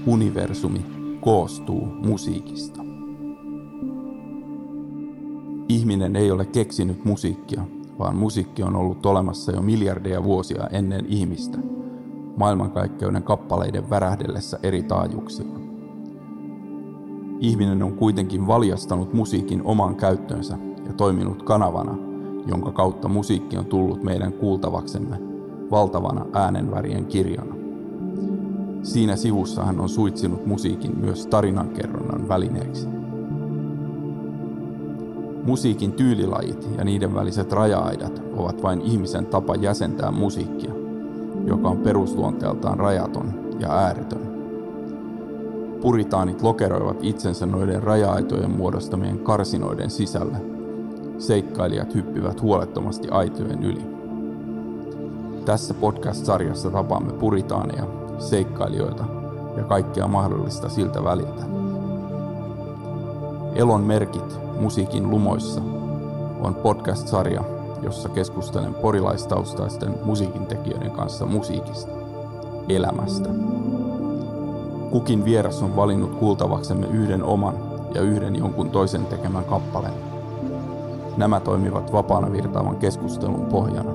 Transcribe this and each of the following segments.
Universumi koostuu musiikista. Ihminen ei ole keksinyt musiikkia, vaan musiikki on ollut olemassa jo miljardeja vuosia ennen ihmistä, maailmankaikkeuden kappaleiden värähdellessä eri taajuuksilla. Ihminen on kuitenkin valjastanut musiikin omaan käyttöönsä ja toiminut kanavana, jonka kautta musiikki on tullut meidän kuultavaksemme valtavana äänenvärien kirjona. Siinä sivussa hän on suitsinut musiikin myös tarinankerronnan välineeksi. Musiikin tyylilajit ja niiden väliset raja-aidat ovat vain ihmisen tapa jäsentää musiikkia, joka on perusluonteeltaan rajaton ja ääretön. Puritaanit lokeroivat itsensä noiden raja-aitojen muodostamien karsinoiden sisälle. Seikkailijat hyppivät huolettomasti aitojen yli. Tässä podcast-sarjassa tapaamme puritaaneja, seikkailijoita ja kaikkea mahdollista siltä väliltä. Elon merkit musiikin lumoissa on podcast-sarja, jossa keskustelen porilaistaustaisten musiikintekijöiden kanssa musiikista, elämästä. Kukin vieras on valinnut kuultavaksemme yhden oman ja yhden jonkun toisen tekemän kappaleen. Nämä toimivat vapaana virtaavan keskustelun pohjana.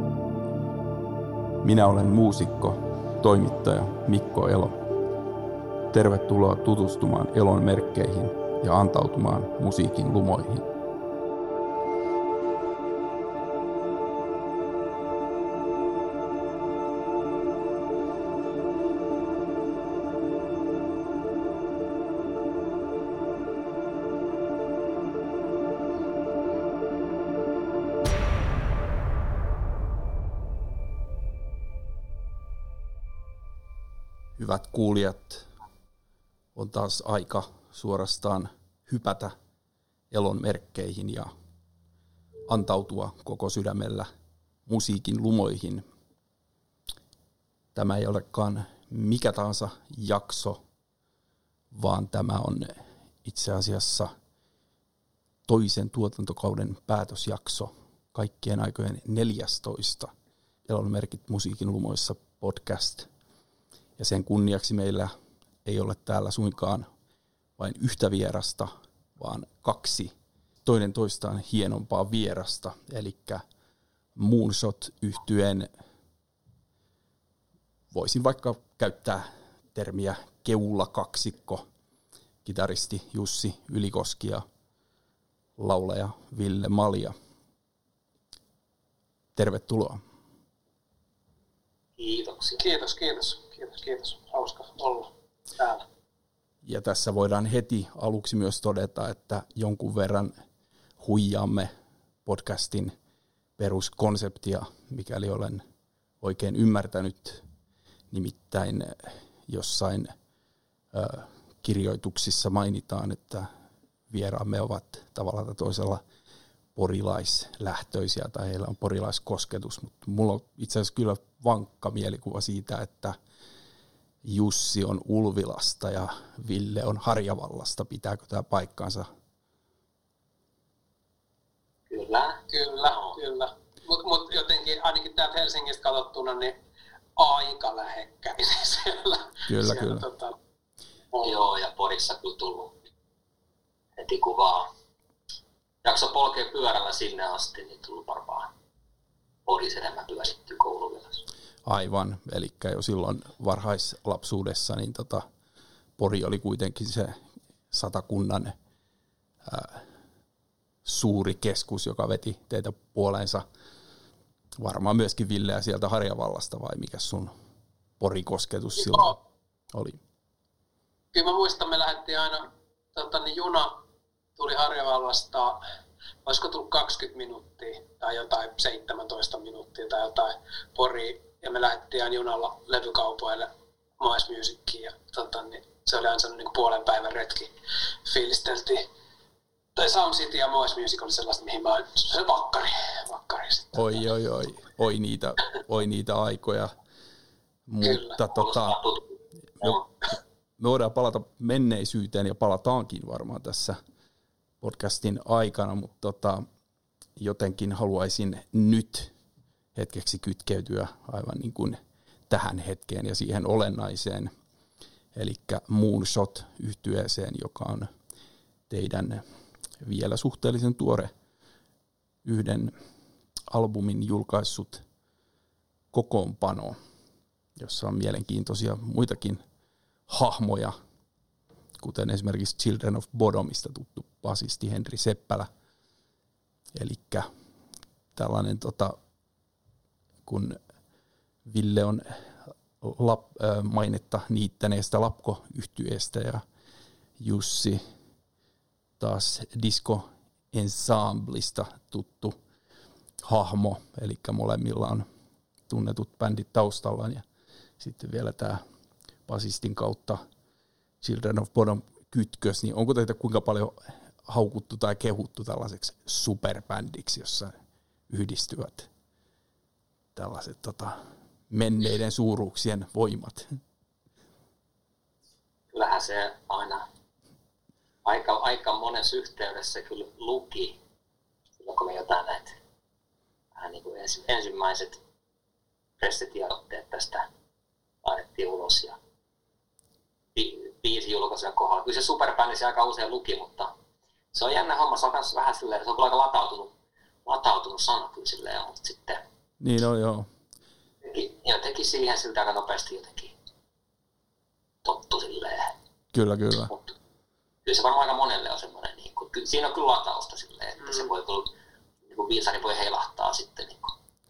Minä olen muusikko, toimittaja Mikko Elo. Tervetuloa tutustumaan Elon merkkeihin ja antautumaan musiikin lumoihin. Hyvät kuulijat, on taas aika suorastaan hypätä Elon merkkeihin ja antautua koko sydämellä musiikin lumoihin. Tämä ei olekaan mikä tahansa jakso, vaan tämä on itse asiassa toisen tuotantokauden päätösjakso, kaikkien aikojen 14. Elon merkit musiikin lumoissa podcast. Ja sen kunniaksi meillä ei ole täällä suinkaan vain yhtä vierasta, vaan kaksi toinen toistaan hienompaa vierasta. Eli Moonshot-yhtyeen, voisin vaikka käyttää termiä keulakaksikko, kitaristi Jussi Ylikoski ja laulaja Ville Malja. Tervetuloa. Kiitoksia. Kiitos. Hauska olla täällä. Ja tässä voidaan heti aluksi myös todeta, että jonkun verran huijaamme podcastin peruskonseptia, mikäli olen oikein ymmärtänyt. Nimittäin jossain kirjoituksissa mainitaan, että vieraamme ovat tavalla tai toisella porilaislähtöisiä tai heillä on porilaiskosketus, mutta mulla on itse asiassa kyllä vankka mielikuva siitä, että Jussi on Ulvilasta ja Ville on Harjavallasta. Pitääkö tämä paikkansa? Kyllä. Mut jotenkin ainakin täältä Helsingistä katsottuna niin aika lähekkäin siellä. Kyllä. Joo, ja Porissa kyllä tullut heti kun vaan jakso polkea pyörällä sinne asti, niin tullut varmaan Porissa enemmän pyörittyä kouluvilassa. Aivan, eli jo silloin varhaislapsuudessa niin Pori oli kuitenkin se Satakunnan suuri keskus, joka veti teitä puoleensa. Varmaan myöskin Villeä sieltä Harjavallasta, vai mikä sun Porikosketus silloin oli? Kyllä mä muistan, me lähdettiin aina, juna tuli Harjavallasta, olisiko tullut 20 minuuttia tai jotain 17 minuuttia tai jotain Poriin. Ja me lähdettiin aina junalla levykaupoille Moes Musiciin ja niin se oli aina niin puolen päivän retki. Fiilisteltiin. Tai Sound City ja Moes Music oli sellaista, mihin mä olin, se vakkari sitten. Oi niitä aikoja. Mutta me voidaan palata menneisyyteen ja palataankin varmaan tässä podcastin aikana, mutta jotenkin haluaisin nyt hetkeksi kytkeytyä aivan niin kuin tähän hetkeen ja siihen olennaiseen. eli Moonshot -yhtyeeseen, joka on teidän vielä suhteellisen tuore yhden albumin julkaissut kokoonpano, jossa on mielenkiintoisia muitakin hahmoja, kuten esimerkiksi Children of Bodomista tuttu basisti Henri Seppälä. Elikkä tällainen, kun Ville on mainetta niittäneestä Lapko-yhtyeestä ja Jussi taas Disco Ensemblista tuttu hahmo, eli molemmilla on tunnetut bändit taustallaan ja sitten vielä tämä basistin kautta Children of Bodom -kytkös, niin onko teitä kuinka paljon haukuttu tai kehuttu tällaiseksi superbändiksi, jossa yhdistyvät tällaiset menneiden suuruuksien voimat? Kyllähän se aina aika monessa yhteydessä kyllä luki, silloin kun me jotain näitä vähän niin kuin ensimmäiset pressitiedotteet tästä laitettiin ulos ja biisin julkaisujen kohdalla. Kyllä se superbändi se aika usein luki, mutta se on jännä homma. Se on myös vähän silleen, se on kyllä aika latautunut sana kyllä silleen, mutta sitten niin on, joo. Teki siihen siltä aika nopeasti jotenkin tottu silleen. Kyllä. Mutta kyllä se varmaan aika monelle on semmoinen, niin kuin, siinä on kyllä latausta silleen, että se voi kyllä, niin kuin viisari voi heilahtaa sitten niin kuin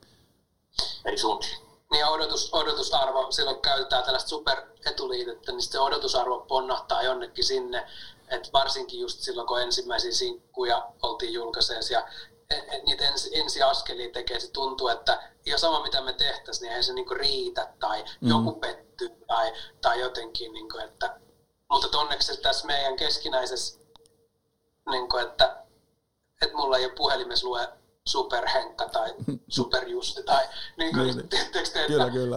eri suuntiin. Niin ja odotusarvo, silloin käytetään tällaista superetuliitettä, niin se odotusarvo ponnahtaa jonnekin sinne, että varsinkin just silloin, kun ensimmäisiä sinkkuja oltiin julkaiseessa ja niitä ensiaskelia tekee, se tuntuu, että ihan sama mitä me tehtäisiin, niin ei se niinku riitä tai joku pettyy tai jotenkin, niinku, että, mutta onneksi tässä meidän keskinäisessä, niinku, että mulla ei ole puhelimessa lue Superhenkka tai Superjussi tai niinku, tiedättekö te,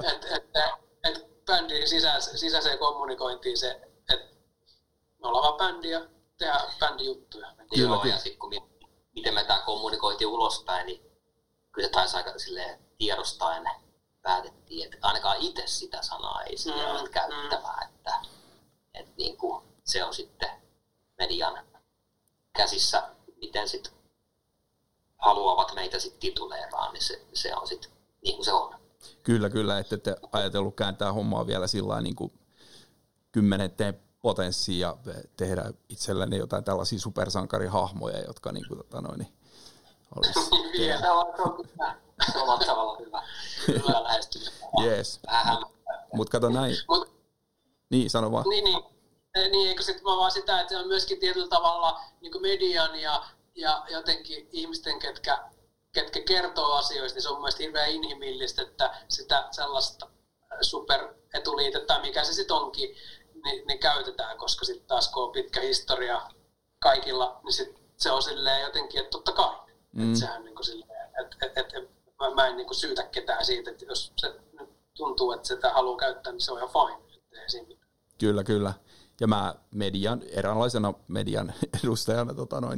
että bändin sisäiseen kommunikointiin se, että me ollaan vaan bändi ja tehdään bändijuttuja. Joo, ja sitten kun miten me tämä kommunikoitiin ulospäin, niin kyllä se taisi aika silleen tiedostaen päätettiin, että ainakaan itse sitä sanaa ei sillä ole käyttävää, että niin kuin se on sitten median käsissä, miten sitten haluavat meitä sitten tituleeraan, niin se on sitten niin kuin se on. Kyllä, että ette ajatellut kääntää hommaa vielä sillä niin kuin 10 potenssiin ja tehdä itsellenne jotain tällaisia supersankarihahmoja, jotka niin kuin, olisi... Vielä on omalla tavalla hyvä lähestyminen. Jees. Mutta kato näin. Niin, sano vaan. Niin, eikö sitten vaan sitä, että se on myöskin tietyllä tavalla niin kuin median ja jotenkin ihmisten, ketkä kertoo asioista, niin se on mun mielestä hirveän inhimillistä, että sitä sellaista superetuliitettä, mikä se sitten onkin, niin käytetään, koska sitten taas kun on pitkä historia kaikilla, niin sit se on silleen jotenkin, että totta kai. Että sehän niin kuin silleen, että mä en niin kuin syytä ketään siitä, että jos se tuntuu, että sitä haluaa käyttää, niin se on ihan fine. Kyllä. Ja mä eräänlaisena median edustajana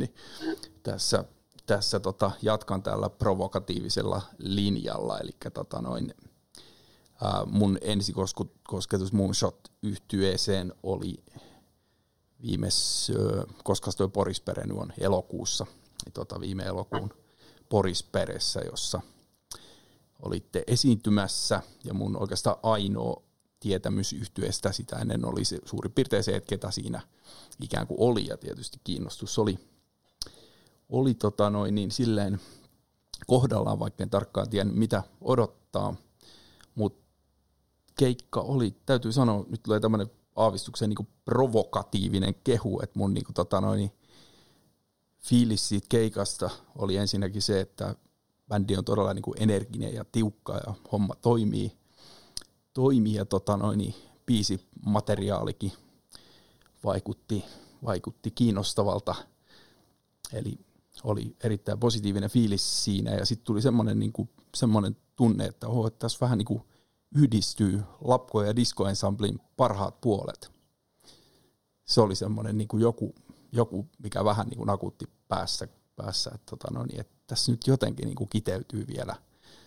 tässä jatkan tällä provokatiivisella linjalla, eli mun ensikosketus Moonshot-yhtyeeseen oli koska toi Porispere on elokuussa, niin viime elokuun Porisperessä, jossa olitte esiintymässä, ja mun oikeastaan ainoa tietämys yhtyeestä sitä ennen oli se suurin piirtein se, että ketä siinä ikään kuin oli, ja tietysti kiinnostus oli niin silleen kohdallaan, vaikka en tarkkaan tiennyt mitä odottaa, mutta keikka oli, täytyy sanoa, nyt tulee tämmöinen aavistuksen niin kuin provokatiivinen kehu, että mun niin kuin, fiilis siitä keikasta oli ensinnäkin se, että bändi on todella niin kuin energinen ja tiukka ja homma toimii ja biisimateriaalikin vaikutti kiinnostavalta, eli oli erittäin positiivinen fiilis siinä, ja sitten tuli semmoinen tunne, että tässä vähän niin kuin yhdistyy Lapko- ja Disco Ensemblin parhaat puolet. Se oli semmoinen niin kuin joku, mikä vähän niin kuin nakutti päässä että tässä nyt jotenkin niin kuin kiteytyy vielä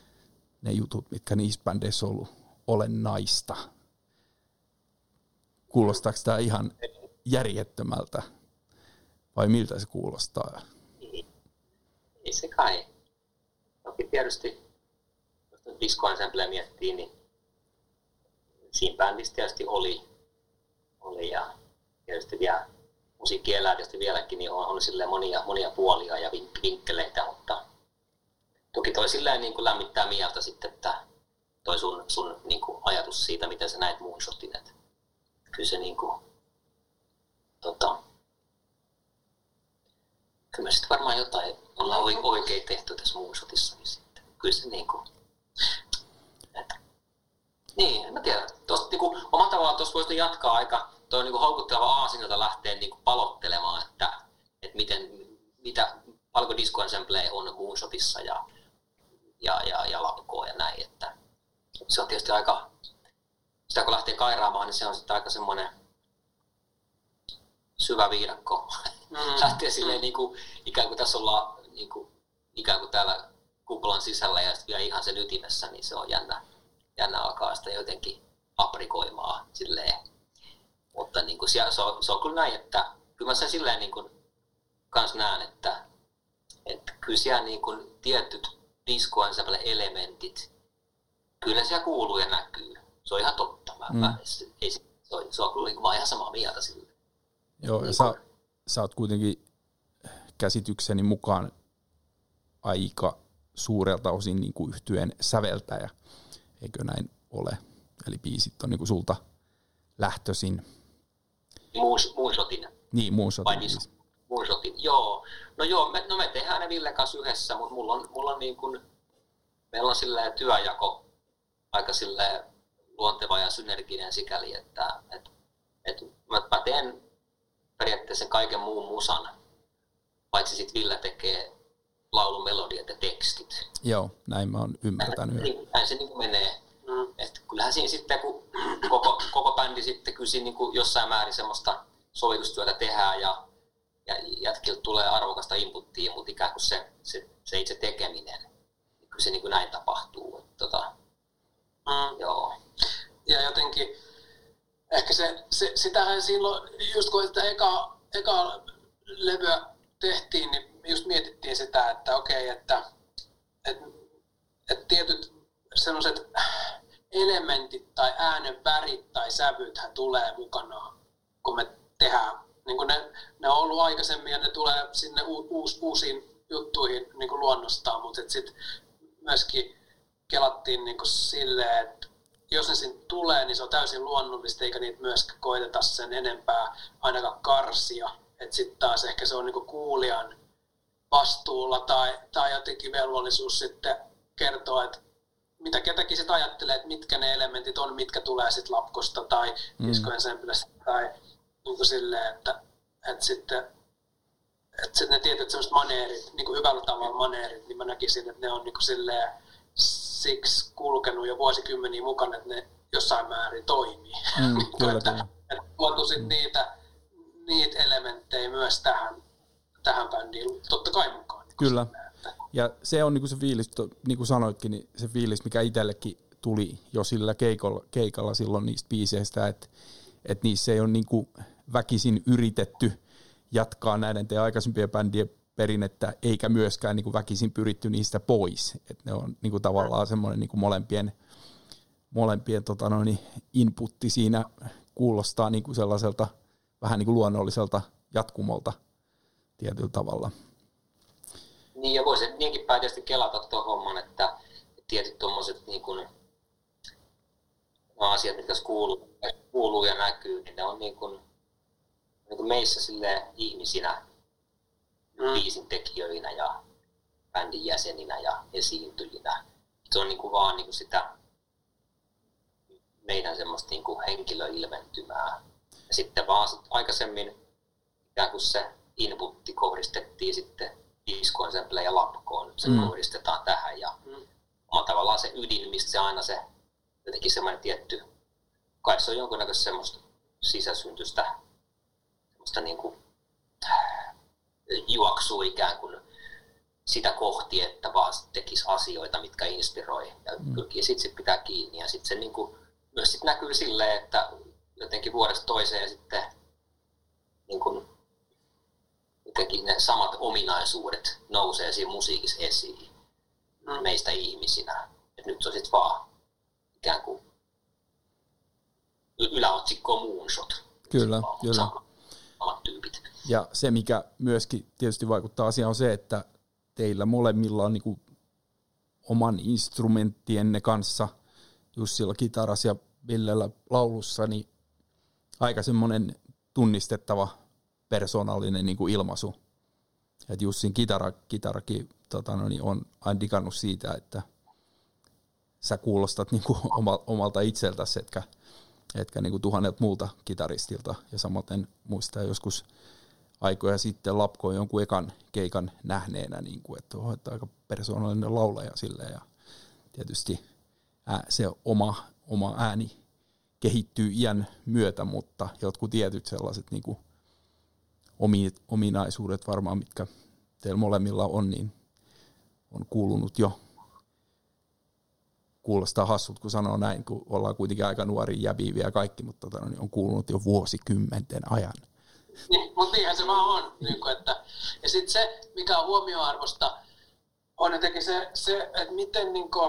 ne jutut, mitkä niissä bändeissä on ollut olennaista. kuulostaako tämä ihan järjettömältä vai miltä se kuulostaa? Ei se kai. Toki tietysti, jos Disco Ensembleä miettii, niin siinä bändissä tietysti oli ja tietysti vielä musiikki elää tietysti vieläkin, niin on silleen monia puolia ja vinkkeleitä, mutta toki toi silleen niin kuin lämmittää mieltä sitten, että toi sun niin kuin ajatus siitä, miten sä näet Moonshotin, että kyllä se niin kuin, kyllä me sitten varmaan jotain ollaan oikein tehty tässä Moonshotissakin sitten. Kyllä se niin kuin, että, niin, en mä tiedä. Tuosta niin kuin, omalla tavallaan tuossa voisi jatkaa aika, toi on niin kuin houkutteleva aasin, jota lähtee niin kuin palottelemaan, että paljonko Disco Ensemble on Moonshotissa ja Lapkoa ja näin, että se on tietysti aika, sitä kun lähtee kairaamaan, niin se on sitten aika semmoinen syvä viidakko. Lähtee silleen niin kuin, ikään kuin tässä ollaan niin kuin, ikään kuin täällä kuplan sisällä ja sitten vielä ihan sen ytimessä, niin se on jännä alkaa sitä jotenkin aprikoimaan silleen. Mutta niin kuin, se on kyllä näin, että kyllä mä sen silleen niin kuin, kans näen, että kyllä siellä niin kuin, tietyt Disco Ensemble-elementit, kyllä siellä kuuluu ja näkyy. Se on ihan totta. Se on kyllä niin kuin, mä oon ihan samaa mieltä sille. Joo, ja sä oot kuitenkin käsitykseni mukaan aika suurelta osin niin kuin yhtyeen säveltäjä, eikö näin ole? Eli biisit on niin kuin sulta lähtöisin. Moonshotin. Niin, Moonshotin. Moonshotin, joo. No joo, me tehdään ne Villen kanssa yhdessä, mutta mulla on niin kuin, meillä on silleen työjako aika silleen luonteva ja synerginen sikäli, että mä teen periaatteessa kaiken muun musan, paitsi sitten Ville tekee laulun melodiat ja tekstit. Joo, näin mä oon ymmärtänyt. Näin se niin kuin menee. Että kyllähän siinä sitten, kun koko bändi sitten kyllä siinä niin kuin jossain määrin semmoista sovitustyötä tehdään ja jätkiltä tulee arvokasta inputtia, mutta ikään kuin se itse tekeminen, niin kyllä se niin kuin näin tapahtuu. Joo. Ja jotenkin, ehkä sitähän silloin, just kun sitä eka levyä tehtiin, niin just mietittiin sitä, että okei, että tietyt sellaiset elementit tai äänen värit tai sävythän tulee mukanaan, kun me tehdään. Niin kuin ne on ollut aikaisemmin ja ne tulee sinne uusiin juttuihin niin kuin luonnostaan, mutta sitten myöskin kelattiin niin kuin silleen, että jos ne sinne tulee, niin se on täysin luonnollista, eikä niitä myöskään koeteta sen enempää ainakaan karsia. Että sitten taas ehkä se on niin kuin kuulijan vastuulla tai jotenkin velvollisuus sitten kertoa, että mitä ketäkin sitten ajattelee, että mitkä ne elementit on, mitkä tulee sitten Lapkosta tai Disco Ensemblestä tai niin kuin silleen, että sitten ne tietyt sellaiset maneerit, niin kuin hyvällä tavalla maneerit, niin mä näkisin, että ne on niin kuin silleen siksi kulkenut jo vuosikymmeniä mukana, että ne jossain määrin toimii. Kyllä, että tuotu sitten niitä elementtejä myös tähän bändiin, totta kai mukaan. Niin kyllä. Ja se on niin kuin se fiilis, niin kuin sanoitkin, niin se fiilis, mikä itsellekin tuli jo sillä keikalla silloin niistä biiseistä, että niissä ei ole niin kuin väkisin yritetty jatkaa näiden teidän aikaisempien bändien perinnettä, eikä myöskään niin kuin väkisin pyritty niistä pois. Että ne on niin kuin tavallaan semmoinen niin kuin molempien inputti siinä kuulostaa niin kuin sellaiselta vähän niin kuin luonnolliselta jatkumolta tietyllä tavalla. Niin, ja voisi niinkin päin tietysti kelata tuon homman, että tietyt tuommoiset niin kuin asiat, mitkä kuuluu ja näkyy, niin ne on niin kuin meissä silleen ihmisinä, biisin tekijöinä ja bändin jäseninä ja esiintyjinä. Se on niin kuin vaan niin kuin sitä meidän semmoista niin kuin henkilöilmentymää. Ja sitten vaan aikaisemmin ikään kuin se inputti kohdistettiin sitten Disco Ensemble ja Lapkoon. Se kohdistetaan tähän ja omalla tavallaan se ydin, mistä se aina se jotenkin semmoinen tietty, kai se on jonkunnäköistä semmoista sisäsyntystä, semmoista niin kuin juoksuu ikään kuin sitä kohti, että vaan tekisi asioita, mitkä inspiroi ja pyrkii sitten pitää kiinni. Ja sitten se niin kuin myös sit näkyy silleen, että jotenkin vuodesta toiseen sitten niin kuin, jotenkin ne samat ominaisuudet nousee siinä musiikissa esiin meistä ihmisinä. Et nyt se on sitten vaan ikään kuin yläotsikko Moonshot. Kyllä, kyllä. Samat tyypit. Ja se, mikä myöskin tietysti vaikuttaa asiaan, on se, että teillä molemmilla on niin kuin oman instrumenttienne kanssa, Jussilla kitaras ja Villellä laulussa, niin aika semmoinen tunnistettava persoonallinen niin kuin ilmaisu. Et Jussin kitarakin on aina digannut siitä, että sä kuulostat niin kuin omalta itseltäsi, etkä niin kuin tuhannelta muulta kitaristilta. Ja samaten muistaa joskus aikoja sitten Lapkoon jonkun ekan keikan nähneenä, niin kuin, että on aika persoonallinen laulaja silleen. Ja tietysti se oma ääni kehittyy iän myötä, mutta jotkut tietyt sellaiset niin kuin ominaisuudet varmaan, mitkä teillä molemmilla on, niin on kuulunut jo. Kuulostaa hassut, kun sanoo näin, kun ollaan kuitenkin aika nuoria jäbiä vielä kaikki, mutta on kuulunut jo vuosikymmenten ajan. Niin, mutta niinhän se vaan on. Ja sitten se, mikä on huomioarvosta, on jotenkin se että miten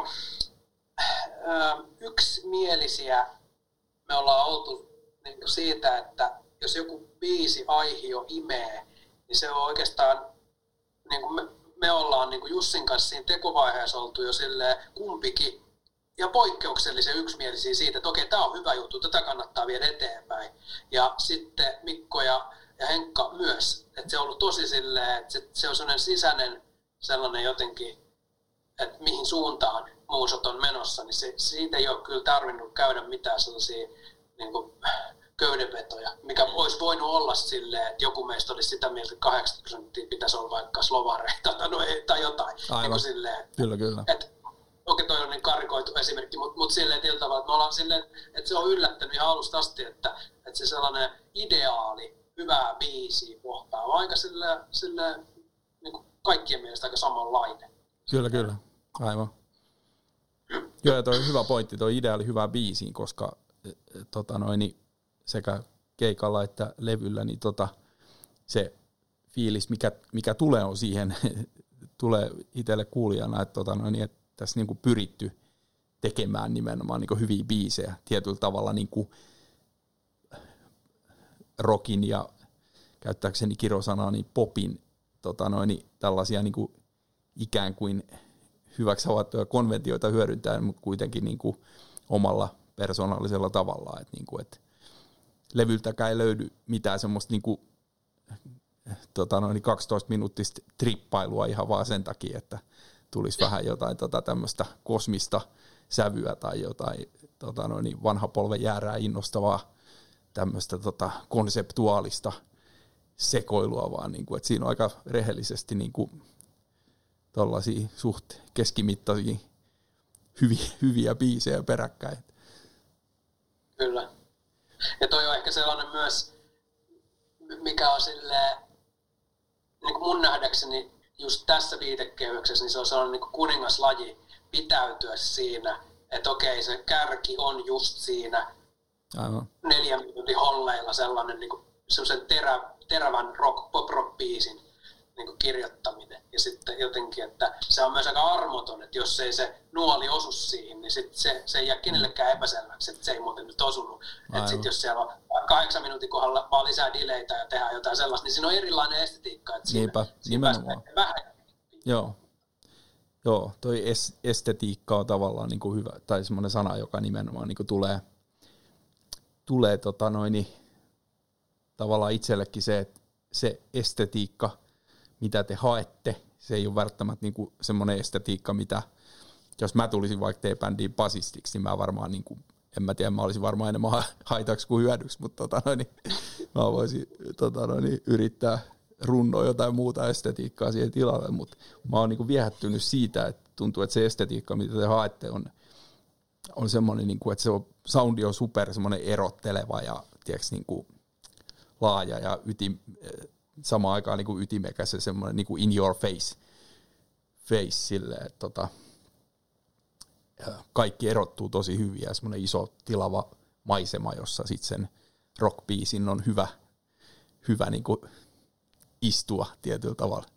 yksimielisiä me ollaan oltu siitä, että jos joku biisi aihio imee, niin se on oikeastaan, me ollaan Jussin kanssa siinä tekovaiheessa oltu jo silleen kumpikin, ja poikkeuksellisen yksimielisiä siitä, että okei, tämä on hyvä juttu, tätä kannattaa viedä eteenpäin. Ja sitten Mikko ja Henkka myös, että se on ollut tosi silleen, että se on sellainen sisäinen sellainen jotenkin, että mihin suuntaan Moonshot on menossa, niin siitä ei ole kyllä tarvinnut käydä mitään sellaisia köydenvetoja, mikä olisi voinut olla silleen, että joku meistä olisi sitä mieltä, että 80% pitäisi olla vaikka slovareita tai jotain. Aivan. Silleen, Kyllä. Okei, toi on niin karikoitu esimerkki, mutta silleen tietyllä tavalla, että me ollaan silleen, että se on yllättänyt ihan alusta asti, että se sellainen ideaali, hyvää biisiä kohtaa on aika silleen niin kaikkien mielestä aika samanlainen. Kyllä. Aivan. Joo, ja toi on hyvä pointti, toi ideaali hyvää biisiin, koska sekä keikalla että levyllä, niin se fiilis, mikä tulee on siihen, tulee itselle kuulijana, että tässä niinku pyritty tekemään nimenomaan niinku hyviä biisejä tietyllä tavalla niinku rockin ja käyttääkseni kirosanaa niin popin tällaisia niinku ikään kuin hyväksi havaittuja konventioita hyödyntäen, mutta kuitenkin niinku omalla persoonallisella tavalla, että niinku, levyltäkään ei löydy mitään semmoista niinku 12 minuuttista trippailua ihan vaan sen takia, että tulisi vähän jotain tämmöistä kosmista sävyä tai jotain vanha polven jäärää innostavaa tämmöistä konseptuaalista sekoilua, vaan niinku, että siinä on aika rehellisesti niinku tollaisia suht keskimittaisia hyviä biisejä peräkkäin. Kyllä. Ja toi on ehkä sellainen myös, mikä on silleen, niin kuin mun nähdäkseni just tässä viitekehyksessä, niin se on sellainen niin kuningaslaji pitäytyä siinä, että okei, se kärki on just siinä 4 minuutin holleilla sellainen niin sellaisen terävän pop-rock-biisin niin kirjoittaminen. Ja sitten jotenkin, että se on myös aika armoton, että jos ei se nuoli osu siihen, niin sit se ei jää kenellekään epäselväksi, että se ei muuten nyt osunut. Että sitten jos siellä on 8 minuutin kohdalla vaan lisää dileitä ja tehdään jotain sellaista, niin siinä on erilainen estetiikka. Että niinpä, nimenomaan. Vähän. Joo, toi estetiikka on tavallaan niin kuin hyvä, tai semmoinen sana, joka nimenomaan niin kuin tulee tavallaan itsellekin se, että se estetiikka, mitä te haette, se ei ole välttämättä niinku semmoinen estetiikka, mitä jos mä tulisin vaikka T-bändiin basistiksi, niin mä varmaan, niinku, en mä tiedä, mä olisin varmaan enemmän haitaksi kuin hyödyksi, mutta mä voisin yrittää runnoa jotain muuta estetiikkaa siihen tilalle, mutta mä oon niinku viehättynyt siitä, että tuntuu, että se estetiikka, mitä te haette, on semmoinen, niinku, että se soundi on super semmoinen erotteleva ja tiedätkö, niinku, laaja ja samaan aikaan niin kuin ytimekäs ja semmoinen niin kuin in your face silleen, että kaikki erottuu tosi hyvin ja semmoinen iso tilava maisema, jossa sitten sen rockbiisin on hyvä niin kuin istua tietyllä tavalla.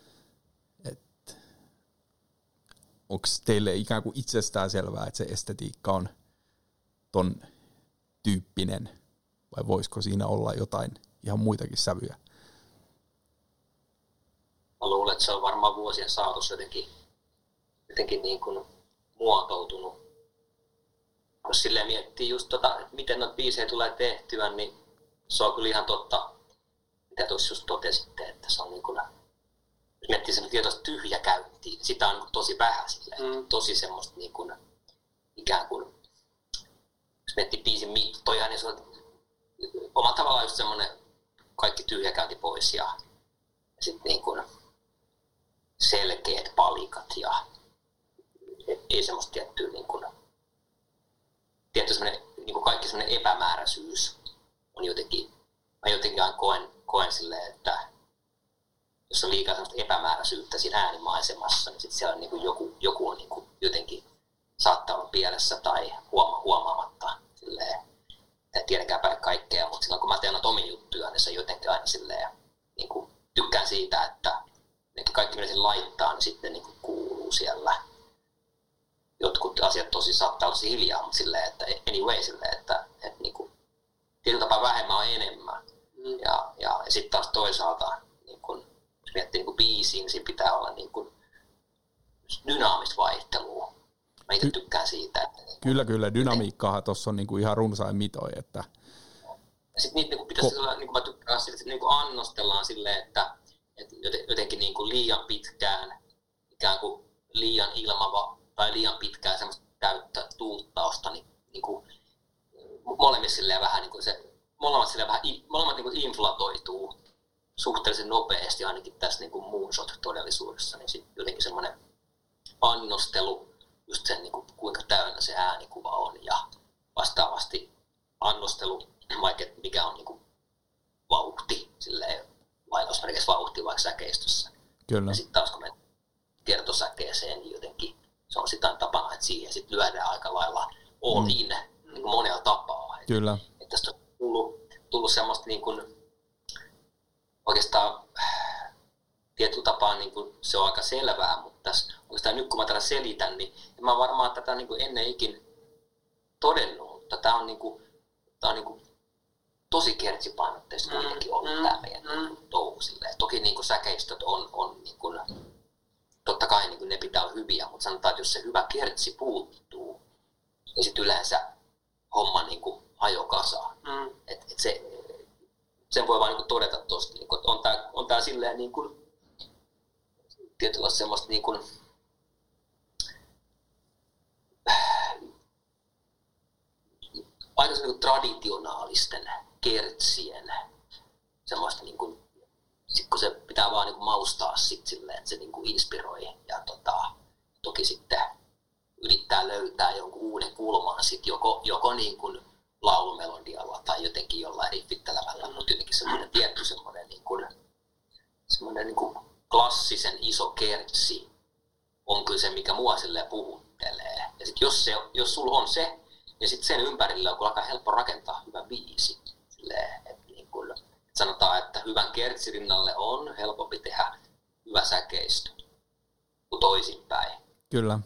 Onko teille ikään kuin itsestään selvää, että se estetiikka on ton tyyppinen, vai voisiko siinä olla jotain ihan muitakin sävyjä? Mä luulen, että se on varmaan vuosien saatossa jotenkin niin kuin muotoutunut. Jos silleen miettii just että miten noita biisejä tulee tehtyä, niin se on kyllä ihan totta, mitä tuossa just totesitte, että se on niin kuin, jos miettii semmoista tietoista tyhjäkäyntiä, sitä on niin tosi vähän silleen, tosi semmoista niin kuin, ikään kuin, jos miettii biisin mittoja, niin se on omalla tavallaan just semmoinen kaikki tyhjäkäynti pois ja sitten niin kuin selkeät palikat ja ei semmoista tiettyä niin kuin, tietty semmoinen niin kuin kaikki semmoinen epämääräisyys on jotenkin, mä jotenkin aina koen silleen, että jos on liikaa semmoista epämääräisyyttä siinä äänimaisemassa, niin sitten siellä on niin kuin joku on niin kuin jotenkin saattaa olla pielessä tai huomaamatta silleen, en tiedäkään päin kaikkea, mutta silloin kun mä teen noita omia juttuja, niin se on jotenkin aina silleen, niin kuin tykkään siitä, että kaikki mitä siinä laittaa, niin sitten niin kuin kuuluu siellä. Jotkut asiat tosi saattaa olla hiljaa, mutta silleen, että anyway silleen, että niin kuin tietyllä tapaa vähemmän on enemmän. Ja sitten taas toisaalta, niin kun, jos miettii niin biisiin, niin siinä pitää olla niin kun dynaamista vaihtelua. Mä itse tykkään siitä. Että, kyllä, dynamiikkaahan tuossa on niin kuin ihan runsain mitoin. Että sitten niitä niin pitäisi olla, niin kuin mä tykkään siitä, että niin kuin annostellaan silleen, että jotenkin niin kuin liian pitkään, ikään kuin liian ilmava tai liian pitkään semmoista täyttä tuuttausta, niin kuin molemmissa silleen vähän niin kuin se, molemmat niin kuin inflatoituu suhteellisen nopeasti ainakin tässä niin kuin moonshot-todellisuudessa, niin sitten jotenkin semmoinen annostelu, just sen niin kuin, kuinka täynnä se äänikuva on ja vastaavasti annostelu, vaikka mikä on niin kuin vauhti, silleen lainausmerkeissä vauhti vaikka säkeistössä. Kyllä. Ja sitten taas kun me kertosäkeeseen, niin jotenkin se on sitä tapana, että siihen sitten lyödään aika lailla all in niin kuin monella tapaa. Kyllä. Että tästä on tullut semmoista niin kuin, oikeastaan tietyllä tapaa niin kuin se on aika selvää, mutta tässä, oikeastaan nyt kun mä tätä selitän, niin en mä varmaan tätä niin kuin ennen ikin todennut, mutta tämä on, niin kuin tosi kertsipainotteista kuitenkin ollut tämä meidän touhu silleen. Toki niin kuin säkeistöt on niin kuin, totta kai niin kuin ne pitää olla hyviä, mutta sanotaan, että jos se hyvä kertsi puuttuu, niin sitten yleensä homma niin kuin hajo kasaan. Sen voi vaan niin kuin todeta tuosta, niin kuin, että on tää silleen niin kuin, tietyllä semmoista niin kuin, aika niin kuin traditionaalisten kertsien semmoista niin kuin, sit kun se pitää vaan niin kuin maustaa sit silleen, että se niin kuin inspiroi ja toki sitten yrittää löytää jonkun uuden kulman sit joko niin kuin laulumelodialla tai jotenkin jollain riffittelevällä, mutta jotenkin semmoinen tietty semmoinen niin kuin klassisen iso kertsi on kyllä se, mikä mua silleen puhuttelee. Ja sitten jos sulla on se, ja sitten sen ympärillä on kyllä aika helppo rakentaa hyvä biisi. Silleen, että niin kuin sanotaan, että hyvän kertsirinnalle on helpompi tehdä hyvä säkeistö kuin toisinpäin. Kyllä.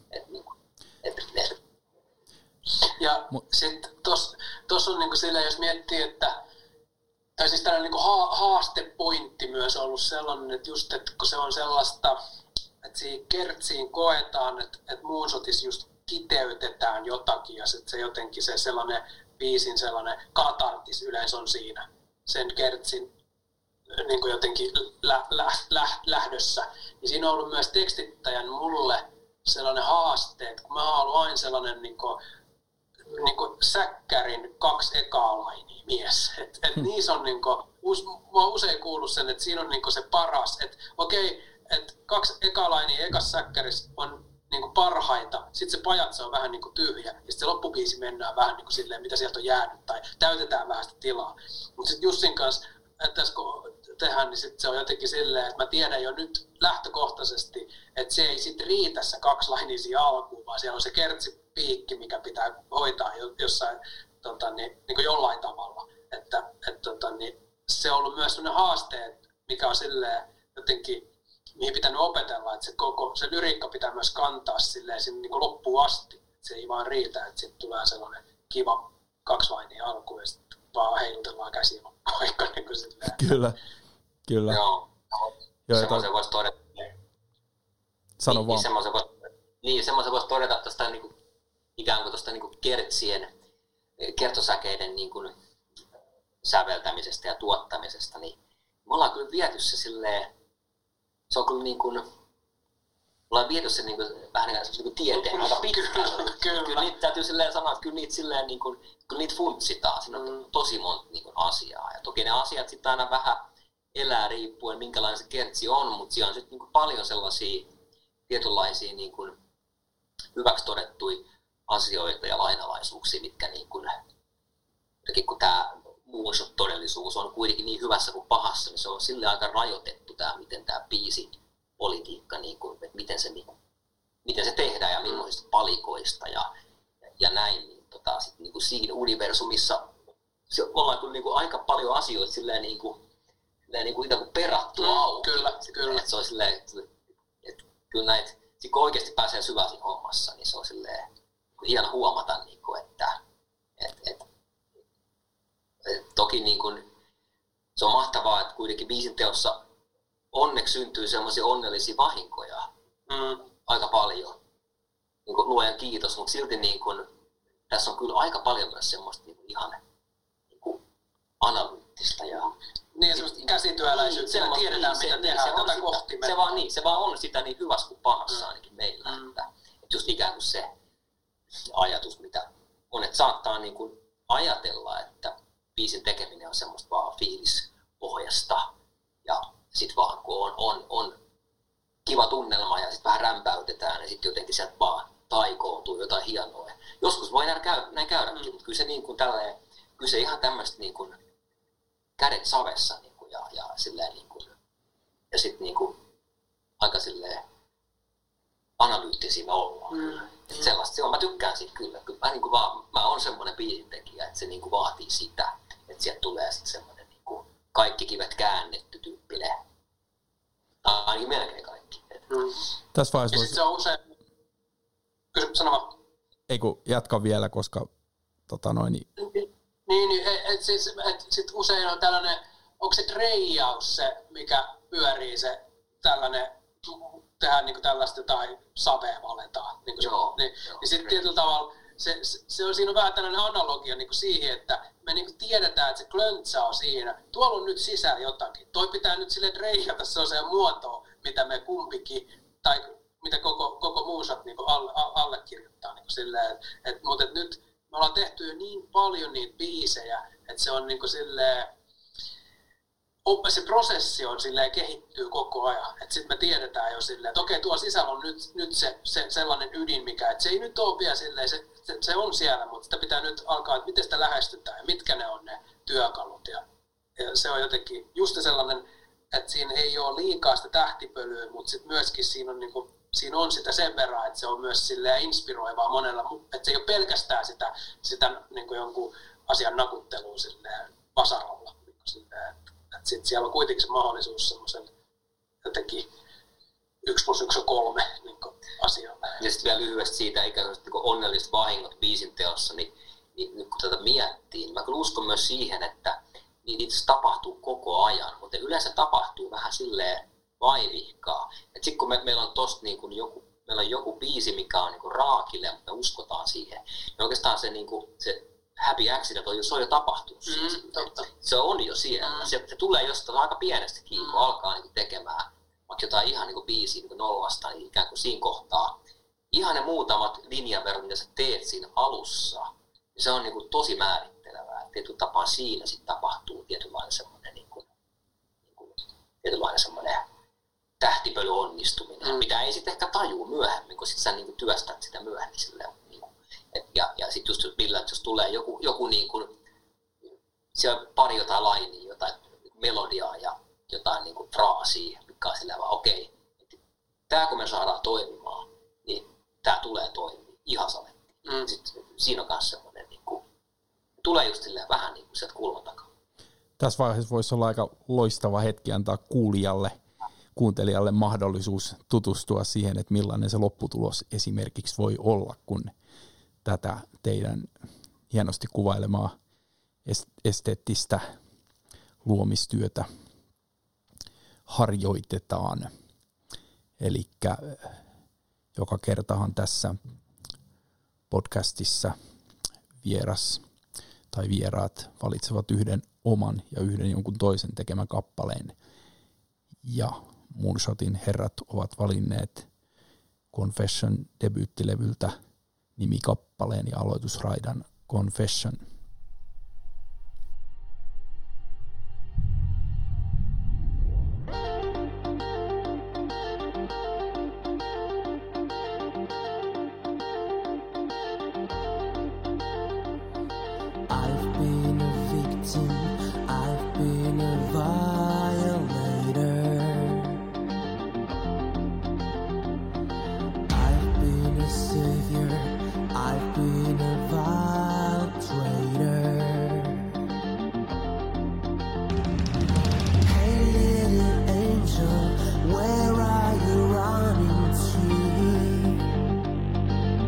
Ja sitten tuossa on niinku silleen, jos miettii, että tai siis tällainen niinku haastepointti myös ollut sellainen, että just että kun se on sellaista, että siihen kertsiin koetaan, että moonshotissa just kiteytetään jotakin ja se jotenkin se sellainen biisin sellainen katartis yleensä on siinä sen kertsin niin kuin jotenkin lähdössä. Niin siinä on ollut myös tekstittäjän mulle sellainen haaste, että kun mä oon ollut aina sellainen niin kuin säkkärin 2 ekaa lainia mies. Et niissä on, niin kuin, mä oon usein kuullut sen, että siinä on niin kuin se paras, että okei, että 2 ekaa lainia ekassa säkkärissä on niin kuin parhaita, sitten se pajatso on vähän niin kuin tyhjä, ja sitten se loppubiisi mennään vähän niin kuin silleen, mitä sieltä on jäänyt, tai täytetään vähän sitä tilaa. Mutta sitten Jussin kanssa, että tässä kun tehdään, niin sit se on jotenkin silleen, että mä tiedän jo nyt lähtökohtaisesti, että se ei sitten riitä se 2 lainia siihen alkuun, vaan siellä on se kertsipiikki, mikä pitää hoitaa jossain niin kuin jollain tavalla. Että se on ollut myös sellainen haaste, mikä on silleen jotenkin, mihin pitänyt opetella, että se lyriikka pitää myös kantaa silleen niin kuin loppuun asti. Että se ei vaan riitä, että sitten tulee sellainen kiva kaksivainia alku ja sitten vaan heilutellaan käsiä vaikka niin kuin silleen. Kyllä. Joo. Semmoisen voisi todeta. Sano vaan. Semmoisen voisi todeta tuosta niinku, ikään kuin tuosta niinku kertosäkeiden niinku säveltämisestä ja tuottamisesta, niin me ollaan kyllä viety se silleen, se on kyllä niinku, me ollaan viety se niinku, vähän niin kuin tieteen aika pitkälle. Kyllä niitä täytyy silleen sanoa, että kyllä niitä silleen niinku, kyllä niitä funtsitaan, siinä on tosi monta niinku asiaa. Ja toki ne asiat sitten aina vähän elää riippuen minkälainen se kertsi on, mutta siellä on sitten niinku paljon sellaisia tietynlaisia niinku hyväksi todettuja asioita ja lainalaisuuksia, mitkä niinku, kun tämä moonshot-todellisuus on kuitenkin niin hyvässä kuin pahassa, niin se on sille aika rajoitettu tämä, miten tämä biisipolitiikka, niinku, että miten se tehdään ja millaisista palikoista ja näin. Niin, sit, niinku, siinä universumissa se ollaan kyllä niinku, aika paljon asioita silleen, niinku ikään kuin perattu auki. Kyllä. Että se on silleen, että kyllä näitä, kun oikeasti pääsee syvään siinä hommassa, niin se on silleen hieno huomata, että toki niin kuin, se on mahtavaa, että kuitenkin biisin teossa onneksi syntyy sellaisia onnellisia vahinkoja aika paljon. Niin kuin luojan kiitos, mutta silti niin kuin, tässä on kyllä aika paljon myös semmoista niin kuin ihan niin kuin analyyttistä ja niin, semmoista käsityöläisyyttä, niin, tiedetään mitä tehdään, tätä kohti mennään. Se vaan on sitä niin hyvässä kuin pahassa ainakin meillä, että just ikään kuin se ajatus, mitä monet saattaa niin kuin ajatella, että biisin tekeminen on semmoista vaan fiilispohjasta ja sit vaan kun on kiva tunnelma ja sit vähän rämpäytetään ja sit jotenkin sieltä vaan taikoutuu jotain hienoa. Joskus voi näin käydäkin, mutta kyllä se niin kuin tälleen, kyllä se ihan tämmöistä niin kuin kädet savessa niin kuin, ja silleen niin kuin, ja sit niin kuin aika silleen analyyttisiä me ollaan. Sellaista se on, mä tykkään siitä kyllä. Mä, niin kuin vaan, mä oon semmoinen biisintekijä, että se niin kuin vaatii sitä, että sieltä tulee sitten semmoinen niin kuin kaikki kivet käännetty tyyppinen. Ainakin melkein kaikki. Tässä vaiheessa voisi... se on usein... Kysy, sano vaan. Ei kun jatka vielä, koska Sit usein on tällainen, onko se treijaus se, mikä pyörii se tällainen, tehdään niinku tällaista jotain savea valetaan. Niinku niin sitten tietyllä tavalla se on, siinä on vähän tällainen analogia niinku siihen, että me niinku tiedetään, että se klöntsä on siinä. Tuolla on nyt sisällä jotakin. Toi pitää nyt sille treijata sellaiseen muotoon, mitä me kumpikin, tai mitä koko muusat niinku allekirjoittaa. Niinku silleen, mutta nyt me ollaan tehty jo niin paljon niitä biisejä, että se on niinku silleen, se prosessi on silleen, kehittyy koko ajan. Että sitten me tiedetään jo silleen, että okei, tuolla sisällä on nyt se sellainen ydin, mikä, että se ei nyt ole vielä silleen, se on siellä, mutta sitä pitää nyt alkaa, että miten sitä lähestytään ja mitkä ne on ne työkalut. Ja se on jotenkin just sellainen, että siinä ei ole liikaa sitä tähtipölyä, mutta sitten myöskin siinä on sitä sen verran, että se on myös silleen inspiroivaa monella, että se ei ole pelkästään sitä niin kuin jonkun asian nakuttelua silleen vasaralla. Niin silleen, että sitten siellä on kuitenkin se mahdollisuus semmoisen jotenkin 1+1 on 3 niin asialla. Ja sitten vielä lyhyesti siitä ikään kuin onnelliset vahingot biisin teossa, niin nyt kun tätä miettii, niin mä kyllä uskon myös siihen, että niitä tapahtuu koko ajan, mutta yleensä tapahtuu vähän silleen vaivihkaa. Että sitten kun meillä on tosta niin kuin meillä on joku biisi, mikä on niin kuin raakille, mutta me uskotaan siihen, niin oikeastaan se, niin kuin, se happy accident se on jo tapahtunut. Se on jo siellä. Se tulee jostain aika pienestäkin, kun alkaa niin kuin tekemään vaikka jotain ihan niin kuin biisiä niin kuin nollasta, niin ikään kuin siinä kohtaa ihan ne muutamat linjanverot, mitä sä teet siinä alussa, niin se on niin kuin tosi määrittelevää. Tietyllä tapaa siinä sitten tapahtuu tietynlainen semmoinen tähtipöly onnistuminen, mitä ei sitten ehkä tajuu myöhemmin, kun sitten sä niin kuin työstät sitä myöhemmin. Ja sitten just jos tulee joku niin kuin, siellä pari jotain lainia, jotain melodiaa ja jotain niin kuin fraasia, mikä on sillä vaan okei, tämä kun me saadaan toimimaan, niin tämä tulee toimimaan ihan salettiin. Sitten siinä on myös semmoinen, niin kuin, tulee just silleen vähän niin kuin sieltä kulman takaa. Tässä vaiheessa voisi olla aika loistava hetki antaa kuuntelijalle mahdollisuus tutustua siihen, että millainen se lopputulos esimerkiksi voi olla, kun tätä teidän hienosti kuvailemaa esteettistä luomistyötä harjoitetaan. Eli joka kertahan tässä podcastissa vieras tai vieraat valitsevat yhden oman ja yhden jonkun toisen tekemän kappaleen. Ja Moonshotin herrat ovat valinneet Confession -debyyttilevyltä nimikappaleen ja aloitusraidan Confession. I've been a victim, I've been a violator. I've been a savior, I've been a vile traitor. Hey little angel, where are you running to?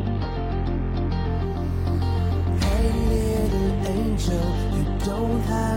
Hey little angel, you don't have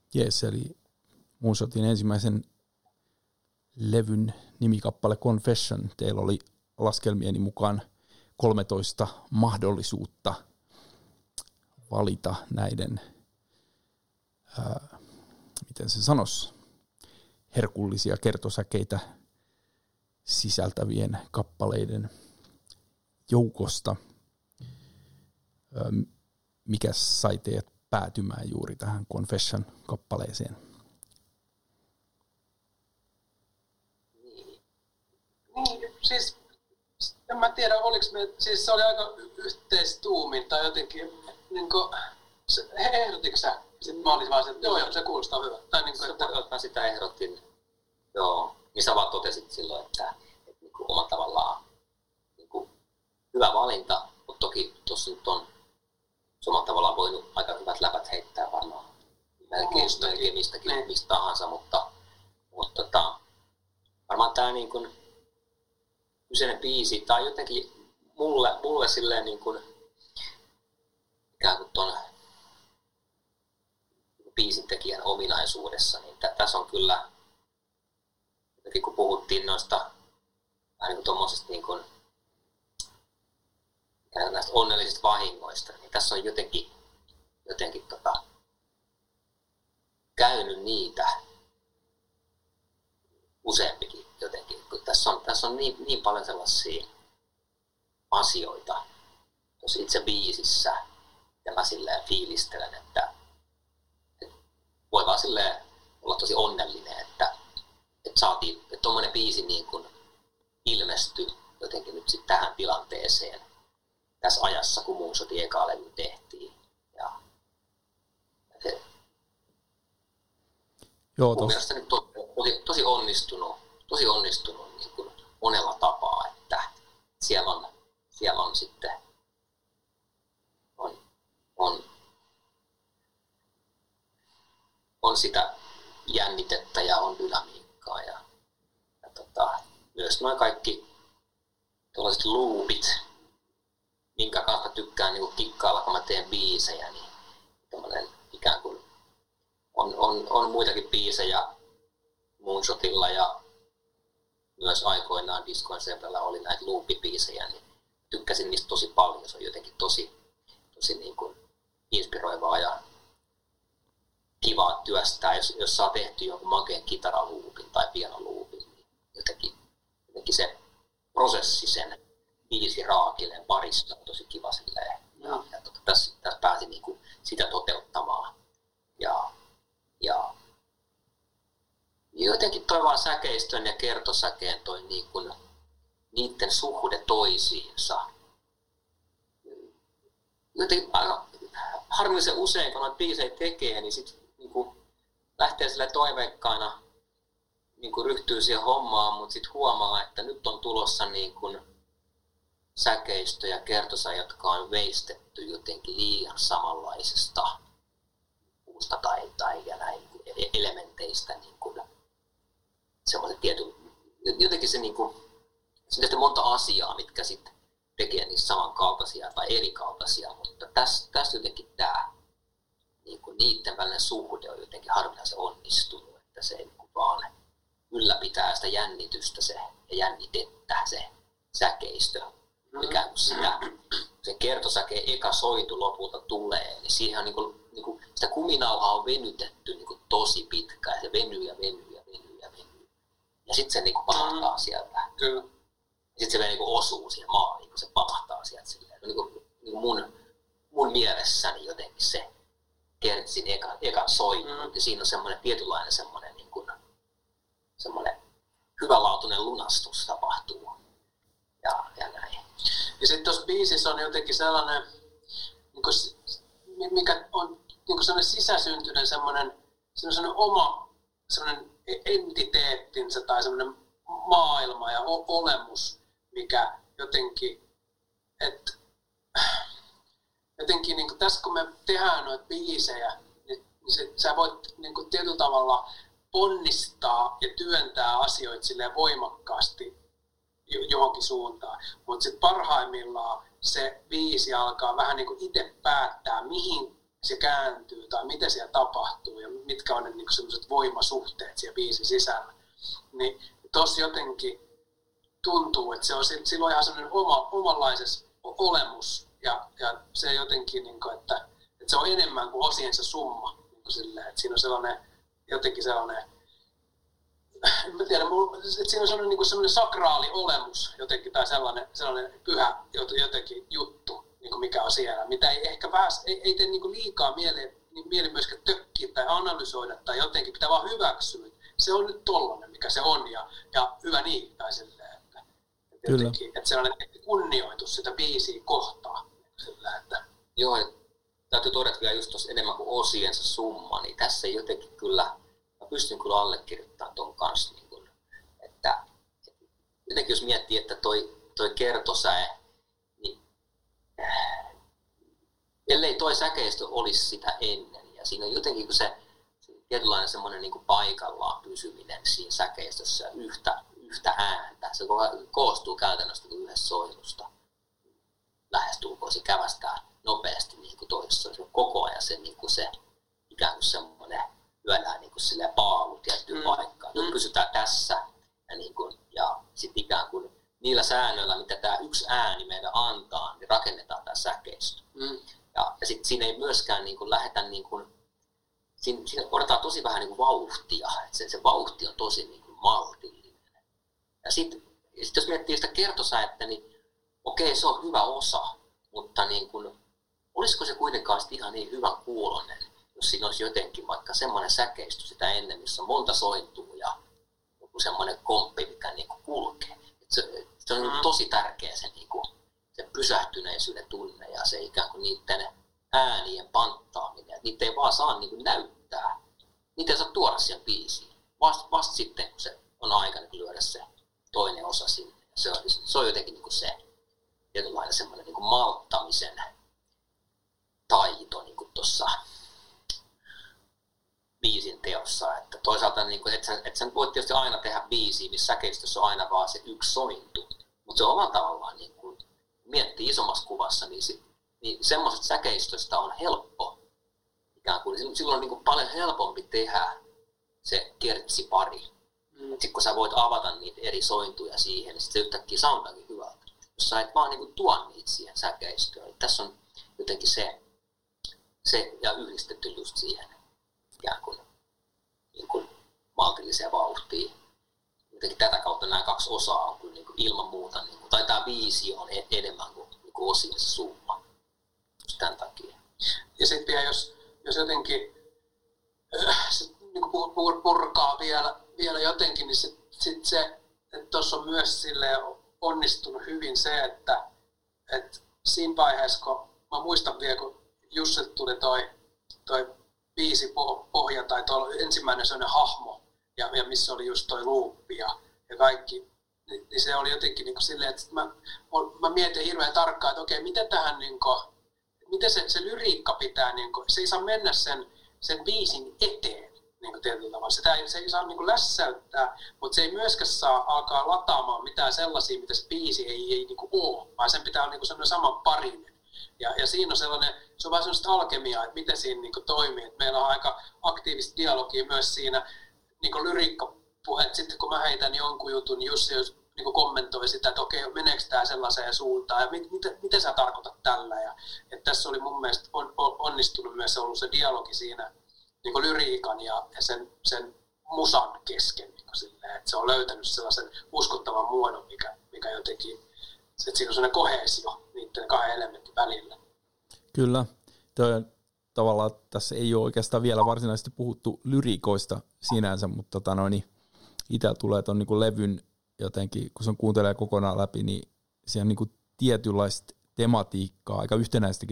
Jees, eli Moonshotin ensimmäisen levyn nimikappale Confession. Teillä oli laskelmieni mukaan 13 mahdollisuutta valita näiden, miten se sanoisi, herkullisia kertosäkeitä sisältävien kappaleiden joukosta. Mikä sai teidät päätymään juuri tähän Confession-kappaleeseen? Niin, siis en mä tiedä, oliko me, siis se oli aika yhteistuumin tai jotenkin, niin kuin, ehdotitko sä? Sitten mä olin vaan se, että joo, se kuulostaa hyvä. Tai niin kuin, että mä sitä ehdotin, joo, niin sä vaan totesit silloin, että niin kuin omalla tavallaan niin kuin hyvä valinta, mutta toki tuossa nyt on omalla tavallaan voinut aika hyvät läpät heittää varmaan melkein mistäkin, mistä tahansa, mutta varmaan tämä niin kuin kyseinen biisi, tai jotenkin mulle silleen niin kuin ikään kuin ton biisintekijän ominaisuudessa, niin tässä on kyllä, jotenkin kun puhuttiin noista vähän niin kuin tommosista niin kuin näistä onnellisista vahingoista, niin tässä on jotenkin käynyt niitä useampikin jotenkin. Kun tässä on niin paljon sellaisia asioita tuossa itse biisissä, ja mä silleen fiilistelen, että voi vaan silleen olla tosi onnellinen, että saatiin, että tommonen biisi niin kuin ilmestyi jotenkin nyt sitten tähän tilanteeseen tässä ajassa, kun Moonshotin eka levy tehtiin. Ja se mun mielestä nyt tosi onnistunut niin kuin monella tapaa, että siellä on sitten on sitä jännitettä ja on dynamiikkaa ja myös noin kaikki tuollaiset loopit, minkä kanssa tykkään niin kikkailla, kun mä teen biisejä, niin tommonen ikään kuin on muitakin biisejä Moonshotilla ja myös aikoinaan Disco Ensemblela oli näitä loop-biisejä, niin tykkäsin niistä tosi paljon. Se on jotenkin tosi niin kuin inspiroivaa ja kivaa työstää, jos saa tehty jonkun makeen kitaraluupin tai pianoluupin, niin jotenkin se prosessi sen biisin raakilleen parissa on tosi kiva silleen. Ja tässä pääsi niin kuin sitä toteuttamaan. Ja jotenkin toi vaan säkeistön ja kertosäkeen toi niin kuin niiden suhde toisiinsa. Jotenkin harmillisen usein, kun noita biisejä tekee, niin sit niin kuin lähtee sille toiveikkaana niin kuin ryhtyy siihen hommaan, mutta sitten huomaa, että nyt on tulossa niin kuin säkeistö ja kertosa, jotka on veistetty jotenkin liian samanlaisesta puusta tai ja näin elementeistä niin kuin semmoisen tietyn, jotenkin se niin kuin, se on monta asiaa, mitkä sitten tekee niistä samankaltaisia tai erikaltaisia, mutta tässä jotenkin tämä niin kuin niiden välinen suhde on jotenkin harvinaisen onnistunut, että se niin kuin vaan ylläpitää sitä jännitystä ja jännitettä se säkeistö, ikään kuin se kertosäke eka sointu lopulta tulee, niin siihen on niin kuin sitä kuminauhaa on venytetty niin kuin tosi pitkään ja se venyy ja venyy. Ja sitten se niinku pamahtaa sieltä. Kyllä. Ja sitten se vielä niinku osuu siihen maaliin, kun se pamahtaa sieltä silleen. Niinku mun mielessäni jotenkin se kertsin ekan soinut. Ja siinä on semmoinen tietynlainen semmoinen hyvänlaatuinen lunastus tapahtuu. Ja näin. Ja sitten tuossa biisissä on jotenkin sellainen, niinku, mikä on niinku sellainen sisäsyntyinen semmoinen oma semmoinen entiteettinsä tai semmoinen maailma ja olemus, mikä jotenkin, että jotenkin niin kuin tässä kun me tehdään noita biisejä, niin sä voit niin kuin tietyllä tavalla ponnistaa ja työntää asioita silleen voimakkaasti johonkin suuntaan, mutta sitten parhaimmillaan se biisi alkaa vähän niin kuin itse päättää, mihin se kääntyy tai mitä siellä tapahtuu ja mitkä on ne niin sellaiset voimasuhteet siellä biisin sisällä. Niin tossa jotenkin tuntuu, että se on silloin ihan sellainen omanlaisessa olemus ja se jotenkin, niin kuin, että se on enemmän kuin osiensa summa. Niin kuin silleen, että siinä on sellainen, jotenkin sellainen, en mä tiedä, että siinä on sellainen, niin kuin sellainen sakraali olemus jotenkin tai sellainen pyhä jotenkin juttu, niin kuin mikä on siellä, mitä ei ehkä ei tee niin kuin liikaa mieli myöskään tökkiä tai analysoida tai jotenkin pitää vaan hyväksyä. Se on nyt tollainen, mikä se on ja hyvä niin, tai silleen, että jotenkin, että sellainen kunnioitus sitä biisiä kohtaa. Silleen, että joo, täytyy todeta vielä just tuossa enemmän kuin osiensa summa, niin tässä ei jotenkin kyllä, mä pystyn kyllä allekirjoittamaan tuon kanssa, niin kuin, että jotenkin jos miettii, että toi kertosäe, niin ellei toi säkeistö olisi sitä ennen, ja siinä on jotenkin kun se tietynlainen semmoinen niin kuin paikallaan pysyminen siinä säkeistössä yhtä ääntä, se koostuu käytännössä yhdessä soinnusta, lähestulkoon se kävästää nopeasti niin kuin toisessa, se on koko ajan se, niin kuin se ikään kuin semmoinen lyödään niin kuin silleen paalu tiettyyn paikkaan, nyt pysytään tässä ja sitten ikään kuin niillä säännöillä, mitä tämä yksi ääni meidän antaa, niin rakennetaan tämä säkeistö. Ja sitten siinä ei myöskään niin kuin lähdetä, niin kuin, siinä odotetaan tosi vähän niin kuin vauhtia, että se vauhti on tosi niin kuin maltillinen. Ja sitten jos miettii sitä kertosäettä, niin okei, se on hyvä osa, mutta niin kuin, olisiko se kuitenkaan ihan niin hyvän kuulonen, jos siinä olisi jotenkin vaikka semmoinen säkeistö sitä ennen, missä on monta sointua ja joku semmoinen komppi, mikä niin kuin kulkee. Se on tosi tärkeä se, niin kuin, se pysähtyneisyyden tunne ja se ikään kuin niiden äänien panttaaminen. Että niitä ei vaan saa niin kuin näyttää. Niitä ei saa tuoda siihen biisiin. Vasta sitten, kun se on aika niin lyödä se toinen osa sinne. Se on jotenkin niin kuin se tietynlainen semmoinen niin kuin malttamisen taito niin kuin tuossa biisin teossa. Että toisaalta niin kuin, et sä voi tietysti aina tehdä biisiä, missä säkeistössä on aina vaan se yksi sointu. Mutta se on omalla tavallaan, niin kun miettii isommassa kuvassa, niin semmoisesta säkeistöstä on helppo. Ikään kuin, silloin on niin kuin paljon helpompi tehdä se kertsipari. Sitten kun sä voit avata niitä eri sointuja siihen, niin sitten se yhtäkkiä soundakin hyvältä. Jos sä et vaan niin kuin tuo niitä siihen säkeistöön. Niin tässä on jotenkin se ja yhdistetty just siihen ikään kuin, niin kuin maltilliseen vauhtiin. Jotenkin tätä kautta nämä kaksi osaa on kyllä niin kuin ilman muuta, niin kuin, tai tämä biisi on enemmän kuin osiensa summa. Just tämän takia. Ja sitten vielä, jos jotenkin niin purkaa vielä jotenkin, niin sit se, että tuossa on myös silleen onnistunut hyvin se, että siinä vaiheessa, kun mä muistan vielä, kun Jussilta tuli toi biisipohja tai ensimmäinen sellainen hahmo, ja missä oli just toi luuppi ja kaikki, niin se oli jotenkin niin kuin silleen, että mä mietin hirveän tarkkaan, että okei, miten tähän, niin kuin, miten se lyriikka pitää, niin kuin, se ei saa mennä sen biisin eteen niin kuin tietyllä tavalla. Se ei saa niin kuin lässäyttää, mutta se ei myöskään saa alkaa lataamaan mitään sellaisia, mitä se biisi ei niin kuin ole, vaan sen pitää olla niin kuin sellainen saman parinen. Ja siinä on sellainen, se on vähän sellaista alkemiaa, että miten siinä niin kuin toimii. Että meillä on aika aktiivista dialogia myös siinä niin kuin lyriikkapuheet. Sitten kun mä heitän jonkun jutun, niin Jussi niin kommentoi sitä, että okei, meneekö tämä sellaiseen suuntaan ja mitä sä tarkoitat tällä. Ja että tässä oli mun mielestä onnistunut myös ollut se dialogi siinä niin kuin lyriikan ja sen musan kesken. Niin kuin silleen, että se on löytänyt sellaisen uskottavan muodon, mikä jotenkin, että siinä on sellainen koheesio niiden kahden elementin välillä. Kyllä. Tavallaan tässä ei ole oikeastaan vielä varsinaisesti puhuttu lyriikoista sinänsä, mutta itsellä tulee tuon niin levyn jotenkin, kun se kuuntelee kokonaan läpi, niin siellä on niin tietynlaista tematiikkaa, aika yhtenäistäkin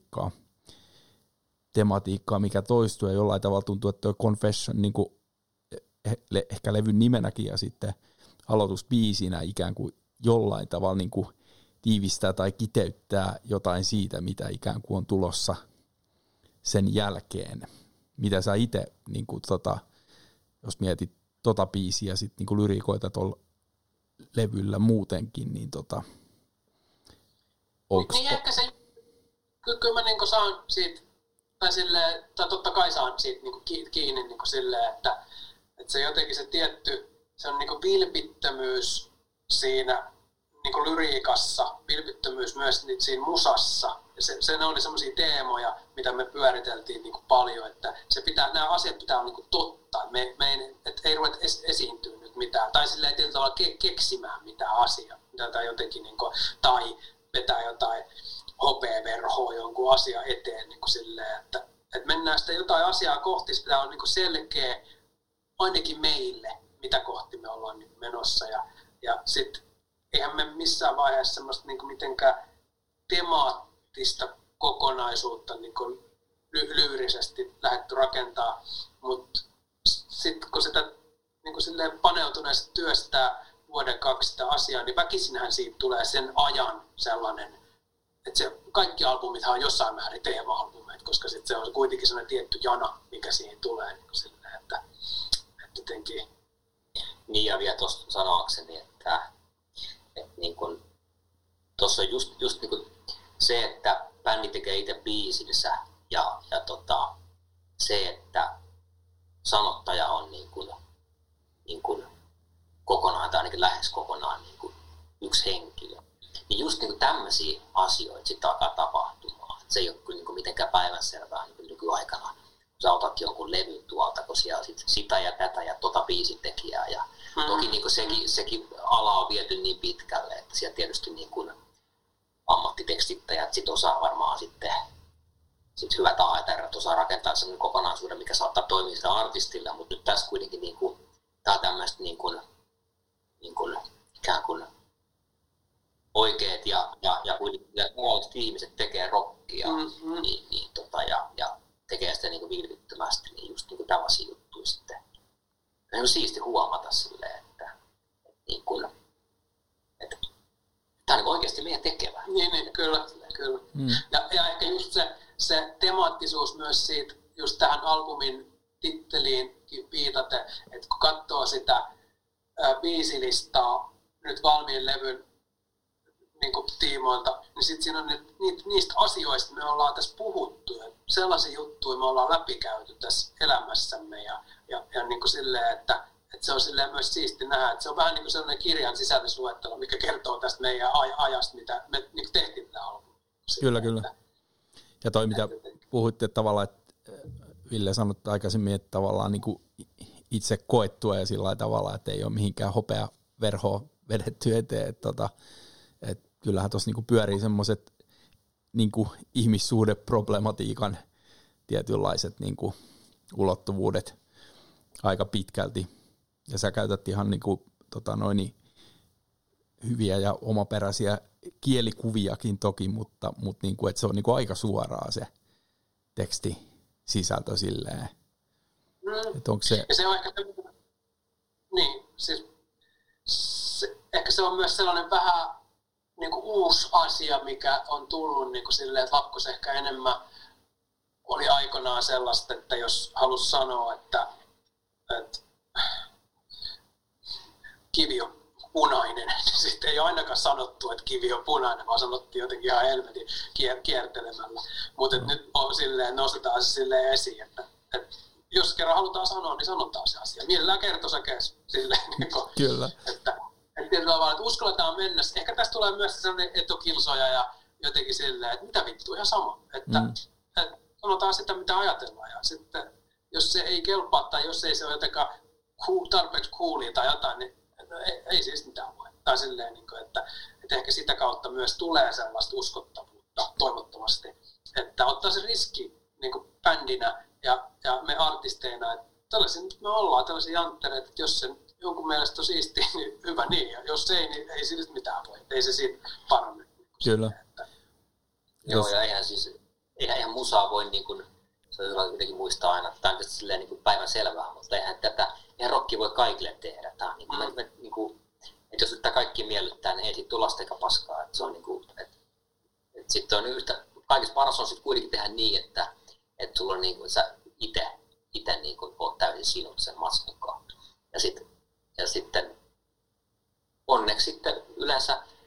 tematiikkaa, mikä toistuu ja jollain tavalla tuntuu, että tuo Confession niin kuin ehkä levyn nimenäkin ja sitten aloitusbiisinä ikään kuin jollain tavalla niin kuin tiivistää tai kiteyttää jotain siitä, mitä ikään kuin on tulossa sen jälkeen. Mitä sä itse, niin kuin jos mietit biisiä ja sitten niin lyriikoita tuolla levyllä muutenkin, niin Niin ehkä se, kyllä mä niin saan siitä tai silleen, tai totta kai saan siitä niinku kiinni niinku silleen, että se jotenkin se tietty, se on niinku vilpittömyys siinä niinku lyriikassa, vilpittömyys myös siinä musassa. Ja se ne oli semmoisia teemoja, mitä me pyöriteltiin niinku paljon, että nämä asiat pitää olla niinku totta, että ei ruveta esiintyä nyt mitään, tai silleen tietyllä tavalla keksimään mitään asiaa, tai jotenkin niinku, tai vetää jotain hopeaverhoa jonkun asian eteen niinku silleen, että mennään sitä jotain asiaa kohti, se pitää olla niinku selkeä ainakin meille, mitä kohti me ollaan niinku menossa, ja sitten eihän me missään vaiheessa semmoista niinku mitenkään temaattista kokonaisuutta niinku lyyrisesti lähdetty rakentaa, mutta sitten kun sitä niinku silleen paneutuneesti työstää vuoden 2 sitä asiaa, niin väkisinhän siitä tulee sen ajan sellainen, että se, kaikki albumithan on jossain määrin teema-albumeita, koska sit se on kuitenkin sellainen tietty jana, mikä siihen tulee niin silleen, että jotenkin. Niin ja vielä tuosta sanoakseni, että niin kun, tuossa on just niin kun se, että bändi tekee itse biisinsä ja se, että sanottaja on niin kun kokonaan tai ainakin lähes kokonaan niin kun yksi henkilö. Niin just niin tämmöisiä asioita sitten alkaa tapahtumaan. Se ei ole kyllä niin mitenkään päivänselvää niin nykyaikana. Kun sä otat jonkun levyn tuolta, kun siellä sit sitä ja tätä ja biisitekijää. Ja toki niin sekin ala on viety niin pitkälle, että siellä tietysti niin ammattitekstittäjät sit osaa varmaan sitten hyvät AETR osaa rakentaa sellainen kokonaisuuden, mikä saattaa toimia sillä artistilla, mutta nyt tässä kuitenkin niin kuin, tää on tämmöistä niin kuin ikään kuin oikeet ja tavalliset ihmiset tekee rockia ja tekee sitä niin kuin vilpittömästi, niin just niin kuin tällaisia juttuja sitten. On siisti huomata silleen, että tämä on niin oikeasti meidän tekevä. Niin, kyllä. Ja ehkä just se temaattisuus myös siitä, just tähän albumin titteliin viitaten, että kun katsoo sitä biisilistaa nyt valmiin levyn niin tiimoilta, niin sitten siinä on niistä asioista me ollaan tässä puhuttu. Ja sellaisia juttuja me ollaan läpikäyty tässä elämässämme ja niin kuin silleen, että se on silleen myös siisti nähdä, että se on vähän niin kuin sellainen kirjan sisällysluettelo, mikä kertoo tästä meidän ajasta, mitä me niin kuin tehtiin tätä albumia. Kyllä. Ja toi, mitä puhuitte tavallaan, että Ville sanoi aikaisemmin, että tavallaan niin kuin itse koettua ja sillä tavalla, että ei ole mihinkään hopeaverhoa vedetty eteen. Että kyllähän tuossa niin pyörii semmoiset niin ihmissuhdeproblematiikan tietynlaiset niin kuin ulottuvuudet aika pitkälti. Ja sä käytät ihan niin kuin, hyviä ja omaperäisiä kielikuviakin toki, mutta niin kuin, että se on niin kuin aika suoraa se tekstisisältö silleen. Että onko se... Ja se on ehkä, niin, siis ehkä se on myös sellainen vähän niin kuin uusi asia, mikä on tullut niin kuin silleen, että Lakkos ehkä enemmän oli aikanaan sellaista, että jos halusi sanoa, että kivi on punainen, niin sitten ei ole ainakaan sanottu, että kivi on punainen, vaan sanottiin jotenkin ihan helvetin kiertelemällä. Mutta nyt on silleen, nostetaan se silleen esiin, että jos kerran halutaan sanoa, niin sanotaan se asia. Mielellään kertosäkeessä silleen. Niin kuin, kyllä. Että tietyllä tavalla, että uskalletaan mennä. Ehkä tästä tulee myös sellainen etokilsoja ja jotenkin silleen, että mitä vittu, ihan sama. Että sanotaan sitä, mitä ajatellaan. Ja sitten, jos se ei kelpaa tai jos ei se ole jotenkaan tarpeeksi coolia tai jotain, niin ei siis mitään voi. Tai silleen, että ehkä sitä kautta myös tulee sellaista uskottavuutta toivottavasti. Että ottaa se riski niin kuin bändinä ja me artisteina, että tällaisia nyt me ollaan, tällaisia janttereita, että jos se jonkun mielestä on siistiä, niin hyvä niin. Ja jos ei, niin ei siitä mitään voi. Ei se siitä paranne. Kyllä. Joo, ja eihän musaa voi, niin kuin, se on hyvä kuitenkin muistaa aina, että tämä on silleen niin päivän selvää, mutta eihän rokki voi kaikille tehdä. Tämä on niin kuin, että jos tämä kaikki miellyttää, niin ei siitä tule lasta eikä paskaa. Että se on niin kuin, että sitten on kaikista paras on sitten kuitenkin tehdä niin, että sulla on niin kuin, sä itse niin kuin oot täysin sinut sen matskun kautta. Ja sitten onneksi sitten yleensä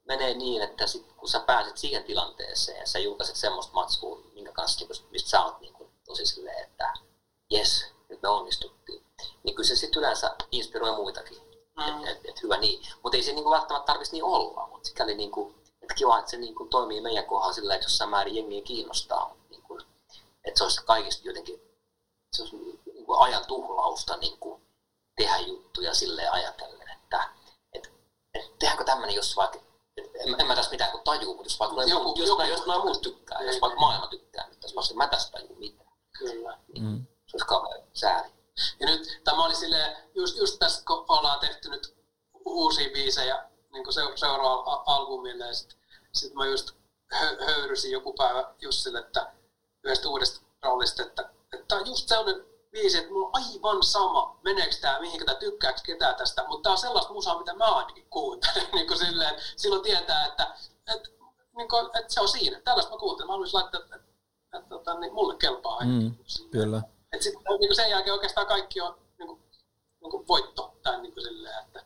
menee niin, että sit, kun sä pääset siihen tilanteeseen ja sä julkaiset semmoista matskua, minkä kanssa, niin kun, mistä sä oot niin kun, tosi silleen, että jes, nyt me onnistuttiin. Niin kyllä se sitten yleensä inspiroi muitakin. Et hyvä niin. Mutta ei se niin välttämättä tarvitsisi niin olla. Mutta sikäli niin kuin, että kiva, että se niin kuin, toimii meidän kohdalla sillä, että jossain määrin jengiä kiinnostaa. Niin kuin, että se olisi kaikista jotenkin se olisi niin kuin ajan tuhlausta niin kuin, tehdä juttuja silleen ajatellen, että tehdäänkö tämmöinen, jos vaikka, en mä tässä mitään kuin tajuu, mutta jos vaikka jos noin muut tykkää, jos vaikka maailma tykkää, niin tässä vasta mä tästä tajuu mitään. Kyllä. Niin, se olisi kauhean sääli. Ja nyt tämä oli silleen, just tässä kun ollaan tehty nyt uusia biisejä niin seuraavalla albumille, ja sit mä just höyrysin joku päivä Jussille, että yhdestä uudesta roolista, että tää on just sellainen biisi, että mulla on aivan sama, meneekö tää mihinkä tai tykkääkö ketään tästä, mutta tää on sellaista musaa, mitä mä ainakin kuuntelen, niin kuin silleen, silloin tietää, että se on siinä, tällaista mä kuuntelen, mä haluaisin laittaa, että niin mulle kelpaa ainakin. Kyllä. Että sitten niin sen jälkeen oikeastaan kaikki on niin voitto, tai niin kuin silleen, että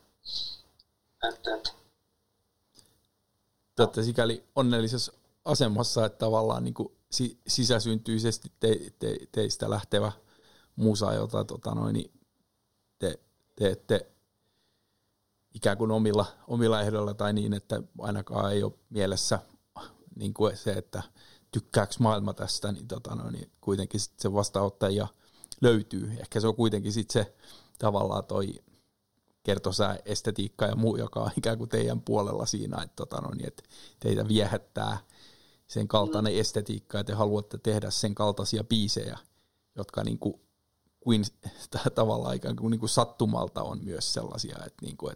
Te olette sikäli onnellisessa asemassa, että tavallaan niin kuin sisäsyntyisesti teistä lähtevä musa, jota te teette ikään kuin omilla ehdoilla tai niin, että ainakaan ei ole mielessä niin kuin se, että tykkääkö maailma tästä, niin kuitenkin se vastaanottaja löytyy. Ehkä se on kuitenkin sitten se tavallaan toi kertosää estetiikka ja muu, joka on ikään kuin teidän puolella siinä, että teitä viehättää sen kaltainen estetiikka, ja te haluatte tehdä sen kaltaisia biisejä, jotka niinku kuin tavallaan ikään kuin niinku sattumalta on myös sellaisia, että niinku,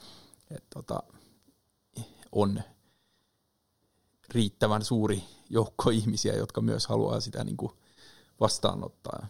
on riittävän suuri joukko ihmisiä, jotka myös haluaa sitä niinku vastaanottaa.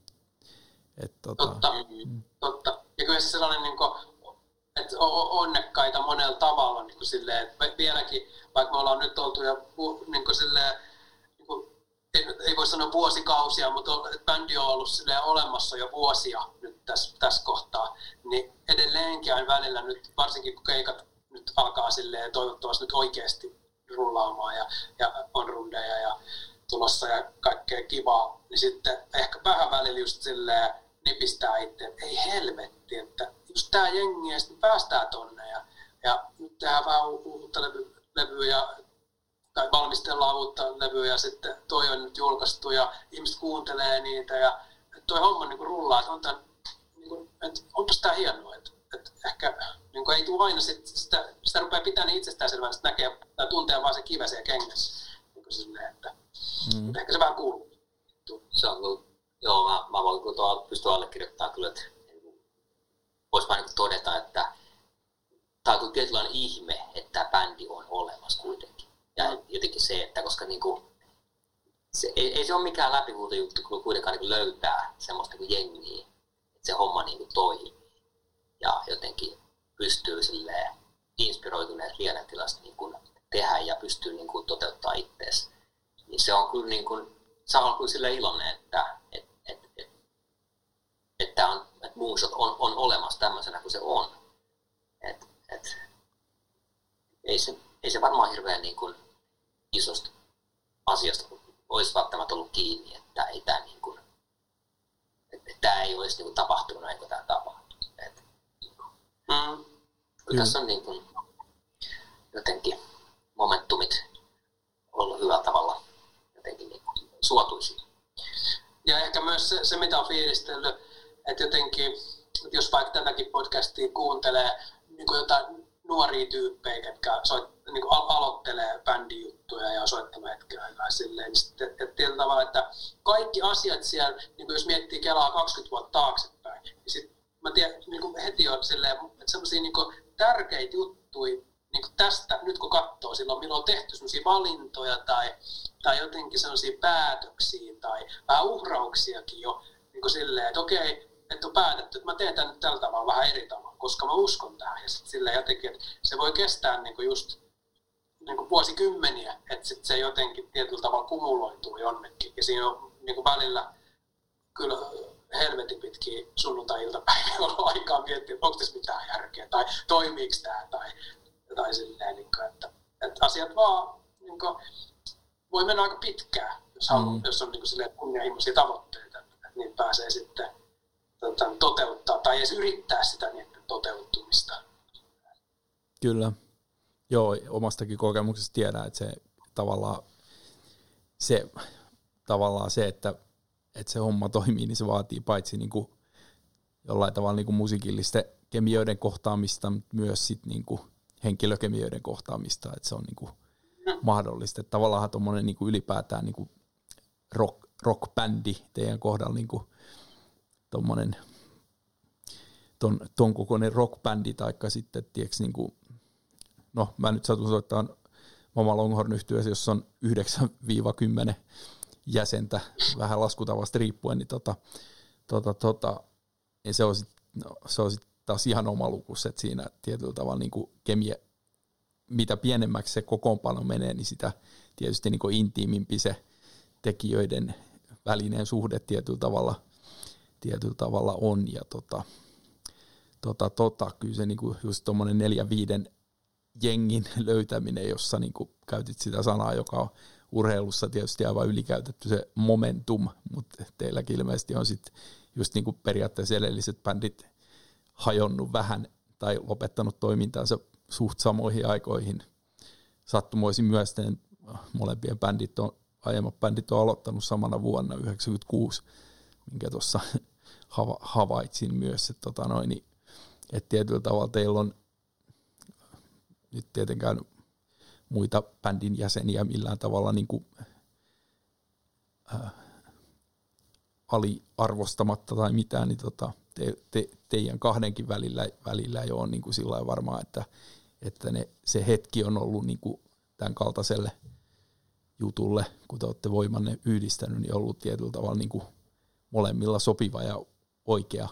Totta. Ja kyllä se sellainen, niin kuin, että onnekkaita monella tavalla, niin kuin silleen, että vieläkin, vaikka me ollaan nyt oltu jo niin kuin silleen, niin kuin, ei voi sanoa vuosikausia, mutta bändi on ollut silleen olemassa jo vuosia nyt tässä kohtaa, niin edelleenkin aina välillä nyt, varsinkin kun keikat nyt alkaa silleen toivottavasti nyt oikeasti rullaamaan ja on rundeja ja tulossa ja kaikkea kivaa, niin sitten ehkä vähän välillä just silleen nipistää itse, että ei helvetti, että just tää jengi ja sitten päästään tonne ja nyt tehdään vähän uutta levyä tai valmistellaan uutta levyä ja sitten toi on nyt julkaistu ja ihmiset kuuntelee niitä ja toi homma niinku rullaa, että onpas tää hienoa, että ehkä niinku ei tule aina sitä rupeaa pitämään niin itsestäänselvänä, että näkee tai tuntee vaan se kivesen ja kengässä, niinku silleen, että ehkä se vähän kuuluu. Se on kyllä, joo, mä voin kyllä pystyä allekirjoittamaan kyllä, että vois vaan niin todeta, että tää on kyllä tietynlainen ihme, että tämä bändi on olemassa kuitenkin. Ja jotenkin se, että koska niinku, ei se ole mikään läpihuutojuttu, kun kuitenkaan niin löytää semmoista niin jengiä, että se homma niin toimii. Ja jotenkin pystyy silleen inspiroituneet lienetilasta niin tehdä ja pystyy niin toteuttaa itseäsi. Niin se on kyllä niin kuin, saa olla kyllä silleen iloinen, että moonshot on olemassa tämmöisenä kuin se on. Ei se varmaan hirveän niin kuin isosta asiasta olisi välttämättä ollut kiinni, että ei tämä niin kuin, että tämä ei olisi niin kuin tapahtunut näin kuin tämä tapahtui. Kyllä tässä on niin kuin jotenkin momentumit ollut hyvällä tavalla jotenkin niin kuin suotuisia. Ja ehkä myös se mitä on fiilistellyt, että jotenkin, jos vaikka tätäkin podcastia kuuntelee niin kuin jotain nuoria tyyppejä, jotka niin aloittelee bändijuttuja ja soittamaan hetken aikaa silleen, niin sitten, että tietyllä tavalla, että kaikki asiat siellä, niin jos miettii Kelaa 20 vuotta taaksepäin, niin sitten mä tiedän niin heti on silleen, että sellaisia niin tärkeitä juttuja niin tästä, nyt kun katsoo silloin, milloin on tehty sellaisia valintoja tai jotenkin sellaisia päätöksiä tai vähän uhrauksiakin jo niin silleen, että okei, että on päätetty, että mä teen tämän nyt tällä tavalla vähän eri tavalla, koska mä uskon tähän. Ja sitten silleen jotenkin, että se voi kestää niin just niin vuosikymmeniä, että sit se jotenkin tietyllä tavalla kumuloituu jonnekin. Ja siinä on niin välillä kyllä helvetin pitkiä sunnuntai-iltapäiviä ollut aikaa miettiä, että onko tässä mitään järkeä, tai toimiiko tämä, tai silleen, että että asiat vaan niin kuin, voi mennä aika pitkään, jos on niin kuin, silleen kunnianhimoisia tavoitteita, että niitä pääsee sitten toteuttaa tai edes yrittää sitä niiden toteutumista. Kyllä. Joo, omastakin kokemuksesta tiedän, että se tavallaan se, että se homma toimii, niin se vaatii paitsi niin kuin jollain tavalla niin kuin musiikillisten kemioiden kohtaamista, mutta myös sit niin kuin henkilökemioiden kohtaamista, että se on niin kuin mahdollista. Että tavallaan tuommoinen niin kuin ylipäätään niin kuin rock-bändi teidän kohdalla niin kuin tuommoinen ton kokoinen rock-bändi, taikka sitten, tiedätkö, niin kuin, no mä nyt satun soittamaan Mama Longhorn-yhtyeessä, jossa on 9-10 jäsentä, vähän laskutavasta riippuen, niin ja se on sit taas ihan oma lukus, että siinä tietyllä tavalla niin kuin kemia, mitä pienemmäksi se kokoonpano menee, niin sitä tietysti niin kuin intiimimpi se tekijöiden välinen suhde tietyllä tavalla on, ja kyllä se niin kuin just tuommoinen 4-5 jengin löytäminen, jossa niin kuin käytit sitä sanaa, joka on urheilussa tietysti aivan ylikäytetty se momentum, mutta teilläkin ilmeisesti on sitten just niin kuin periaatteessa edelliset bändit hajonnut vähän tai lopettanut toimintaansa suht samoihin aikoihin. Sattumoisin myös molempien aiemmat bändit on aloittanut samana vuonna 1996, minkä tuossa havaitsin myös, että että tietyllä tavalla teillä on nyt tietenkään muita bändin jäseniä millään tavalla niin kuin, aliarvostamatta tai mitään, niin teidän kahdenkin välillä jo on niin kuin sillä varmaan, että se hetki on ollut niin kuin tämän kaltaiselle jutulle, kun te olette voimanne yhdistänyt, niin ollut tietyllä tavalla niin kuin molemmilla sopiva ja oikea.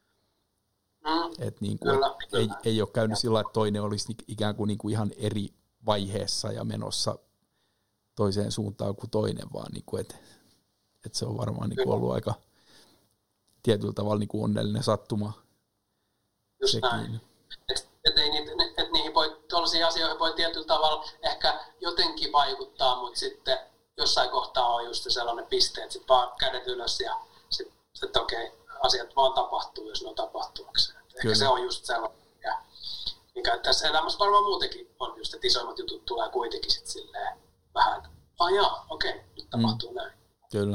Niin kuin, ei ole käynyt sillä, että toinen olisi ikään kuin, ihan eri vaiheessa ja menossa toiseen suuntaan kuin toinen, vaan niin kuin, että se on varmaan niin kuin ollut aika tietyllä tavalla niin kuin onnellinen sattuma. Just näin. Että niihin tuollaisiin asioihin voi tietyllä tavalla ehkä jotenkin vaikuttaa, mutta sitten jossain kohtaa on just sellainen piste, että sitten vaan kädet ylös ja sitten okei, asiat vaan tapahtuu, jos ne on tapahtuakseen. Ehkä se on just sellainen, mikä tässä elämässä varmaan muutenkin on just, että isoimmat jutut tulee kuitenkin sitten silleen vähän, että nyt tapahtuu näin. Kyllä.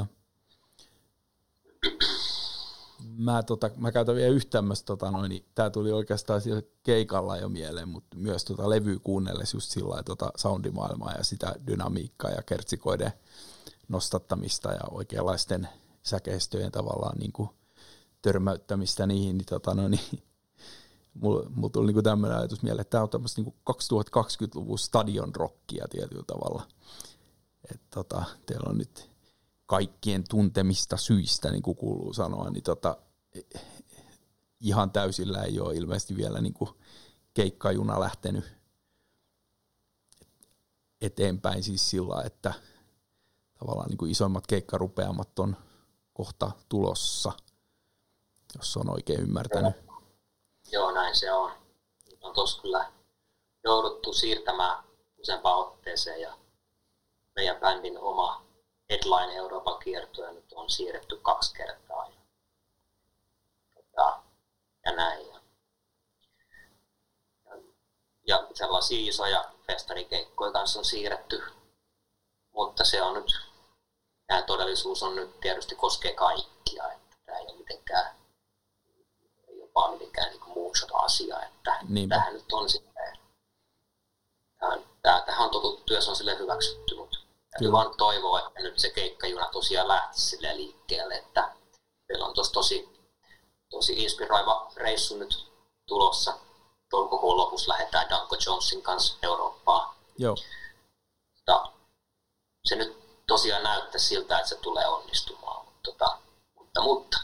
Mä käytän vielä yhtä tämmöistä, niin tää tuli oikeastaan siellä keikalla jo mieleen, mutta myös levyä kuunnellessa just sillä lailla soundimaailmaa ja sitä dynamiikkaa ja kertsikoiden nostattamista ja oikeanlaisten säkeistöjen tavallaan niin kuin törmäyttämistä niihin, niin mulla tuli niin tämmöinen ajatus mieleen, että tämä on tämmöistä niin 2020-luvun stadion rockia tietyllä tavalla. Että teillä on nyt kaikkien tuntemista syistä, niin kuin kuuluu sanoa, niin ihan täysillä ei ole ilmeisesti vielä niin kuin keikkajuna lähtenyt eteenpäin siis sillä, että tavallaan niin kuin isoimmat keikkarupeamat on kohta tulossa, jos on oikein ymmärtänyt. Joo, näin se on. On tuossa kyllä jouduttu siirtämään useampaan otteeseen ja meidän bändin oma Headline Euroopan kiertue nyt on siirretty 2 kertaa. Ja näin. Ja sellaisia isoja festarikeikkoja kanssa on siirretty, mutta se on nyt, tämä todellisuus on nyt tietysti koskee kaikkia, että tämä ei ole mitenkään niin moonshot-asia, että tämähän nyt on sitten, tämähän on totuttu ja se on silleen hyväksytty, mutta täytyy vaan toivoa, että nyt se keikkajuna tosiaan lähtisi silleen liikkeelle, että meillä on tosi inspiroiva reissu nyt tulossa. Toukokuun lopussa lähdetään Danko Jonesin kanssa Eurooppaan. Joo. Se nyt tosiaan näyttää siltä, että se tulee onnistumaan, mutta.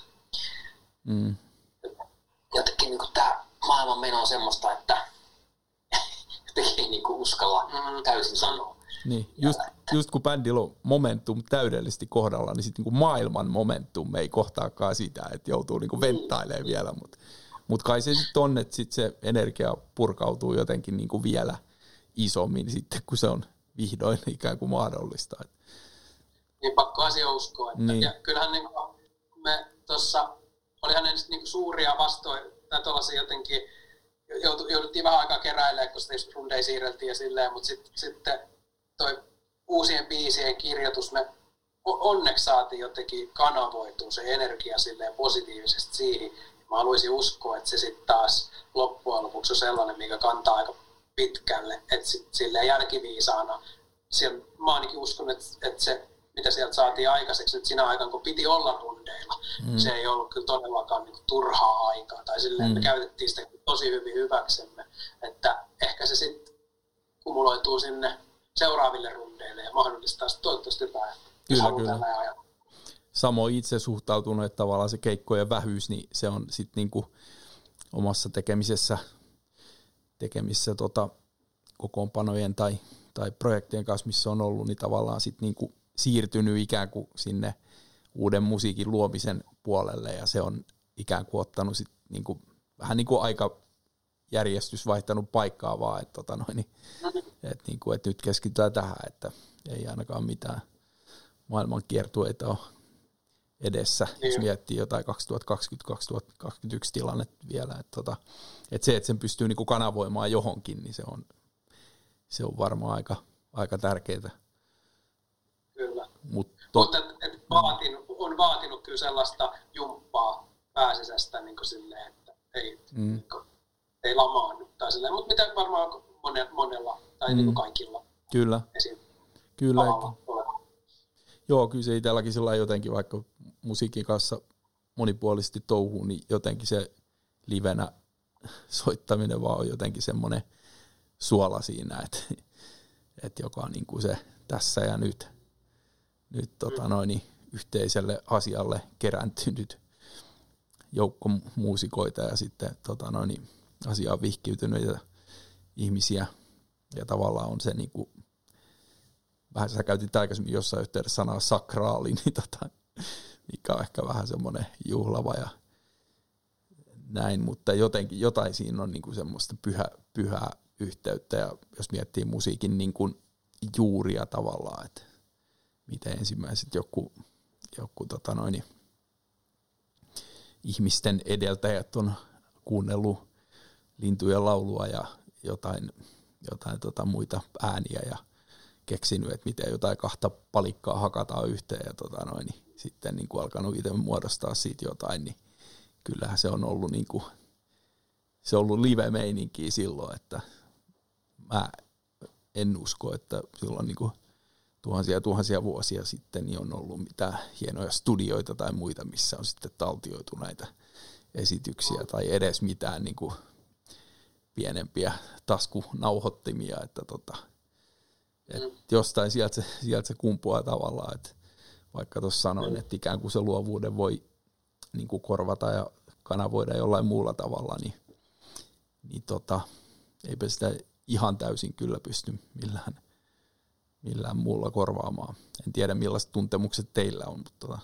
Jotenkin niin tämä maailman meno on semmoista, että ei niin uskalla täysin sanoa. Niin, just kun bändillä on momentum täydellisesti kohdalla, niin sitten niin maailman momentum ei kohtaakaan sitä, että joutuu niin venttailemaan vielä, mutta kai se sitten on, että sit se energia purkautuu jotenkin niin vielä isommin sitten, kun se on vihdoin ikään kuin mahdollista. Niin pakko asia uskoa. Että, niin. Ja kyllähän niin me tuossa, olihan ne niin suuria vastoin, tai tuollaisia jotenkin, jouduttiin vähän aikaa keräilemään, kun sitä rundeja siirreltiin ja silleen, mutta sitten toi uusien biisien kirjoitus, me onneksi saatiin jotenkin kanavoitua se energia silleen positiivisesti siihen. Mä haluaisin uskoa, että se sitten taas loppujen lopuksi on sellainen, mikä kantaa aika pitkälle, että silleen jälkiviisaana. Siellä, mä ainakin uskon, että se, mitä sieltä saatiin aikaiseksi nyt siinä aikaan, kun piti olla rundeilla, se ei ollut kyllä todellakaan niin turhaa aikaa. Tai silleen, me käytettiin sitä tosi hyvin hyväksemme, että ehkä se sitten kumuloituu sinne seuraaville rundeille ja mahdollistaa sitten toivottavasti jotain. Kyllä. Samoin itse suhtautunut, että tavallaan se keikkojen vähyys, niin se on sitten niinku omassa tekemisessä kokoonpanojen tai projektien kanssa, missä on ollut, niin tavallaan sitten niinku siirtynyt ikään kuin sinne uuden musiikin luomisen puolelle, ja se on ikään kuin ottanut sit niinku, vähän niin kuin aikajärjestys vaihtanut paikkaa vaan, että et nyt keskitytään tähän, että ei ainakaan mitään maailman kiertueita ole edessä, jos miettii jotain 2020-2021 tilannetta vielä. Että se, että sen pystyy niinku kanavoimaan johonkin, niin se on varmaan aika tärkeää. Kyllä. Mutta on vaatinut kyllä sellaista jumppaa pääsisästä niin silleen, että ei lamaannu tai silleen, mutta mitä varmaan monella tai niin kaikilla. Kyllä. Kyllä. Joo, kyllä se itselläkin sillä jotenkin, vaikka musiikin kanssa monipuolisesti touhuu, niin jotenkin se livenä soittaminen vaan on jotenkin semmoinen suola siinä, että joka on niin kuin se tässä ja nyt yhteiselle asialle kerääntynyt joukko muusikoita ja sitten asiaan vihkiytyneitä ihmisiä, ja tavallaan on se niin kuin, vähän sä käytit aikaisemmin jossain yhteydessä sanaa sakraali, niin mikä on ehkä vähän semmoinen juhlava ja näin, mutta jotain siinä on niin kuin semmoista pyhää yhteyttä, ja jos miettii musiikin niin kuin juuria tavallaan, että miten ensimmäiset joku ihmisten edeltäjät on kuunnellut lintujen laulua ja jotain muita ääniä ja keksinyt, että miten jotain kahta palikkaa hakataan yhteen ja sitten niin kuin alkanut itse muodostaa siitä jotain, niin kyllähän se on ollut niin kuin, se on ollut live-meininkiä silloin, että mä en usko, että silloin niin kuin tuhansia vuosia sitten niin on ollut mitään hienoja studioita tai muita, missä on sitten taltioitu näitä esityksiä tai edes mitään niin kuin pienempiä taskunauhoittimia, että jostain sieltä se kumpuaa tavallaan, että vaikka tuossa sanoin, että ikään kuin se luovuuden voi niin kuin korvata ja kanavoida jollain muulla tavalla, niin eipä sitä ihan täysin kyllä pysty millään muulla korvaamaan. En tiedä millaiset tuntemukset teillä on, mutta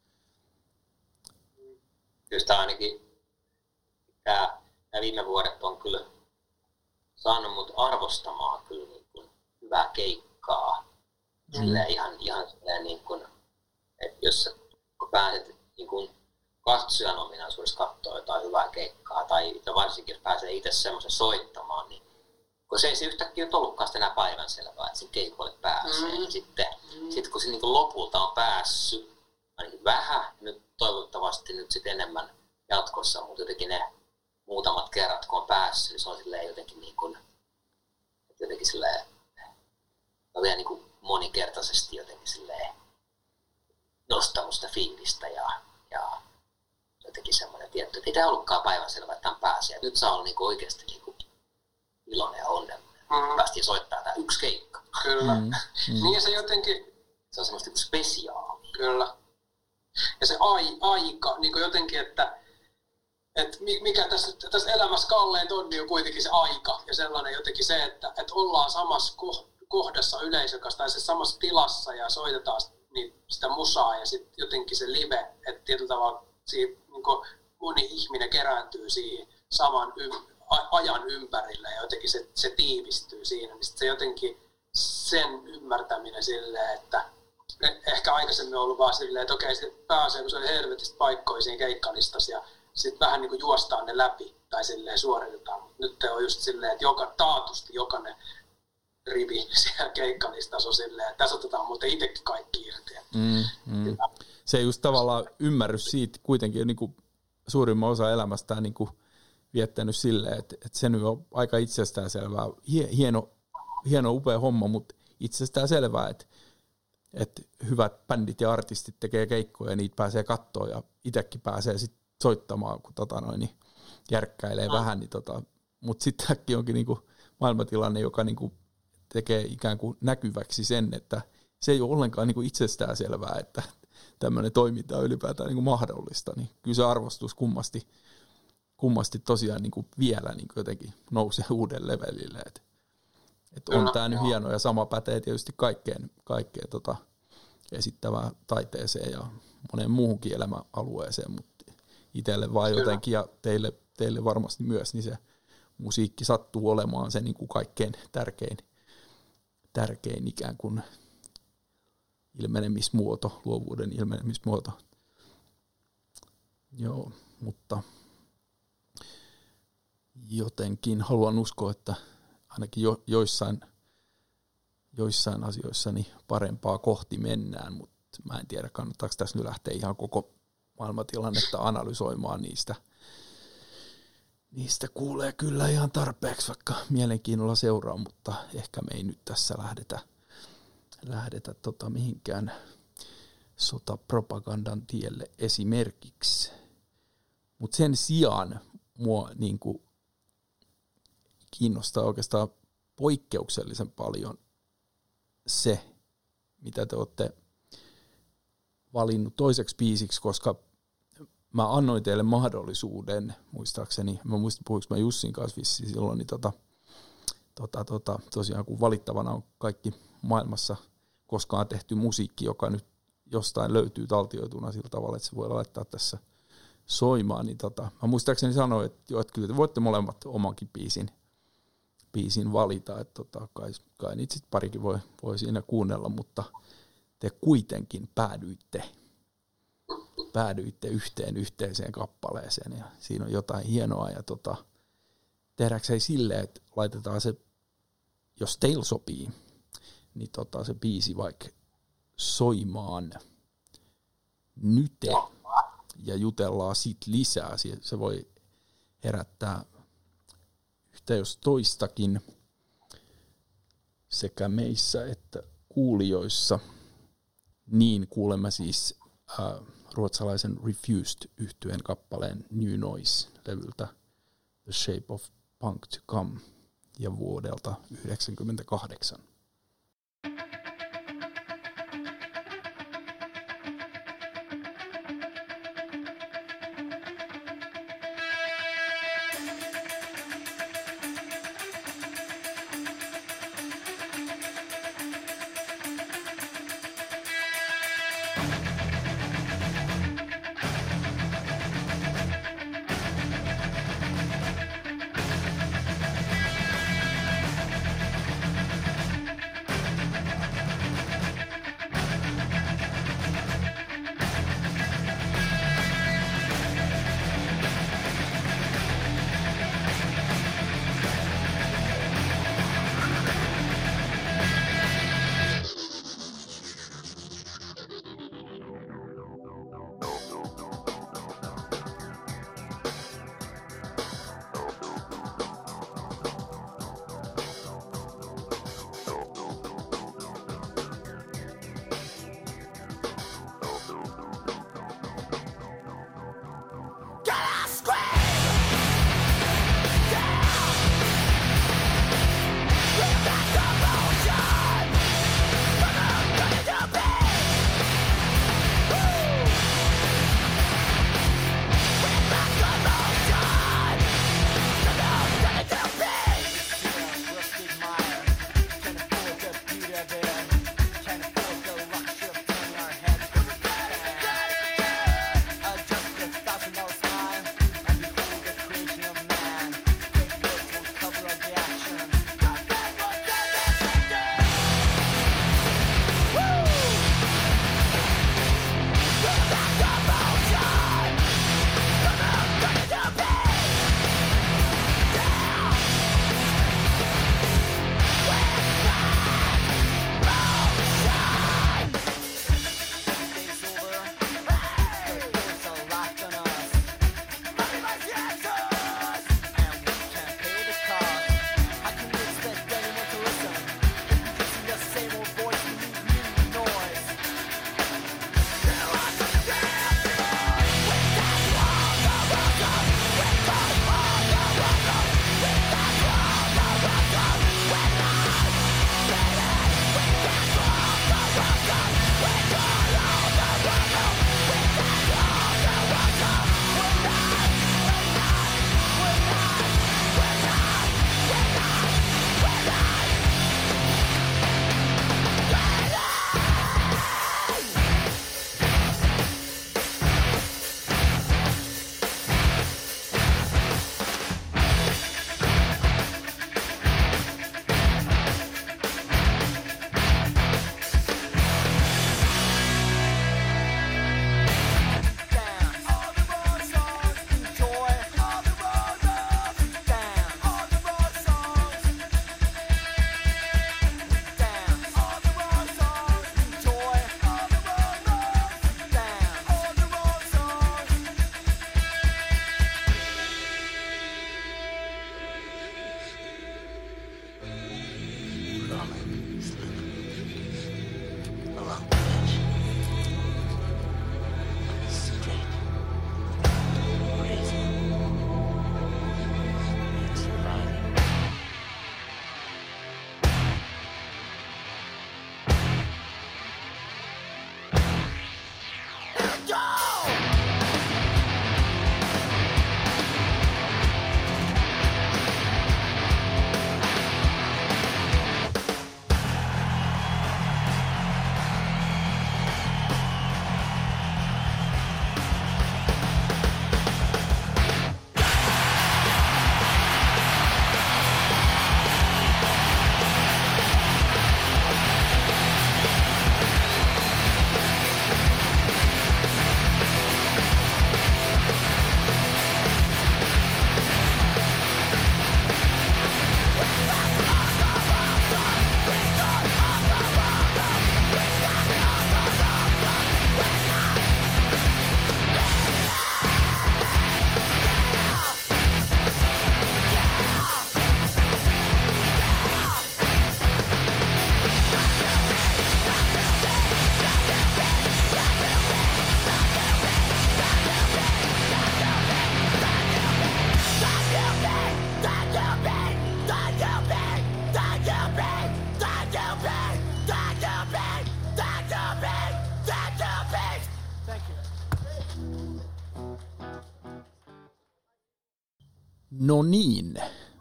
Kyllä ainakin nämä viime vuodet on kyllä saanut mut arvostamaan kyllä niin kuin hyvää keikkaa. Silleen ihan silleen niin kuin, että jos kun pääset niin kuin katsojan ominaisuudessa katsoa jotain hyvää keikkaa, tai varsinkin jos pääsee itse semmoisen soittamaan, niin kun se ei se yhtäkkiä ole ollutkaan sitä enää päivänselvää, että sinne keikolle pääsee. Ja sitten kun se niin kuin lopulta on päässyt, ainakin vähän, nyt toivottavasti nyt sitten enemmän jatkossa, mutta jotenkin ne muutamat kerrat, kun on päässyt, niin se on silleen jotenkin niin kuin, silleen, no vielä niin kuin monikertaisesti jotenkin silleen nostanut sitä fiilistä ja jotenkin semmoinen tietty, että ei tämä ollutkaan päivänselvää, että tämän pääsee. Nyt saa olla niin kuin oikeasti niin kuin iloinen ja onnellinen. Päästiin soittaa tämä yksi keikka. Kyllä. Niin se jotenkin... Se on semmoista niin spesiaalia. Kyllä. Ja se aika, niin kuin jotenkin, että mikä tässä elämässä kallein on, niin on kuitenkin se aika. Ja sellainen jotenkin se, että ollaan samassa kohdassa yleisön kanssa tai se samassa tilassa ja soitetaan sitä musaa ja sitten jotenkin se live, että tietyllä tavalla siinä, niin moni ihminen kerääntyy siihen saman ajan ympärillä ja jotenkin se tiivistyy siinä, niin se jotenkin sen ymmärtäminen silleen, että ehkä aikaisemmin on ollut vaan silleen, että okei, se pääsee, kun se oli helvetistä paikkoja siinä keikkalistassa ja sitten vähän niin kuin juostaan ne läpi tai silleen suoritetaan. Nyt on just silleen, että taatusti jokainen rivi siellä keikkalistassa on silleen, että tässä otetaan muuten itsekin kaikki irti. Se just tavallaan ymmärrys siitä kuitenkin niin kuin suurimman osa elämästään niin kuin viettänyt silleen, että se nyt on aika itsestäänselvää. Hieno upea homma, mutta itsestäänselvää, että hyvät bändit ja artistit tekee keikkoja ja niitä pääsee katsoa ja itsekin pääsee sitten soittamaan, kun järkkäilee vähän. Niin mutta sitten äkkiä onkin niinku maailmantilanne, joka niinku tekee ikään kuin näkyväksi sen, että se ei ole ollenkaan niinku itsestäänselvää, että tämmöinen toiminta on ylipäätään niinku mahdollista. Niin kyllä se arvostus kummasti tosiaan niinku vielä niinku jotenkin nousee uuden levelille. Että on tämä nyt hieno ja sama pätee tietysti kaikkeen esittävään taiteeseen ja moneen muuhunkin elämäalueeseen, mutta itselle vaan jotenkin ja teille varmasti myös, niin se musiikki sattuu olemaan se niin kuin kaikkein tärkein ikään kuin ilmenemismuoto, luovuuden ilmenemismuoto. Joo, mutta jotenkin haluan uskoa, että ainakin joissain asioissa niin parempaa kohti mennään, mutta mä en tiedä, kannattaako tässä nyt lähteä ihan koko maailmantilannetta analysoimaan niistä kuulee kyllä ihan tarpeeksi, vaikka mielenkiinnolla seuraa, mutta ehkä me ei nyt tässä lähdetä mihinkään sotapropagandan tielle esimerkiksi. Mutta sen sijaan mua niinku kiinnostaa oikeastaan poikkeuksellisen paljon se, mitä te olette valinnut toiseksi biisiksi, koska mä annoin teille mahdollisuuden, muistaakseni, mä muistin puhuinko mä Jussin kanssa vissiin silloin, niin tosiaan kun valittavana on kaikki maailmassa koskaan tehty musiikki, joka nyt jostain löytyy taltioituna sillä tavalla, että se voi laittaa tässä soimaan, niin mä muistaakseni sanoin, että kyllä te voitte molemmat omankin biisin valita, että kai niitä sitten parikin voi siinä kuunnella, mutta te kuitenkin päädyitte yhteiseen kappaleeseen ja siinä on jotain hienoa ja tehdäänkö ei silleen, että laitetaan se, jos teillä sopii, niin se biisi vaikka soimaan nyt ja jutellaan sit lisää, se voi herättää yhtä jos toistakin sekä meissä että kuulijoissa, niin kuulemme siis ruotsalaisen Refused-yhtyeen kappaleen New Noise-levyltä The Shape of Punk to Come ja vuodelta 1998. No niin.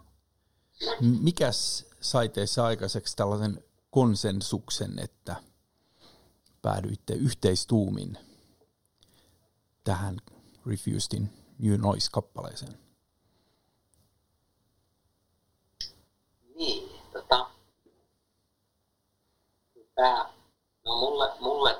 Mikäs sai teissä aikaiseksi tällaisen konsensuksen, että päädyitte yhteistuumin tähän Refusedin New Noise-kappaleeseen? Niin, no mulle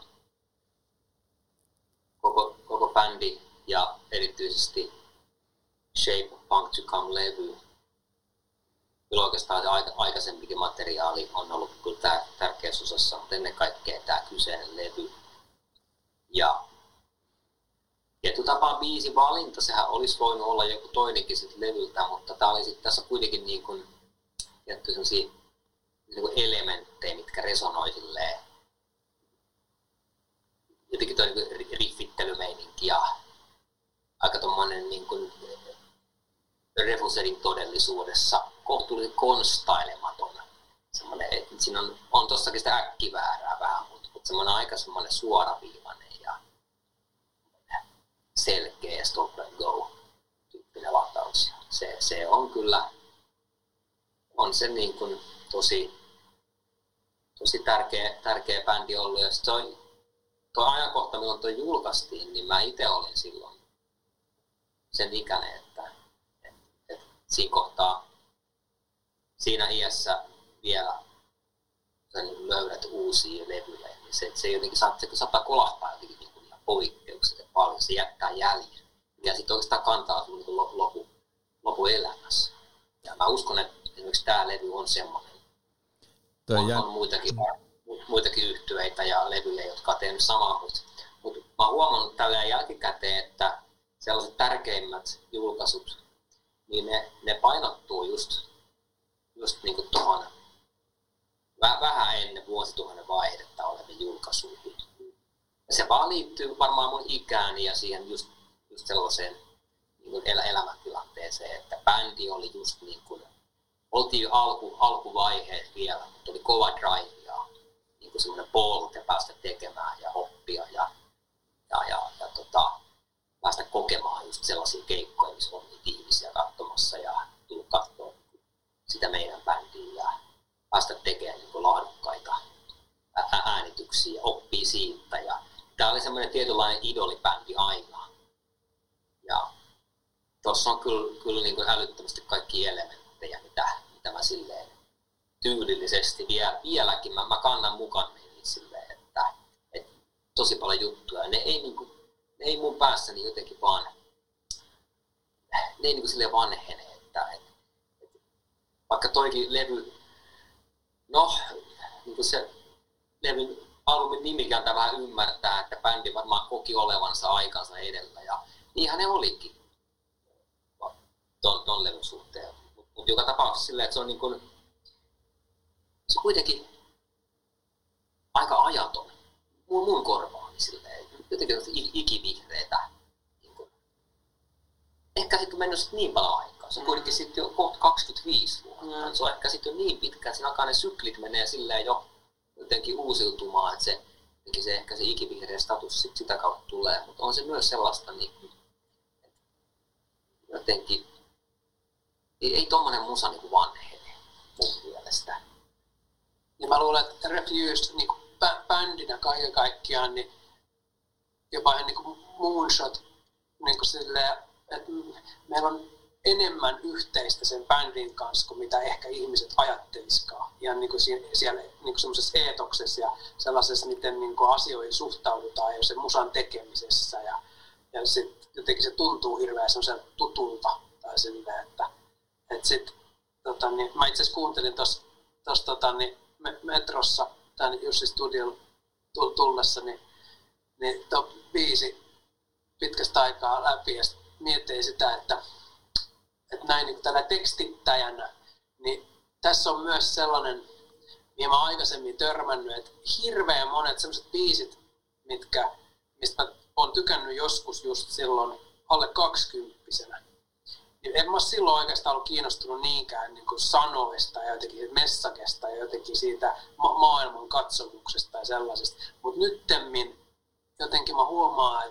koko bändi ja erityisesti Shape of Punk to Come-levy, kyllä oikeastaan se aikaisempikin materiaali on ollut kyllä tärkeässä osassa, mutta ennen kaikkea tämä kyseinen levy. Ja tietty tapaa biisin valinta, sehän olisi voinut olla joku toinenkin sit levyltä, mutta tämä oli sitten tässä kuitenkin niin kuin tietty sellaisia niin elementtejä, mitkä resonoi silleen jotenkin toi niin riffittelymeininki ja aika tommonen niin kuin Refusedin todellisuudessa kohtuullisen konstailematon. Semmoinen, että siinä on tossakin sitä äkkiväärää vähän, mutta semmoinen aika semmoinen suoraviivainen ja selkeä stop and go tyyppinen lataus. Se on kyllä, on se niin kuin tosi tärkeä bändi ollut. Ja toi ajankohta, milloin toi julkaistiin, niin mä itse olin silloin sen ikäinen, että siinä kohtaa, siinä iässä vielä sen löydät uusia levyjä, niin se jotenkin saattaa kolahtaa jotenkin niin kuin poikkeukset ja paljon, se jättää jäljen, mikä sitten oikeastaan kantaa sun niin lopuelämässä. Ja mä uskon, että esimerkiksi tämä levy on semmoinen. On muitakin yhtyeitä ja levyjä, jotka on tehnyt samaa, mutta mä oon huomannut tällä jälkikäteen, että sellaiset tärkeimmät julkaisut, niin ne painottuu just niin kuin tuohon vähän ennen vuosituhannen vaihdetta oleviin julkaisuihin. Ja se vaan liittyy varmaan mun ikääni ja siihen just sellaiseen niin kuin elämäntilanteeseen, että bändi oli just niin kuin, oltiin alkuvaiheet vielä, mutta oli kova drive ja niin kuin semmoinen polku päästä tekemään ja oppia ja päästä kokemaan just sellaisia keikkoja, missä on ihmisiä katsomassa ja tullut katsoa sitä meidän bändiä ja päästä tekemään niin laadukkaita äänityksiä ja oppii siitä. Ja tää oli semmoinen tietynlainen idolibändi aina. Ja tuossa on kyllä niin kuin älyttömästi kaikki elementtejä, mitä mä silleen tyylillisesti vieläkin mä kannan mukaan niin silleen, että tosi paljon juttuja. Ne ei mun päässäni jotenkin vaan, ne ei niin kuin silleen vanhene, että vaikka toikin levy, no niin kuin se levyn albumin nimikin antaa vähän ymmärtää, että bändi varmaan koki olevansa aikansa edellä ja niinhän ne olikin ton levyn suhteen. Mutta joka tapauksessa silleen, että se on niin kuin, se kuitenkin aika ajaton mun korvaani silleen, jotenkin ikivihreitä. Niin ehkä sitten on mennyt niin paljon aikaa. Se on kuitenkin sitten jo kohta 25 vuotta. Se on ehkä sitten jo niin pitkä, että siinä alkaa ne syklit menee silleen jo jotenkin uusiutumaan, että se ehkä se ikivihreä status sit sitä kautta tulee. Mutta on se myös sellaista, niin jotenkin ei tommonen musa niin vanhene mun mielestä. Ja mä luulen, että Refused niin bändinä kaiken kaikkiaan, niin jopa ihan niin Moonshot, niin silleen, että meillä on enemmän yhteistä sen bändin kanssa kuin mitä ehkä ihmiset ajattelisikaan. Ihan niin kuin siellä niin semmoisessa eetoksessa ja sellaisessa, miten niin asioihin suhtaudutaan ja sen musan tekemisessä. Ja sit jotenkin se tuntuu hirveän semmoisen tutulta tai silleen, että sit, niin, mä itse asiassa kuuntelin tuossa metrossa tämän Jussi Studion tullessa, niin tuo biisi pitkästä aikaa läpi ja miettii sitä, että näin niin tällä tekstittäjänä, niin tässä on myös sellainen, mihin mä aikaisemmin törmännyt, että hirveän monet sellaiset biisit, mistä mä oon tykännyt joskus just silloin alle 20-vuotiaana, niin en mä silloin oikeastaan ollut kiinnostunut niinkään niin kuin sanoista ja jotenkin messagesta ja jotenkin siitä maailman katsomuksesta ja sellaisesta. Mutta nyttemmin jotenkin mä huomaan, että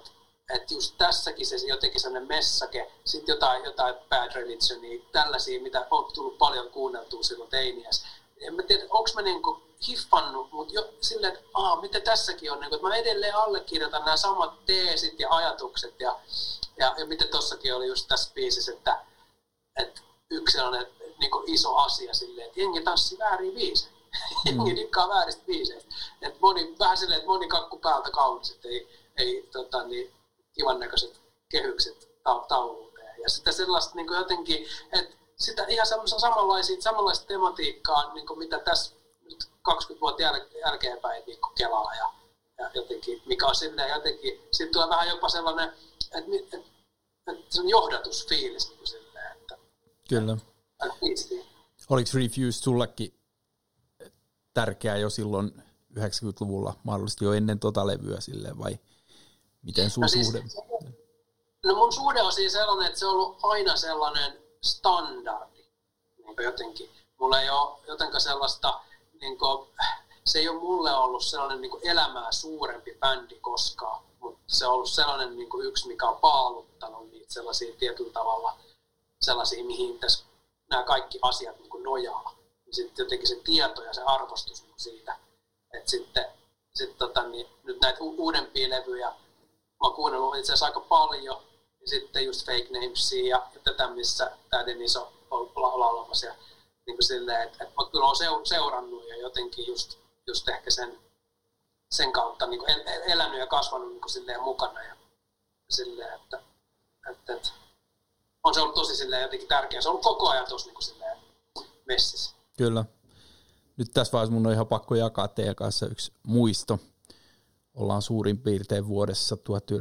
että just tässäkin se jotenkin sellainen messake, sitten jotain Bad Religionia, tällaisia, mitä on tullut paljon kuunneltua silloin teiniässä. En mä tiedä, onko mä niinku hiffannut, mutta jo silleen, että mitä tässäkin on, niinku, että mä edelleen allekirjoitan nämä samat teesit ja ajatukset ja miten tossakin oli just tässä biisissä, että yksi sellainen niinku iso asia silleen, että jengi tanssi väärin biisejä. Jengi dikkaa vääristä biiseistä. Että vähän silleen, että moni kakku päältä kaunis, että ei kivan näköiset kehykset tauluuteen. Ja sitten sellaista niin jotenkin, että sitä ihan samanlaista tematiikkaa, niin mitä tässä nyt 20 vuotta jälkeenpäin niin kelaa ja jotenkin, mikä on silleen jotenkin, sitten tulee vähän jopa sellainen, että se on johdatusfiilis niin silleen, että kyllä. Oliko Refuse sullekin tärkeää jo silloin 90-luvulla, mahdollisesti jo ennen tota levyä silleen, vai miten sun suhde? No mun suhde on siis sellainen, että se on ollut aina sellainen standardi, niin jotenkin. Mulla ei ole jotenkin sellaista, niin kuin, se ei ole mulle ollut sellainen niin kuin elämää suurempi bändi koskaan, mutta se on ollut sellainen niin kuin yksi, mikä on paaluttanut niitä sellaisia tietyllä tavalla, sellaisia, mihin tässä nämä kaikki asiat niin kuin nojaa. Sitten jotenkin se tieto ja se arvostus niin siitä, että sitten nyt näitä uudempia levyjä mä oon kuunnellut itse asiassa aika paljon, ja sitten just Fake Namesia ja tätä, missä tämä Deniso on laulamassa, ja niin kuin silleen, että mä kyllä oon seurannut ja jotenkin just ehkä sen kautta niin kuin elänyt ja kasvanut niin kuin silleen mukana, ja silleen, että on se ollut tosi silleen jotenkin tärkeä, se on ollut koko ajan tosi niin kuin silleen messissä. Kyllä. Nyt tässä vaiheessa mun on ihan pakko jakaa teidän kanssa yksi muisto. Ollaan suurin piirtein vuodessa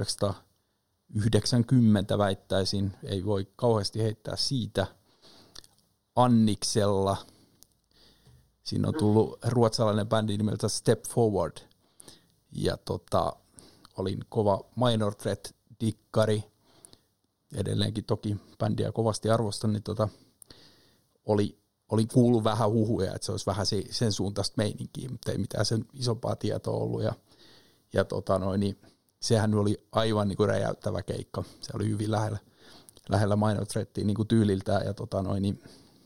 1990 väittäisin. Ei voi kauheasti heittää siitä. Anniksella. Siinä on tullut ruotsalainen bändi nimeltä Step Forward. Ja olin kova Minor Threat-dikkari. Edelleenkin toki bändiä kovasti arvostan, niin oli kuullut vähän huhuja, että se olisi vähän sen suuntaista meininkiä, mutta ei mitään sen isompaa tietoa ollut. Ja niin sehän oli aivan niin kuin räjäyttävä keikka. Se oli hyvin lähellä Minor Threatia niin kuin tyyliltään. Ja niin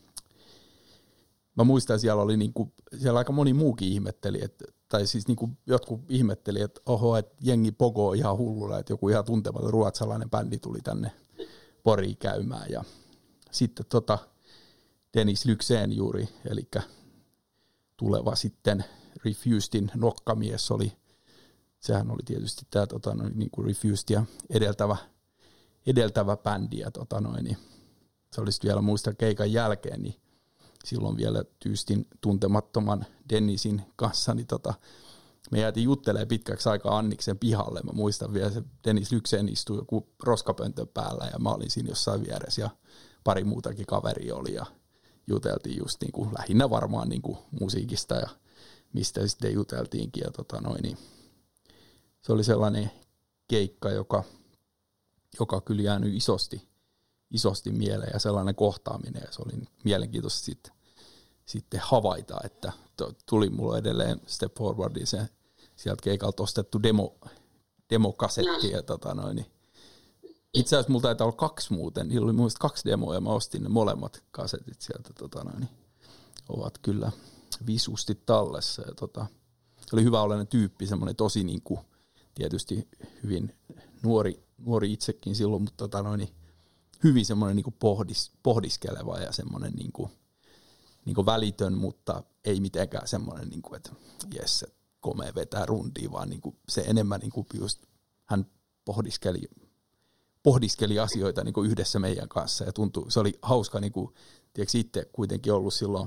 mä muistan, että siellä oli niin kuin, siellä aika moni muukin ihmetteli, tai siis niin kuin jotkut ihmetteli, että oho, että jengi pogo on ihan hullulla, että joku ihan tuntematon ruotsalainen bändi tuli tänne Poriin käymään. Ja sitten Dennis Lyxzén juuri, eli tuleva sitten Refusedin nokkamies sehän oli tietysti tämä niin kuin Refused edeltävä bändi, ja niin se olisi vielä muistan keikan jälkeen, niin silloin vielä tyystin tuntemattoman Dennisin kanssa, niin me jäätiin juttelemaan pitkäksi aikaa Anniksen pihalle. Mä muistan vielä, se Dennis Lyxzén istui joku roskapöntön päällä, ja mä olin siinä jossain vieressä, ja pari muutakin kaveria oli, ja juteltiin just niin kuin, lähinnä varmaan niin kuin musiikista ja mistä sitten juteltiinkin. Ja niin se oli sellainen keikka, joka kyllä jäänyt isosti mieleen, ja sellainen kohtaaminen. Ja se oli mielenkiintoista sitten havaita, että tuli mulle edelleen Step Forwardin se sieltä keikalta ostettu demokasetti. Ja niin itse asiassa mulla taitaa olla 2 muuten. Niillä oli muista 2 demoa, ja mä ostin ne molemmat kasetit sieltä. Niin ovat kyllä visusti tallessa. Ja oli hyvä ollainen tyyppi, semmoinen tosi niin kuin, tietysti hyvin nuori itsekin silloin, mutta niin hyvin semmoinen niin kuin pohdiskeleva ja semmoinen niin kuin välitön, mutta ei mitenkään semmoinen, niin kuin, että jes, komea vetää rundia, vaan niin kuin se enemmän niin kuin just hän pohdiskeli asioita niin kuin yhdessä meidän kanssa, ja tuntui, se oli hauska, niin kuin, tiedätkö, itse kuitenkin ollut silloin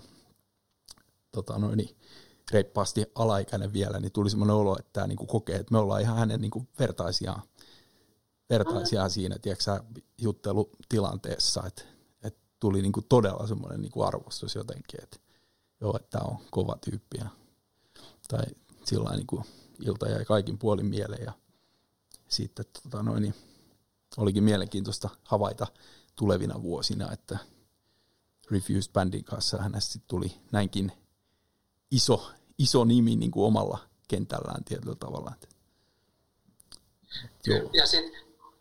reippaasti alaikäinen vielä, niin tuli semmoinen olo, että tämä niin kuin kokee, että me ollaan ihan hänen niin kuin vertaisiaan siinä, tiedätkö, juttelutilanteessa, että tuli niin kuin todella semmoinen niin kuin arvostus jotenkin, että joo, että tämä on kova tyyppi, tai sillä niin kuin ilta jäi kaikin puolin mieleen, ja sitten niin olikin mielenkiintoista havaita tulevina vuosina, että Refused Bandin kanssa hänestä tuli näinkin iso nimi niin kuin omalla kentällään tietyllä tavalla. Ja sitten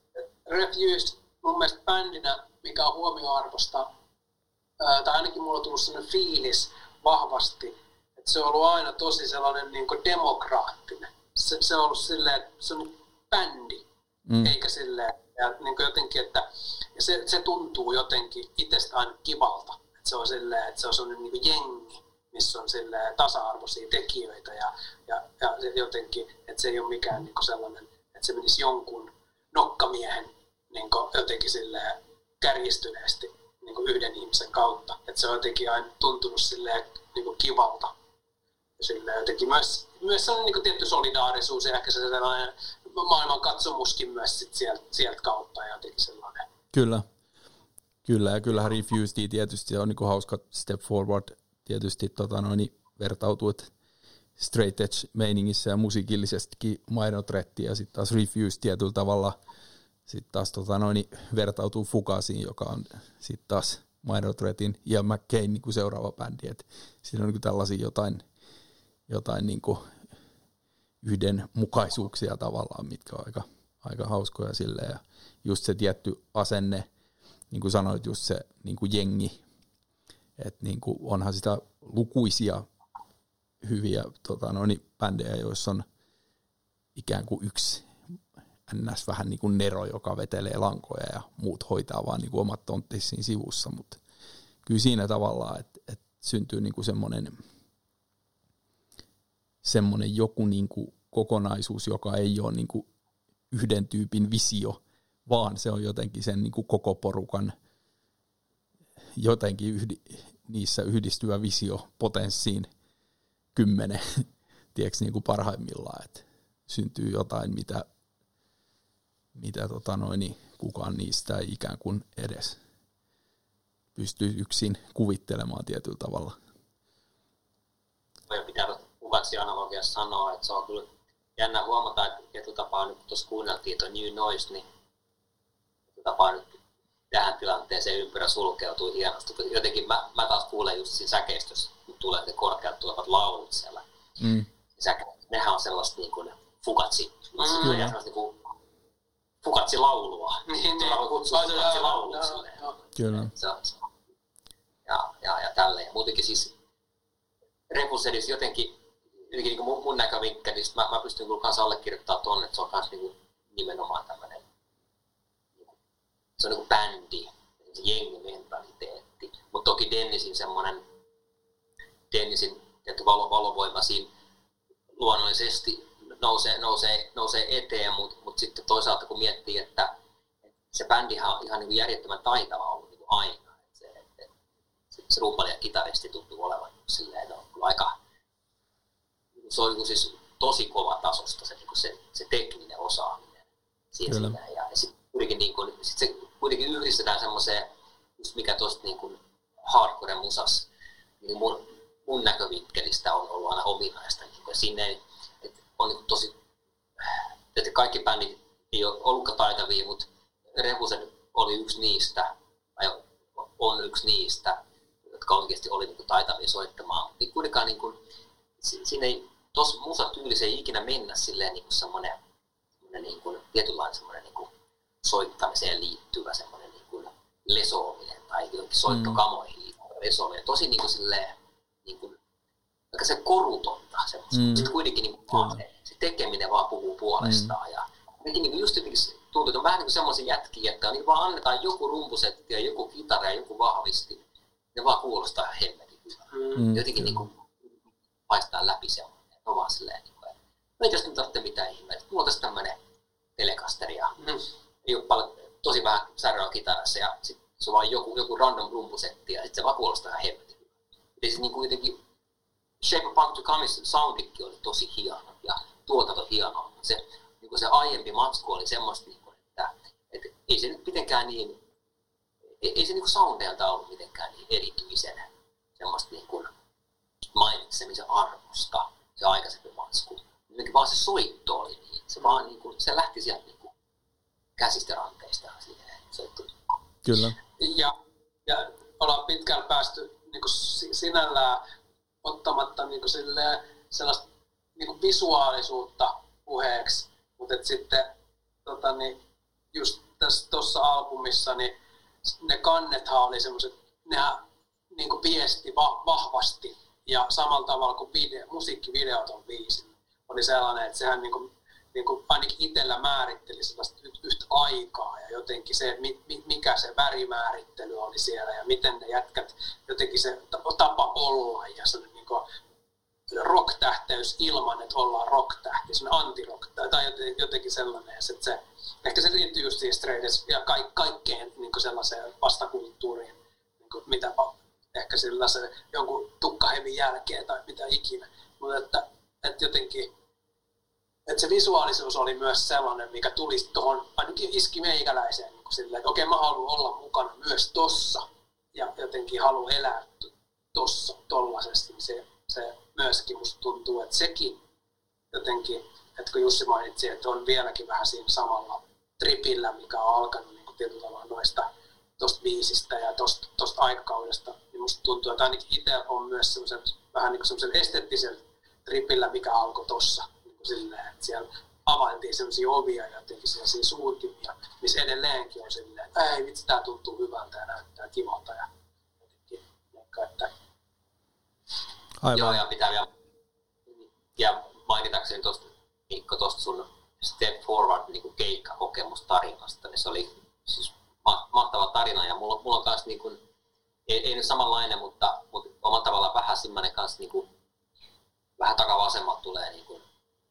Refused mun mielestä bändinä, mikä on huomioarvosta, tai ainakin mulla on tullut sellainen fiilis vahvasti, että se on ollut aina tosi sellainen niin kuin demokraattinen. Se on ollut silleen, se on bändi, eikä silleen, ja niin kuin jotenkin, että se tuntuu jotenkin itsestä aina kivalta. Että se on silleen, että se on sellainen niin kuin jengi, missä on silleen tasa-arvoisia tekijöitä ja jotenkin, että se ei ole mikään niin kuin sellainen, että se menisi jonkun nokkamiehen niin kuin jotenkin silleen kärjistyneesti niin kuin yhden ihmisen kautta. Että se on jotenkin aina tuntunut silleen niin kuin kivalta. Ja silleen jotenkin myös sellainen niin kuin tietty solidaarisuus ja ehkä se sellainen maailman katsomuskin myös sit sieltä kautta ja jotenkin sellainen. Kyllä, ja kyllähän Refused tietysti on niinku hauska Step Forward tietysti vertautuu, että straight edge meiningissä ja musiikillisestikin Minor Threat ja sitten taas Refused tietyllä tavalla sitten taas vertautuu Fugasiin, joka on sitten taas Minor Threatin Ian McCain niinku seuraava bändi, että siinä on niinku tällaisia jotain niinku yhdenmukaisuuksia tavallaan, mitkä on aika hauskoja silleen, ja just se tietty asenne, niin kuin sanoit, just se niin kuin jengi, että niin kuin onhan sitä lukuisia hyviä bändejä, joissa on ikään kuin yksi ns. Vähän niin kuin nero, joka vetelee lankoja ja muut hoitaa vaan niin kuin omat tonttinsa siinä sivussa, mutta kyllä siinä tavallaan, että syntyy niin kuin semmoinen joku niin kuin kokonaisuus, joka ei ole niin kuin yhden tyypin visio, vaan se on jotenkin sen niin kuin koko porukan jotenkin niissä yhdistyvä visio potenssiin 10, tiedätkö, niin kuin parhaimmillaan, että syntyy jotain, mitä kukaan niistä ei ikään kuin edes pystyy yksin kuvittelemaan tietyllä tavalla. Pitää Fugazi-analogiassa sanoa, että se on kyllä jännä huomata, että tietyllä tapaa nyt kun tuossa kuunneltiin tuo New Noise, niin tapaa nyt tähän tilanteeseen ympyrä sulkeutui hienosti. Jotenkin mä taas kuulen just siinä säkeistössä, kun tulee ne korkeat tulevat laulut siellä. Nehän on sellaista niin kuin Fugazi-laulua. Mä voin kutsua Fugazi-laulua silleen. Kyllä. Ja tälleen. Ja muutenkin siis Refused jotenkin niin kuin mun näkövinkkelistä, mä pystyn kyllä kanssa allekirjoittamaan tuonne, että se on myös niin nimenomaan tämmöinen, se on niin kuin bändi, se jengimentaliteetti. Mutta toki Dennisin tietty valovoima siinä luonnollisesti nousee eteen, mutta sitten toisaalta kun miettii, että se bändihän on ihan niin kuin järjettömän taitava ollut niin kuin aina. Se rumpali ja kitaristi tuntuu olevan silleen, että on kyllä se on niin siis tosi kova tasosta se tekninen osaaminen siinä. Ja sitten kuitenkin yhdistetään semmoiseen, just mikä tuosta niin hardcore musas, niin mun näkövinkkelistä on ollut aina ominaista. Niin sinne on niin tosi, että kaikki bändit ei ole ollutkaan taitavia, mutta Refused oli yksi niistä, tai on yksi niistä, jotka oikeasti oli niin taitavia soittamaan. Niin kuitenkaan siinä ei, tuossa musatyylissä ei ikinä mennä silleen niin semmoinen niin tietynlainen semmoinen niin soittamiseen liittyvä semmoinen niin lesoaminen tai jotenkin soittokamoihin liittyvä lesoaminen. Tosi niin silleen, niin aika se korutonta semmoista. Sitten kuitenkin niin se tekeminen vaan puhuu puolestaan. Ja niin just jotenkin tuntuu, että on vähän niin kuin semmoisia jätkiä, että niin vaan annetaan joku rumpusetti ja joku kitara ja joku vahvisti. Ne vaan kuulostaa hemmetin hyvältä. Jotenkin niin paistaa läpi semmoinen. No vaan silleen, ei tästä nyt tarvitse mitään ihmeitä. Mulla on tässä tämmönen Telecaster ja ei ole paljon, tosi vähän säröä kitarassa ja sitten se on vaan joku random rumpusetti ja sitten se vaan kuulostaa ihan hemmetin hyvältä. Ja siis niin kuitenkin Shape of Punk to Come's soundikin oli tosi hieno ja tuotanto hienoa. Se, niin se aiempi matsku oli semmoista, että ei se nyt mitenkään niin, ei se niin soundeilta ollut mitenkään niin erityisen semmoista niin mainitsemisen arvosta, se aikaisempi matsku. Jotenkin vaan se soitto oli niin, se vaan niin kuin, se lähti sieltä niin kuin käsistä ranteista siihen soittoon. Kyllä. Ja ollaan pitkään päästy niin kuin sinällään ottamatta niin kuin sellaista niin kuin visuaalisuutta puheeksi, mutta sitten just tuossa albumissa, niin ne kannethan oli semmoiset, nehän niin kuin viesti vahvasti ja samalla tavalla kuin musiikkivideot on biisi, oli sellainen, että sehän niin kuin ainakin itsellä määritteli sellaista yhtä aikaa ja jotenkin se, mikä se värimäärittely oli siellä ja miten ne jätkät, jotenkin se tapa olla ja se niin kuin rock-tähteys ilman, että ollaan rock-tähti, se on anti-rock tai jotenkin sellainen, että se ehkä se liittyy just siihen straight ja kaikkeen niin sellaiseen vastakulttuuriin, niin mitä ehkä sellaisen jonkun tukkahevin jälkeen tai mitä ikinä. Mutta että jotenkin, että se visuaalisuus oli myös sellainen, mikä tuli tuohon, ainakin iski meikäläiseen, niin silleen, että okei, mä haluan olla mukana myös tossa ja jotenkin haluan elää tossa, tollaisesti. Se myöskin musta tuntuu, että sekin jotenkin, että kun Jussi mainitsi, että on vieläkin vähän siinä samalla tripillä, mikä on alkanut niin tietyllä tavalla noista tosta biisistä ja tosta aikakaudesta, niin musta tuntuu, että ainakin itse on myös vähän niin kuin semmoisen esteettisellä tripillä, mikä alkoi tossa. Niin silleen, että siellä availtiin semmoisia ovia ja jotenkin sellaisia suuntimia, missä edelleenkin on silleen, että ei vitsi, tää tuntuu hyvältä ja näyttää kivalta ja jotenkin, että aivan. Joo, ja pitää vielä ja mainitakseni tuosta Mikko, tuosta sun Step Forward niin keikkakokemustarinasta, niin se oli siis mahtava tarina ja mulla on kanssa niin kuin, ei nyt samanlainen, mutta omalla tavallaan vähän semmoinen kanssa niin kuin, vähän takavasemmalta tulee niin kuin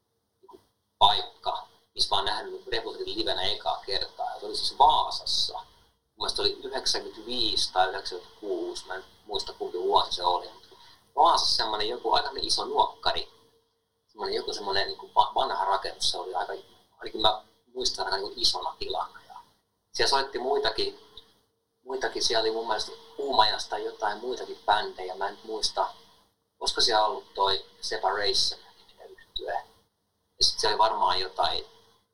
paikka, missä mä oon nähnyt niin Reputin livenä ekaa kertaa. Ja se oli siis Vaasassa. Mun mielestä oli 95 tai 96, mä en muista kumpi vuosi se oli. Vaasassa semmoinen joku aika iso nuokkari, semmoinen niin kuin vanha rakennus, se oli aika, ainakin mä muistan aika niin isona tilana. Ja siellä soitti muitakin, siellä oli mun mielestä Uumajasta jotain muitakin bändejä, mä en muista, olisiko siellä ollut toi Separation yhtye. Ja sitten siellä oli varmaan jotain,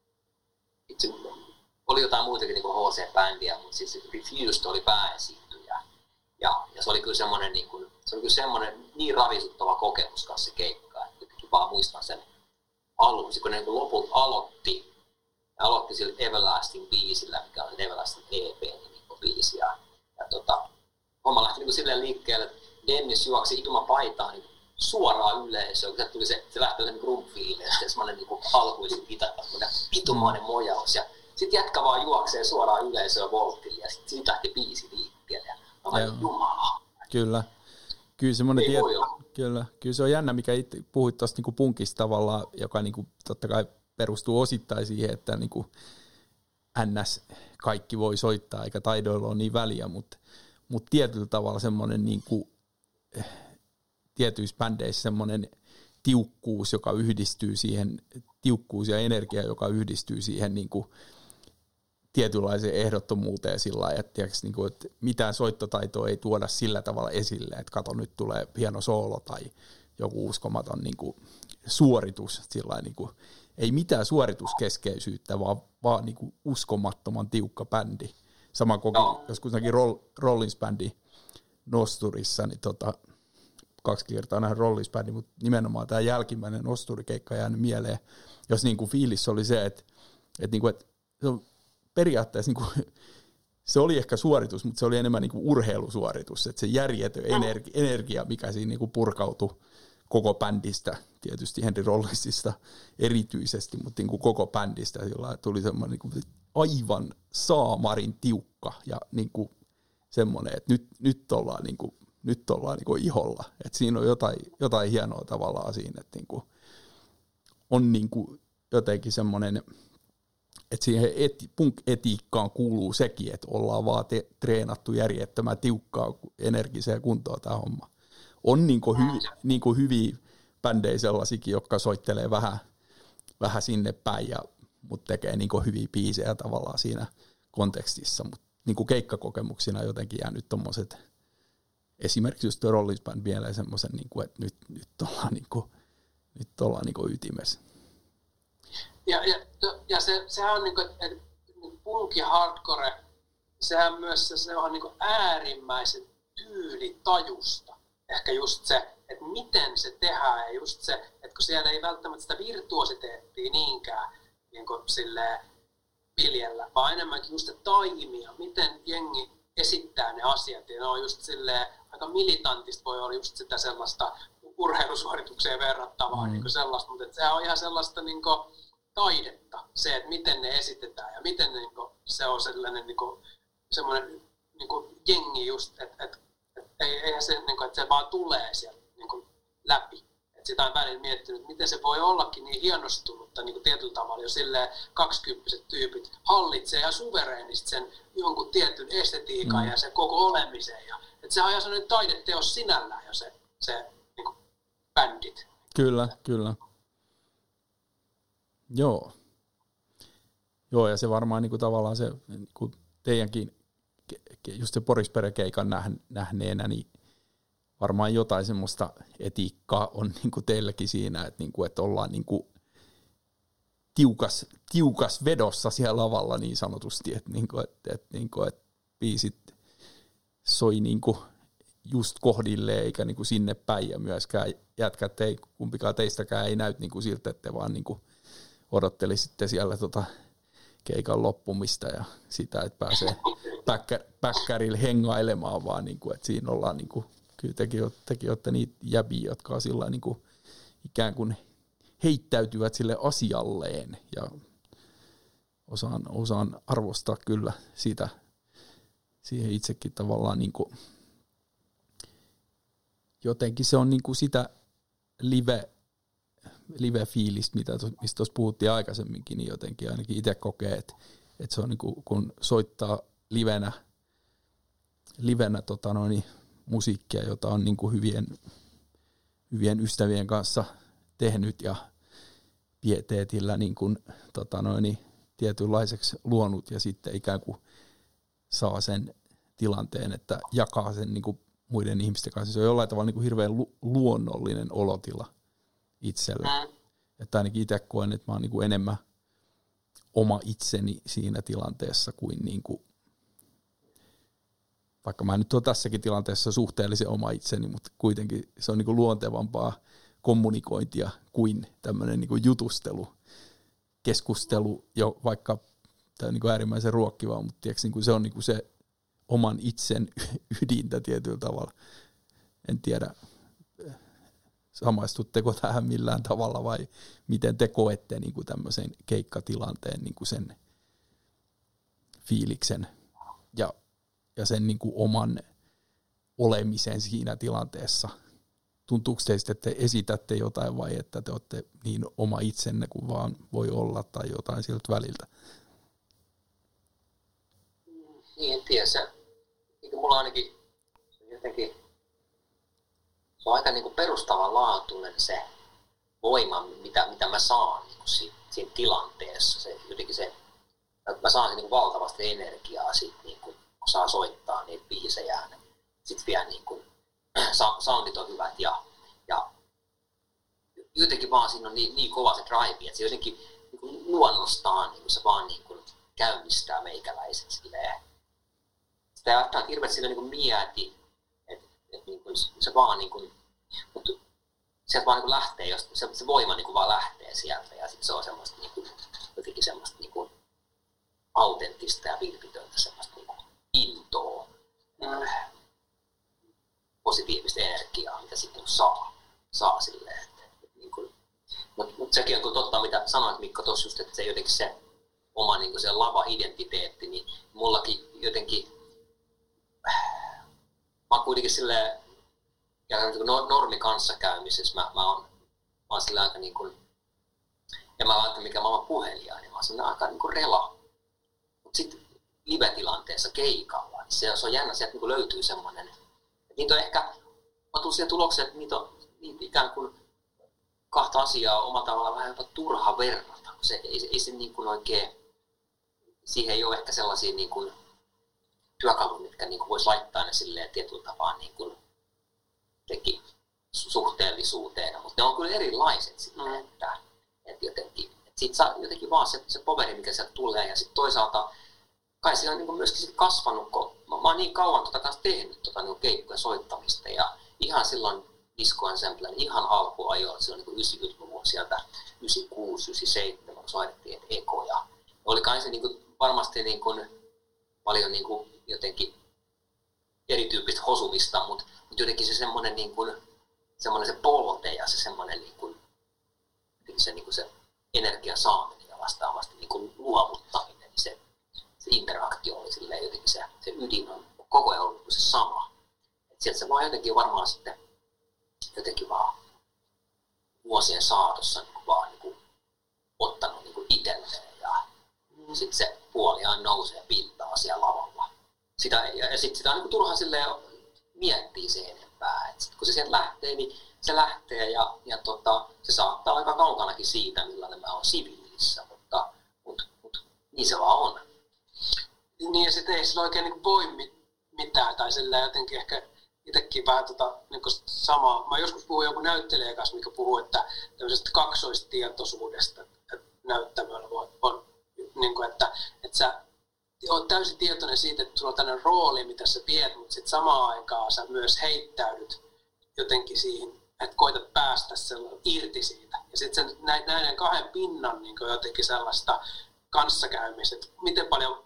oli jotain muitakin niin kuin HC-bändiä, mutta siis Refused oli pääesiintyjä. Ja se oli kyllä semmoinen niin ravisuttava kokemus kanssa se keikka, että jotenkin vaan muistan sen alun, kun ne loput aloitti sillä Everlasting-biisillä, mikä on Everlasting EP-biisi. Ja homma lähti niin silleen liikkeelle, että Dennis juoksi ilman paitaa niin suoraan yleisöön, kun se tuli se lähti sen grumfiille, ja semmoinen niin alkuisin kitara, semmoinen vitumainen mojaus. Ja sitten jätkä vaan juoksee suoraan yleisöön voltille, ja sitten siitä lähti biisi liikkeelle. Ja mä olin, jumala. Kyllä. Kyllä semmoinen kyllä se on jännä, mikä itse puhuit tuosta niinku punkista tavallaan, joka niinku totta kai perustuu osittain siihen, että niinku NS kaikki voi soittaa, eikä taidoilla ole niin väliä, mutta tietyllä tavalla semmoinen niinku, tietyissä bändeissä semmoinen tiukkuus, joka yhdistyy siihen, tiukkuus ja energia, joka yhdistyy siihen niinku tietynlaiseen ehdottomuuteen sillä lailla, että mitään soittotaitoa ei tuoda sillä tavalla esille, että kato, nyt tulee hieno soolo tai joku uskomaton niin kuin suoritus, sillä lailla, niin kuin, ei mitään suorituskeskeisyyttä, vaan niin kuin uskomattoman tiukka bändi. Sama koki joskus Rollins-bändi Nosturissa, niin 2 kertaa nähnyt Rollins-bändi, mutta nimenomaan tämä jälkimmäinen Nosturikeikka jäänyt mieleen, jos niin kuin fiilis oli se, että se on periaatteessa niin se oli ehkä suoritus, mutta se oli enemmän niin kuin urheilusuoritus, että se järjetön energia, mikä siinä niin kuin purkautui koko bändistä, tietysti Henry Rollinsista erityisesti, mutta niin kuin koko bändistä, jolla tuli semmoinen niin kuin aivan saamarin tiukka ja niin kuin semmoinen, että nyt ollaan niin kuin iholla, että siinä on jotain hienoa tavallaan siinä, että niin kuin on niin kuin jotenkin semmoinen, että siihen punk-etiikkaan kuuluu sekin, että ollaan vaan treenattu järjettömän tiukkaa energiseen kuntoon tämä homma. On niin kuin hyviä bändejä sellaisikin, jotka soittelee vähän sinne päin, mutta tekee niin kuin hyviä biisejä tavallaan siinä kontekstissa. Mutta niin kuin keikkakokemuksina jotenkin jää nyt tommoset, esimerkiksi just Rollins Band mieleen semmoisen, niin kuin, että nyt ollaan niin kuin ytimessä. Ja sehän on niinku, että punk ja hardcore, sehän myös se on niinku äärimmäisen tyylitajusta. Ehkä just se, että miten se tehdään ja just se, että kun siellä ei välttämättä sitä virtuositeettia niinkään niinku silleen viljellä, vaan enemmänkin just taimia, miten jengi esittää ne asiat. Ja ne on just silleen, aika militantista voi olla just sitä sellaista urheilusuoritukseen verrattavaa, niin kuin sellaista, mutta sehän on ihan sellaista niin kuin taidetta, se, että miten ne esitetään ja miten niin kuin, se on sellainen niin kuin, semmoinen niin kuin jengi just, että eihän se, niin kuin, että se vaan tulee sieltä niin kuin läpi. Että sitä on välillä miettinyt, että miten se voi ollakin niin hienostunutta niin kuin tietyllä tavalla, jos silleen 20-vuotiaat tyypit hallitsee ja suvereenisti sen jonkun tietyn estetiikan ja sen koko olemisen. Ja, että sehän on ihan sellainen taideteos sinällään jo se niin kuin bändit. Kyllä. Joo, ja se varmaan niin kuin tavallaan se niin kuin teidänkin, just se Porispere-keikan nähneenä, niin varmaan jotain semmoista etiikkaa on niin kuin teilläkin siinä, että, niin kuin, että ollaan niin kuin tiukas vedossa siellä lavalla niin sanotusti, että, niin kuin, että biisit soi niin kuin just kohdilleen eikä niin kuin sinne päin, ja myöskään jätkät ei, kumpikaan teistäkään ei näyt niin kuin siltä, että te vaan niin kuin odottelisitte siellä keikan loppumista ja sitä, että pääsee päkkärille hengailemaan, vaan niin kuin, että siinä ollaan niin kuin, kyllä tekin olette niitä jäbiä, jotka on sillä niin kuin, ikään kuin heittäytyvät sille asialleen, ja osaan arvostaa kyllä sitä, siihen itsekin tavallaan niin kuin, jotenkin se on niin kuin sitä live-fiilistä, mistä tuossa puhuttiin aikaisemminkin, niin jotenkin ainakin itse kokee, että se on niin kuin, kun soittaa livenä musiikkia, jota on niin kuin hyvien ystävien kanssa tehnyt ja pieteetillä niin kuin, tietynlaiseksi luonut, ja sitten ikään kuin saa sen tilanteen, että jakaa sen niin kuin muiden ihmisten kanssa. Se on jollain tavalla niin kuin hirveän luonnollinen olotila itselle. Että ainakin itse koen, että mä oon niin kuin enemmän oma itseni siinä tilanteessa kuin vaikka mä nyt oon tässäkin tilanteessa suhteellisen oma itseni, mutta kuitenkin se on niin kuin luontevampaa kommunikointia kuin tämmöinen niin kuin jutustelu, keskustelu, jo vaikka tämä on niin kuin äärimmäisen ruokkivaa, mutta tiedätkö, niin kuin se on niin kuin se oman itsen ydintä tietyllä tavalla. En tiedä, samaistutteko tähän millään tavalla vai miten te koette niin kuin tämmöisen keikkatilanteen niin kuin sen fiiliksen ja sen niin kuin oman olemisen siinä tilanteessa. Tuntuuko teistä, että te esitätte jotain vai että te olette niin oma itsenne kuin vaan voi olla tai jotain siltä väliltä? Niin, en tiedä. Se, niin kuin mulla ainakin jotenkin, se on aika niin kuin perustavanlaatuinen se voima, mitä mä saan niin kuin siinä tilanteessa. Se, jotenkin se, mä saan niin kuin valtavasti energiaa siitä, niin kuin, kun saa soittaa niitä biisejä. Sitten vielä niin kuin, soundit on hyvät ja jotenkin vaan siinä on niin kova se drive, että se jotenkin niin kuin luonnostaan niin kuin se vaan niin kuin käynnistää meikäläiset silleen. Sitä ei välttämättä hirveästi sillä niin kuin mieti, että niin kuin se vaan niin kuin, mutta sieltä vaan niin kuin lähtee, se voima niin kuin vaan lähtee sieltä ja sitten se on semmoista niin kuin, jotenkin semmoista niin kuin autenttista ja vilpitöntä semmoista niin kuin intoa, positiivista energiaa, mitä sitten saa silleen. Niin mutta sekin on totta, mitä sanoit Mikko tuossa just, että se jotenkin se oma niin kuin se lava-identiteetti, niin mullakin jotenkin, mä oon kuitenkin silleen, ja normi kanssakäymisessä, mä oon silleen aika niin kuin, ja mä laitan mikä mä oon puhelijaa, niin mä oon silleen aika niin kuin rela. Mut sit live-tilanteessa keikalla, niin se on jännä, sieltä niin kuin löytyy semmoinen, että niitä on ehkä, mä tuun siihen tulokseen, että niitä ikään kuin kahta asiaa omalla tavalla vähän jopa turha verrata. Ei se niin kuin oikein, siihen ei ole ehkä sellaisia niin kuin työkaluja, mitkä niin kuin voisi laittaa ne silleen tietyllä tapaa niin kuin teki suhteellisuuteen, mutta ne on kyllä erilaiset sitten, että jotenkin, että siitä saa jotenkin vaan se poveri, mikä sieltä tulee, ja sitten toisaalta kai siellä on niin kuin myöskin sit kasvanut, kun mä oon niin kauan kanssa tehnyt niin keikkojen soittamista, ja ihan silloin Disco Ensemblen ihan alkuajoilla, silloin niin 90-luvun sieltä 96, 97, kun soitettiin, että ekoja. Oli kai se niin kuin varmasti niin kuin paljon niin kuin jotenkin erityyppistä hosumista, mutta jotenkin se semmoinen niin kuin semmoinen se polvote ja se semmoinen niin kuin se energian saaminen ja vastaavasti niin kuin luovuttaminen, niin se interaktio oli silleen jotenkin se ydin on koko ajan ollut se sama. Et sieltä se vaan jotenkin varmaan sitten jotenkin vaan vuosien saatossa niin kuin vaan niin kuin ottanut niin kuin itselleen ja sitten se puoliaan nousee pintaan siellä lavalla. Ja sitten sitä on niin kuin turha silleen miettiä se enempää. Et sit, kun se sieltä lähtee, niin se lähtee ja se saattaa aika kaukanakin siitä, millainen mä oon siviilissä, mutta niin se vaan on. Niin ja sitten ei sillä oikein niin voi mitään tai sillä jotenkin ehkä itsekin vähän niin samaa. Mä joskus puhuin jonkun näyttelijän kanssa, mikä puhuu, että tämmöisestä kaksoistietoisuudesta, että näyttämöllä on, niin kuin, että sä oot täysin tietoinen siitä, että sulla on tämmöinen rooli, mitä sä viet, mutta sitten samaan aikaan sä myös heittäydyt jotenkin siihen, että koitat päästä irti siitä. Ja sitten näiden kahden pinnan niin jotenkin sellaista kanssakäymistä, että miten paljon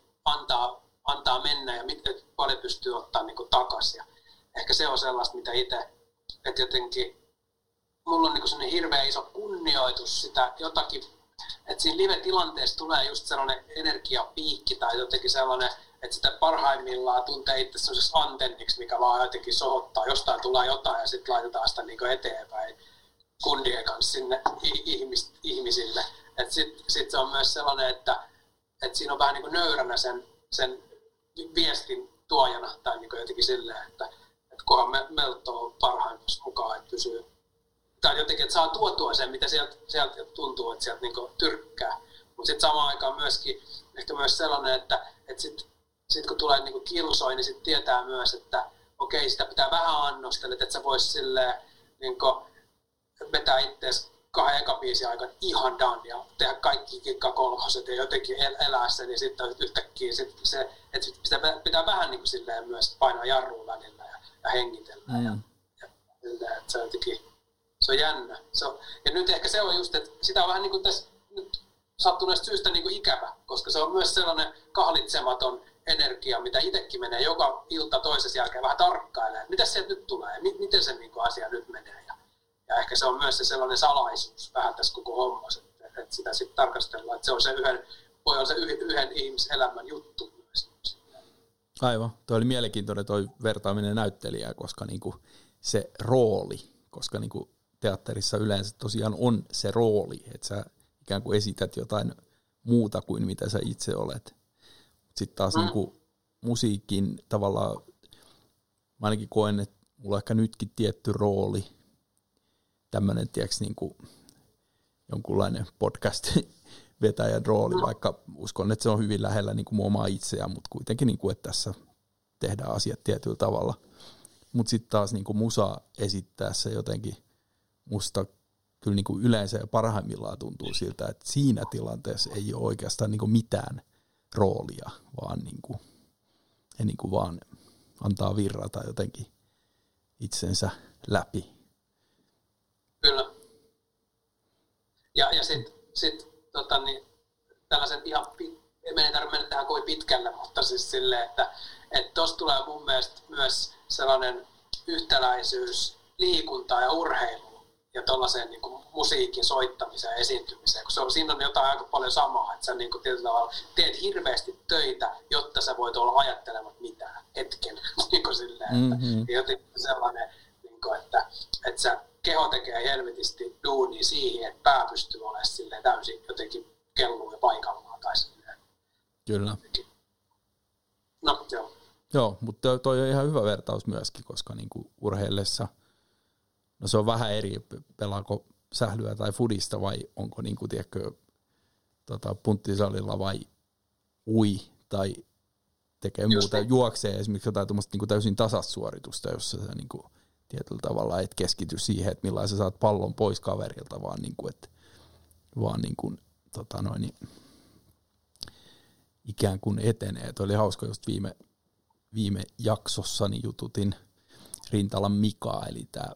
antaa mennä ja miten paljon pystyy ottaa niin takaisin. Ja ehkä se on sellaista, mitä itse, että jotenkin mulla on niin sellainen hirveän iso kunnioitus sitä jotakin, että siinä live-tilanteessa tulee just sellainen energiapiikki tai jotenkin sellainen, että sitä parhaimmillaan tuntee itse sellaiseksi antenniksi, mikä vaan jotenkin sohottaa, jostain tulee jotain ja sitten laitetaan sitä niin eteenpäin kundien kanssa sinne ihmisille. Että sit se on myös sellainen, että siinä on vähän niin kuin nöyränä sen viestin tuojana tai niin kuin jotenkin silleen, että kunhan melttoo parhaimmassa mukaan, että pysyy. Tai jotenkin, että saa tuotua sen, mitä sieltä tuntuu, että sieltä niin kuin tyrkkää. Mutta sitten samaan aikaan myöskin ehkä myös sellainen, että sitten kun tulee niin kuin kilsoi, niin sitten tietää myös, että okei, sitä pitää vähän annostella, että sä vois silleen niin kuin vetää itseäsi 2 ekabiisin aikana ihan done ja tehdä kaikki kikkakolhoset ja jotenkin elää sen, niin sitten yhtäkkiä että sitä pitää vähän niin kuin silleen myös painaa jarruun välillä ja hengitellä. Ja että se on jotenkin, se on jännä. Ja nyt ehkä se on just, että sitä on vähän niin kuin tässä nyt sattuneesta syystä niin kuin ikävä, koska se on myös sellainen kahlitsematon energia, mitä itsekin menee joka ilta toisessa jälkeen vähän tarkkailemaan, että mitä sieltä nyt tulee, miten se niin kuin asia nyt menee. Ja ehkä se on myös se sellainen salaisuus vähän tässä koko hommassa, että sitä sitten tarkastellaan, että se on se voi olla se yhden ihmiselämän juttu myös. Aivan. Tuo oli mielenkiintoinen toi vertaaminen näyttelijää, koska niinku se rooli, koska niinku teatterissa yleensä tosiaan on se rooli, että sä ikään kuin esität jotain muuta kuin mitä sä itse olet. Sitten taas niinku musiikin tavallaan, mä ainakin koen, että mulla on ehkä nytkin tietty rooli, tämmöinen, tiedätkö, niinku jonkunlainen podcast-vetäjän rooli, vaikka uskon, että se on hyvin lähellä niinku mun omaa itseään, mutta kuitenkin, niinku, että tässä tehdään asiat tietyllä tavalla. Mutta sitten taas niinku musa esittää se jotenkin musta kyllä niinku yleensä ja parhaimmillaan tuntuu siltä, että siinä tilanteessa ei ole oikeastaan niinku mitään roolia, vaan niinku, he niinku vaan antaa virrata jotenkin itsensä läpi. Kyllä. Ja sitten tällaisen ihan, ei tarvitse mennä tähän kovin pitkälle, mutta siis silleen, että tuossa tulee mun mielestä myös sellainen yhtäläisyys liikuntaa ja urheiluun ja tuollaiseen niin kuin musiikin soittamiseen ja esiintymiseen, kun siinä on jotain aika paljon samaa, että sä niin kuin tietyllä tavalla teet hirveästi töitä, jotta sä voit olla ajattelemat mitään hetken, niin kuin silleen, että jotenkin sellainen, niin kuin, että sä keho tekee helvetisti duunia siihen, että pää pystyy olemaan silleen täysin jotenkin kelluun ja paikallaan tai silleen. Kyllä. No, joo. Joo, mutta toi on ihan hyvä vertaus myöskin, koska niinku urheillessa, no se on vähän eri, pelaako sählyä tai fudista vai onko niinku, tiedätkö, punttisalilla vai ui tai tekee muuta, juoksee esimerkiksi jotain tuommoista niinku täysin tasassuoritusta, jossa sä niinku tietyllä tavalla et keskity siihen, että millaisen sä saat pallon pois kaverilta, vaan niinku, ikään kuin etenee. Tuo oli hauska just viime jaksossani jututin Rintalan Mikaa, eli tämä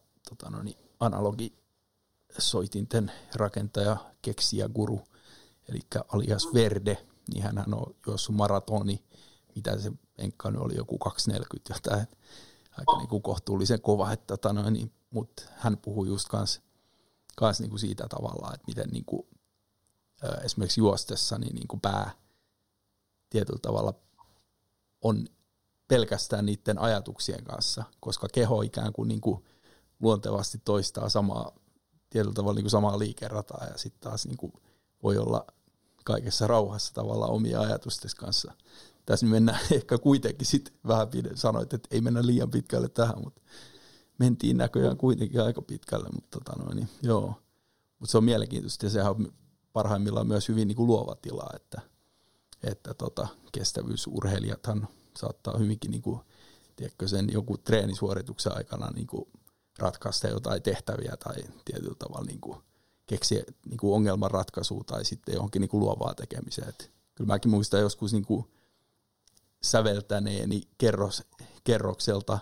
analogisoitinten rakentaja, keksijä, guru, eli alias Verde, niin hän on juossut maratoni, mitä se enkka nyt oli, joku 2.40 jotain, aika niin kuin kohtuullisen kova, että mutta hän puhuu just kans niin kuin siitä tavallaan, että miten niin kuin, esimerkiksi juostessa niin kuin pää tietyllä tavalla on pelkästään niiden ajatuksien kanssa, koska keho ikään kuin luontevasti toistaa tietyllä tavalla niin kuin samaa liikerataa ja sitten taas niin kuin voi olla kaikessa rauhassa tavallaan omia ajatusten kanssa. Tässä mennään ehkä kuitenkin sitten vähän sanoit, että ei mennä liian pitkälle tähän, mutta mentiin näköjään kuitenkin aika pitkälle, mutta joo. Mutta se on mielenkiintoista ja sehän on parhaimmillaan myös hyvin niin kuin luova tila, että kestävyysurheilijathan saattaa hyvinkin niin kuin, tiedätkö, sen joku treenisuorituksen aikana niin kuin ratkaista jotain tehtäviä tai tietyllä tavalla niin kuin keksiä niin kuin ongelmanratkaisua tai sitten johonkin niin kuin luovaa tekemiseen. Et kyllä mäkin muistan joskus niin kuin säveltäneeni kerrokselta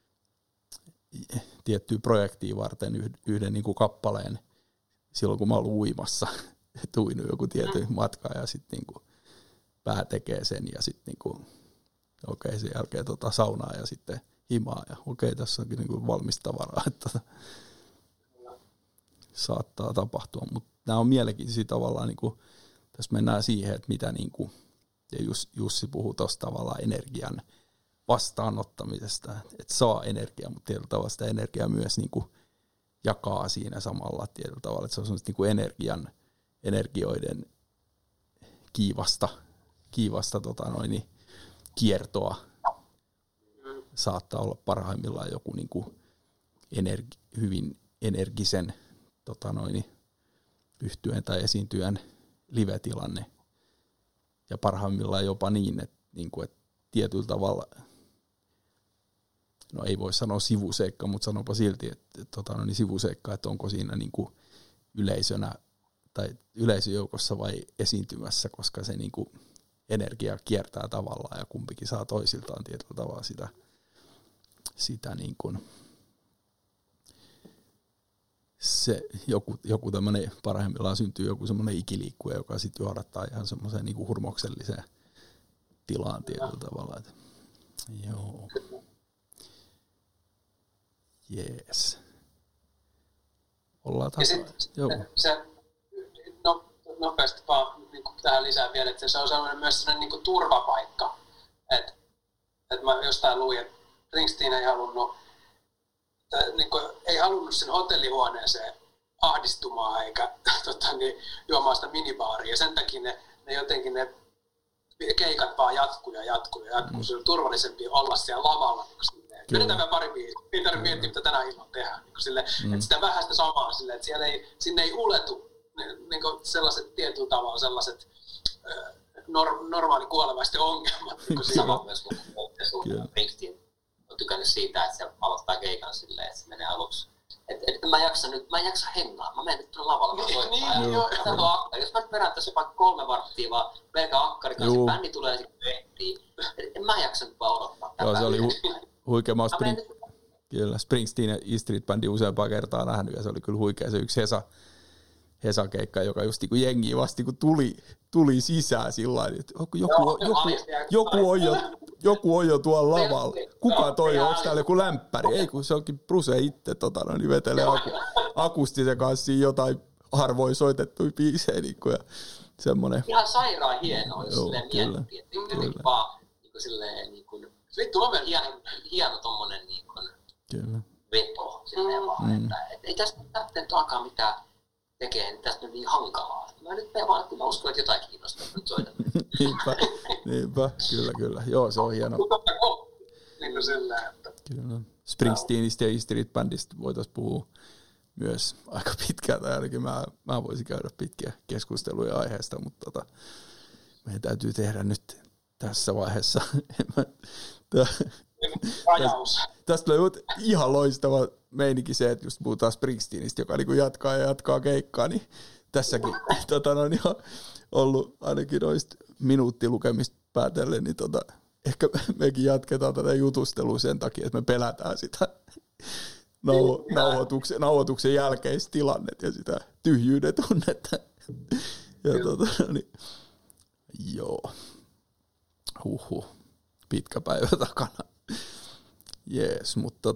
tiettyä projektia varten yhden niin kuin kappaleen silloin, kun mä olin uimassa. Tuinut joku tietyn matka ja sitten niin kuin pää tekee sen ja sitten niin sen jälkeen saunaa ja sitten himaa ja tässä onkin niin kuin valmista tavaraa, että saattaa tapahtua, mutta nämä on mielenkiintoisia tavallaan, niin kuin, tässä mennään siihen, että mitä niin kuin, ja Jussi puhuu tuosta tavallaan energian vastaanottamisesta, että saa energiaa, mutta tietyllä tavalla sitä energiaa myös niin kuin jakaa siinä samalla tietyllä tavalla, että se on semmoista niin kuin energioiden kiivasta kiertoa. Saattaa olla parhaimmillaan joku niin kuin hyvin energisen yhtyeen tai esiintyjän live-tilanne. Ja parhaimmillaan jopa niin, että tietyllä tavalla, no ei voi sanoa sivuseikka, mutta sanopa silti, että sivuseikka, että onko siinä niin kuin yleisönä tai yleisöjoukossa vai esiintymässä, koska se niin kuin energia kiertää tavallaan ja kumpikin saa toisiltaan tietyllä tavalla sitä niin kuin se joku tämmöinen, parhaimmillaan syntyy joku semmoinen ikiliikkuja, joka sitten johdattaa ihan semmoiseen niin kuin hurmokselliseen tilaan tietyllä tavalla. Että, joo. Jees. Ollaan se nopeasti vaan niin tähän lisää vielä, että se on sellainen myös sellainen niin turvapaikka. Että mä jostain luin, että Springsteen ei halunnut sen hotellihuoneeseen ahdistumaan eikä juomaan sitä minibaaria. Ja sen takia ne jotenkin ne keikat vaan jatkuu. Se on turvallisempi olla siellä lavalla. Pidetään vielä pari biisiä. Ei tarvitse miettiä, mitä tänä illalla tehdään. Että sitä vähäistä samaa, että sinne ei uletu sellaiset tietyllä tavalla sellaiset normaali kuolevaisten ongelmat. Sama myös kuin Springsteen on tykännyt siitä, että se aloittaa keikan silleen, että se menee aluksi. Että mä en jaksa hengää, mä menen nyt tuonne lavalle, mä soittaa. Jos mä nyt perättäisin jopa 3 varttia vaan pelkä akkari, kun se bändi tulee ja sitten ehtii. En mä jaksa nyt vaan odottaa. Joo, se oli huikea. Mä oon Springsteen ja E Street Bandin useampaa kertaa nähnyt ja se oli kyllä huikea se yksi Hesa-keikka, joka just niin kuin jengi vasti kun tuli sisään sillä lailla, että joku on jo tuolla lavalla. Kuka toi on? Onko täällä joku lämpäri? Ei, kun se onkin Bruce itse niin vetelee akustisen kanssa jotain harvoin soitettuja biisejä. Niin ja semmoinen. Ihan sairaan hienoa, jos silleen miettii. Että jotenkin vaan silleen hieno tommonen veto silleen vaan, että ei tästä nyt alkaa mitään tekee, niin tästä on niin hankalaa. Mä nyt menen vaan, kun mä uskon, että jotain kiinnostaa nyt soita. Niinpä, kyllä. Joo, se on hieno. Niin sillä, että kyllä. Springsteenistä ja E Street Bandista voitaisiin puhua myös aika pitkään, tai ainakin mä voisin käydä pitkiä keskusteluja aiheesta, mutta meidän täytyy tehdä nyt tässä vaiheessa. Tästä oli ihan loistava meininki se, että just puhutaan Springsteenistä, joka niin jatkaa keikkaa, niin tässäkin on ollut ainakin noista minuuttilukemista päätellen, niin ehkä mekin jatketaan tätä jutustelua sen takia, että me pelätään sitä nauhoituksen jälkeistä tilannetta ja sitä tyhjyyden tunnetta. Ja Joo. Pitkä päivä takana. Jees, mutta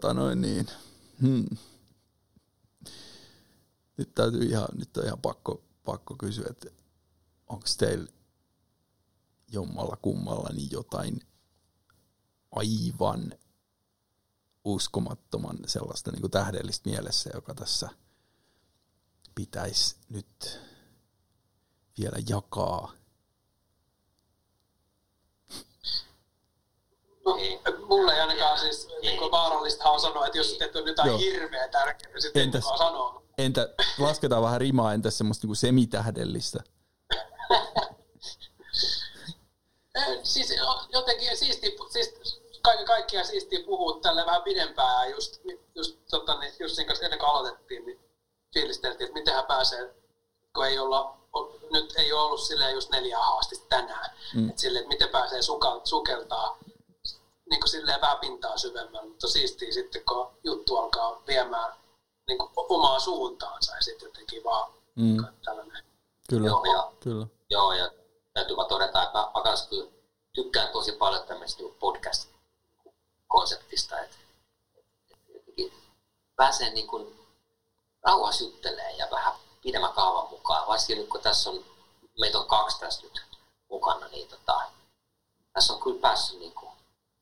Nyt on ihan pakko kysyä, että onko teillä jommalla kummalla niin jotain aivan uskomattoman sellaista niin kuin tähdellistä mielessä, joka tässä pitäisi nyt vielä jakaa? No, mulle ei ainakaan siis niin vaarallistahan on sanoa, että jos et on jotain hirveä tärkeää, niin sitten ei sanoa. Entä lasketaan vähän rimaa, entä semmoista niin semitähdellistä? Siis jotenkin siistiä, siis kaiken kaikkiaan siistiä puhua tälle vähän pidempään. Just niin kanssa ennen kuin aloitettiin, niin fiilisteltiin, että mitenhän pääsee, kun nyt ei ole ollut silleen just 4 haastista tänään. Että silleen, että miten pääsee sukeltaa niin kuin silleen vähän pintaa syvemmällä, mutta siistiä sitten, kun juttu alkaa viemään niin kuin omaa suuntaansa ja sitten jotenkin vaan tällainen. Kyllä, kyllä. Joo, ja täytyy vaan todeta, että mä kanssa kyllä tykkään tosi paljon tämmöistä podcast-konseptista, että pääsee niin kuin rauhassa juttelemaan ja vähän pidemmän kaavan mukaan. Varsinkin nyt, kun tässä on, meitä on 2 tässä nyt mukana, niin tässä on kyllä päässyt niin kuin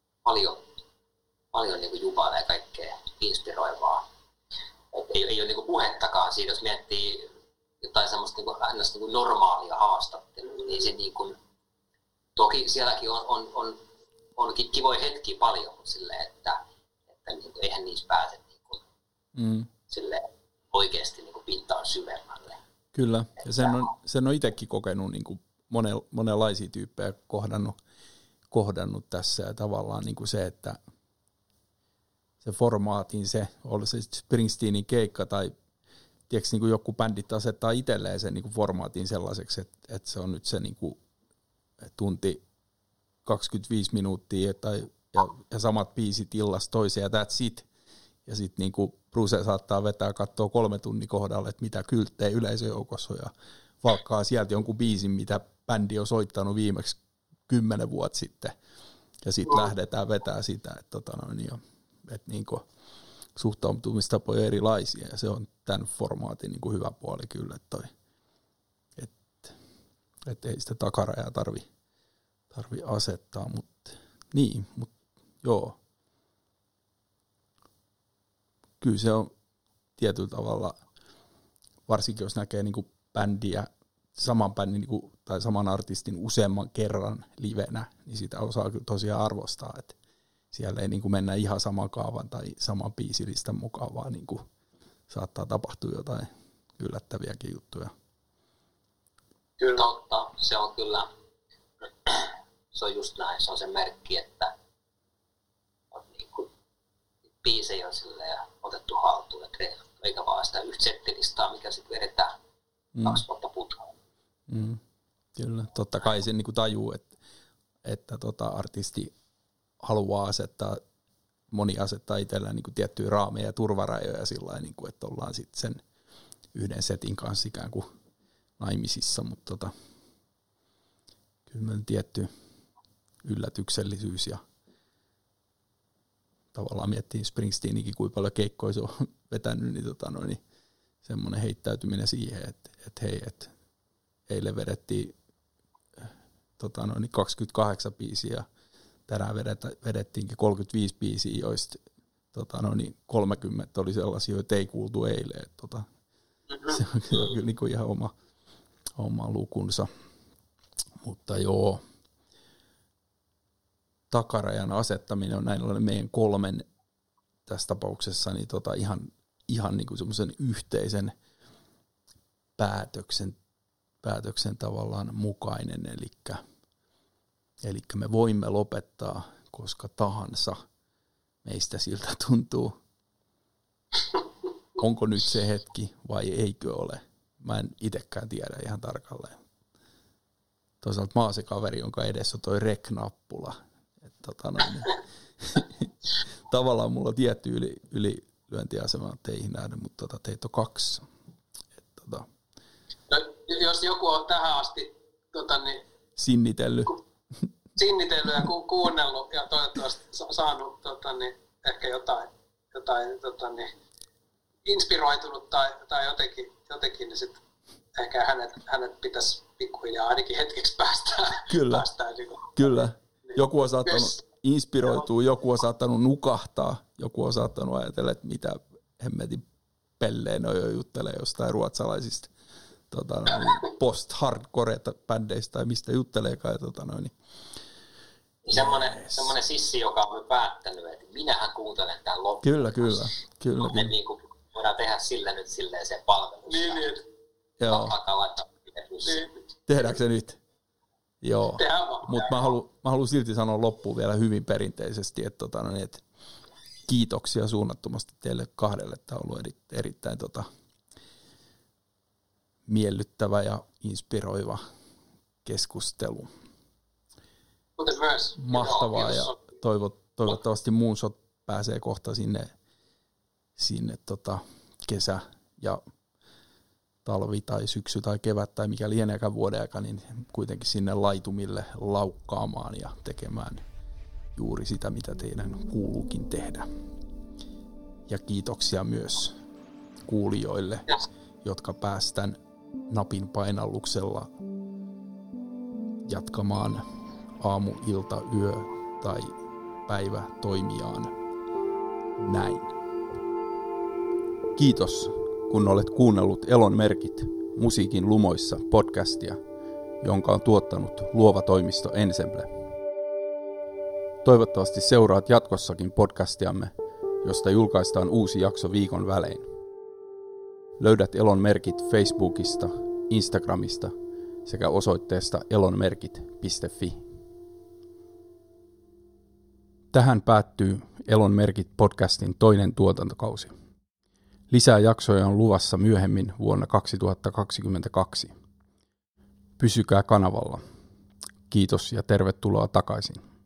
paljon niin kuin jubaa ja kaikkea inspiroivaa. Ei ole niin kuin puhettakaan siitä, jos miettii jotain semmoista niin kuin normaalia haastattelua, niin se niin kuin, toki sielläkin on kivoja hetkiä paljon, mutta silleen, että niin kuin, eihän niissä pääse niin kuin, silleen, oikeasti niin kuin pintaan syvemmälle. Kyllä, ja sen on itsekin kokenut niin kuin monenlaisia tyyppejä kohdannut tässä, ja tavallaan niin kuin se, että se formaatin oli se Springsteenin keikka tai tiedätkö, niin kuin joku bändit asettaa itselleen sen niin kuin formaatin sellaiseksi, että se on nyt se niin kuin tunti 25 minuuttia ja samat biisit illasta toiseen ja that's it. Ja sitten niin kuin Bruce saattaa vetää katsoa 3 tunnin kohdalle, että mitä kylttejä yleisöjoukossa on ja valkkaa sieltä jonkun biisin, mitä bändi on soittanut viimeksi 10 vuotta sitten. Ja sitten lähdetään vetää sitä, että niinku suhtautumistapoja erilaisia ja se on tämän formaatin niinku hyvä puoli kyllä, että ei sitä takarajaa tarvi asettaa, mutta joo. Kyllä se on tietyllä tavalla, varsinkin jos näkee niinku bändiä, saman bändin niinku, tai saman artistin useamman kerran livenä, niin sitä osaa kyllä tosiaan arvostaa, että siellä ei niinku mennä ihan saman kaavan tai saman biisilistan mukaan, vaan niinku saattaa tapahtua jotain yllättäviäkin juttuja. Kyllä totta, se on kyllä, se on just näin, se on se merkki, että on niinku biisejä on silleen otettu haltuun ja treenattu, eikä vaan sitä yhtä settilistaa, mikä sitten vedetään 2 vuotta putkaan. Kyllä, totta kai sen niinku tajuu, että artisti haluaa moni asettaa itsellään niinku tiettyjä raameja ja turvarajoja sillä niinku, että ollaan sitten sen yhden setin kanssa ikään kuin naimisissa, mutta kyllä tietty yllätyksellisyys ja tavallaan miettii Springsteenikin, kuinka paljon keikkoja se on vetänyt, niin semmoinen heittäytyminen siihen, että hei, että eilen vedettiin 28 biisiä ja tänään vedettiinkin 35 biisiä, joista 30 oli sellaisia, joita ei kuultu eilen. Se on kyllä niin kuin ihan oma lukunsa. Mutta joo, takarajan asettaminen on näin ollen meidän 3 tässä tapauksessa niin ihan niin kuin semmoisen yhteisen päätöksen tavallaan mukainen, eli me voimme lopettaa koska tahansa meistä siltä tuntuu. Onko nyt se hetki vai eikö ole? Mä en itsekään tiedä ihan tarkalleen. Toisaalta mä oon se kaveri, jonka edessä on toi rek-nappula. Tavallaan mulla on tietty ylilyöntiasema teihin nähden, mutta teitä on 2. No, jos joku on tähän asti Sinnitellyt. Sinnitellyt ja kuunnellut ja toivottavasti saanut ehkä jotain inspiroitunut tai jotenkin niin sit ehkä hänet pitäisi pikkuhiljaa ainakin hetkeksi päästää. Kyllä. Kyllä. Joku on saattanut inspiroitua, joku on saattanut nukahtaa, joku on saattanut ajatella, että mitä hemmetin pelleen jo juttelee jostain ruotsalaisista post-hardcore-bändeistä tai mistä jutteleekaan. Semmoinen sissi, joka on päättänyt, että minähän kuuntelen tämän loppuun. Kyllä. Me niin voidaan tehdä sillä nyt silleen se palvelus. Niin. Joo. Tehdäänkö se nyt? Joo. Mutta mä haluan silti sanoa loppuun vielä hyvin perinteisesti, että kiitoksia suunnattomasti teille kahdelle. Tämä on ollut erittäin miellyttävä ja inspiroiva keskustelu. Kuten myös. Mahtavaa ja toivottavasti Moonshot pääsee kohta sinne kesä ja talvi tai syksy tai kevät tai mikä lieneekään vuoden aika, niin kuitenkin sinne laitumille laukkaamaan ja tekemään juuri sitä, mitä teidän kuuluukin tehdä. Ja kiitoksia myös kuulijoille, jotka päästään napin painalluksella jatkamaan aamu, ilta, yö tai päivä toimiaan näin. Kiitos, kun olet kuunnellut Elon merkit musiikin lumoissa podcastia, jonka on tuottanut Luova toimisto Ensemble. Toivottavasti seuraat jatkossakin podcastiamme, josta julkaistaan uusi jakso viikon välein. Löydät Elon merkit Facebookista, Instagramista sekä osoitteesta elonmerkit.fi. Tähän päättyy Elon merkit podcastin toinen tuotantokausi. Lisää jaksoja on luvassa myöhemmin vuonna 2022. Pysykää kanavalla. Kiitos ja tervetuloa takaisin.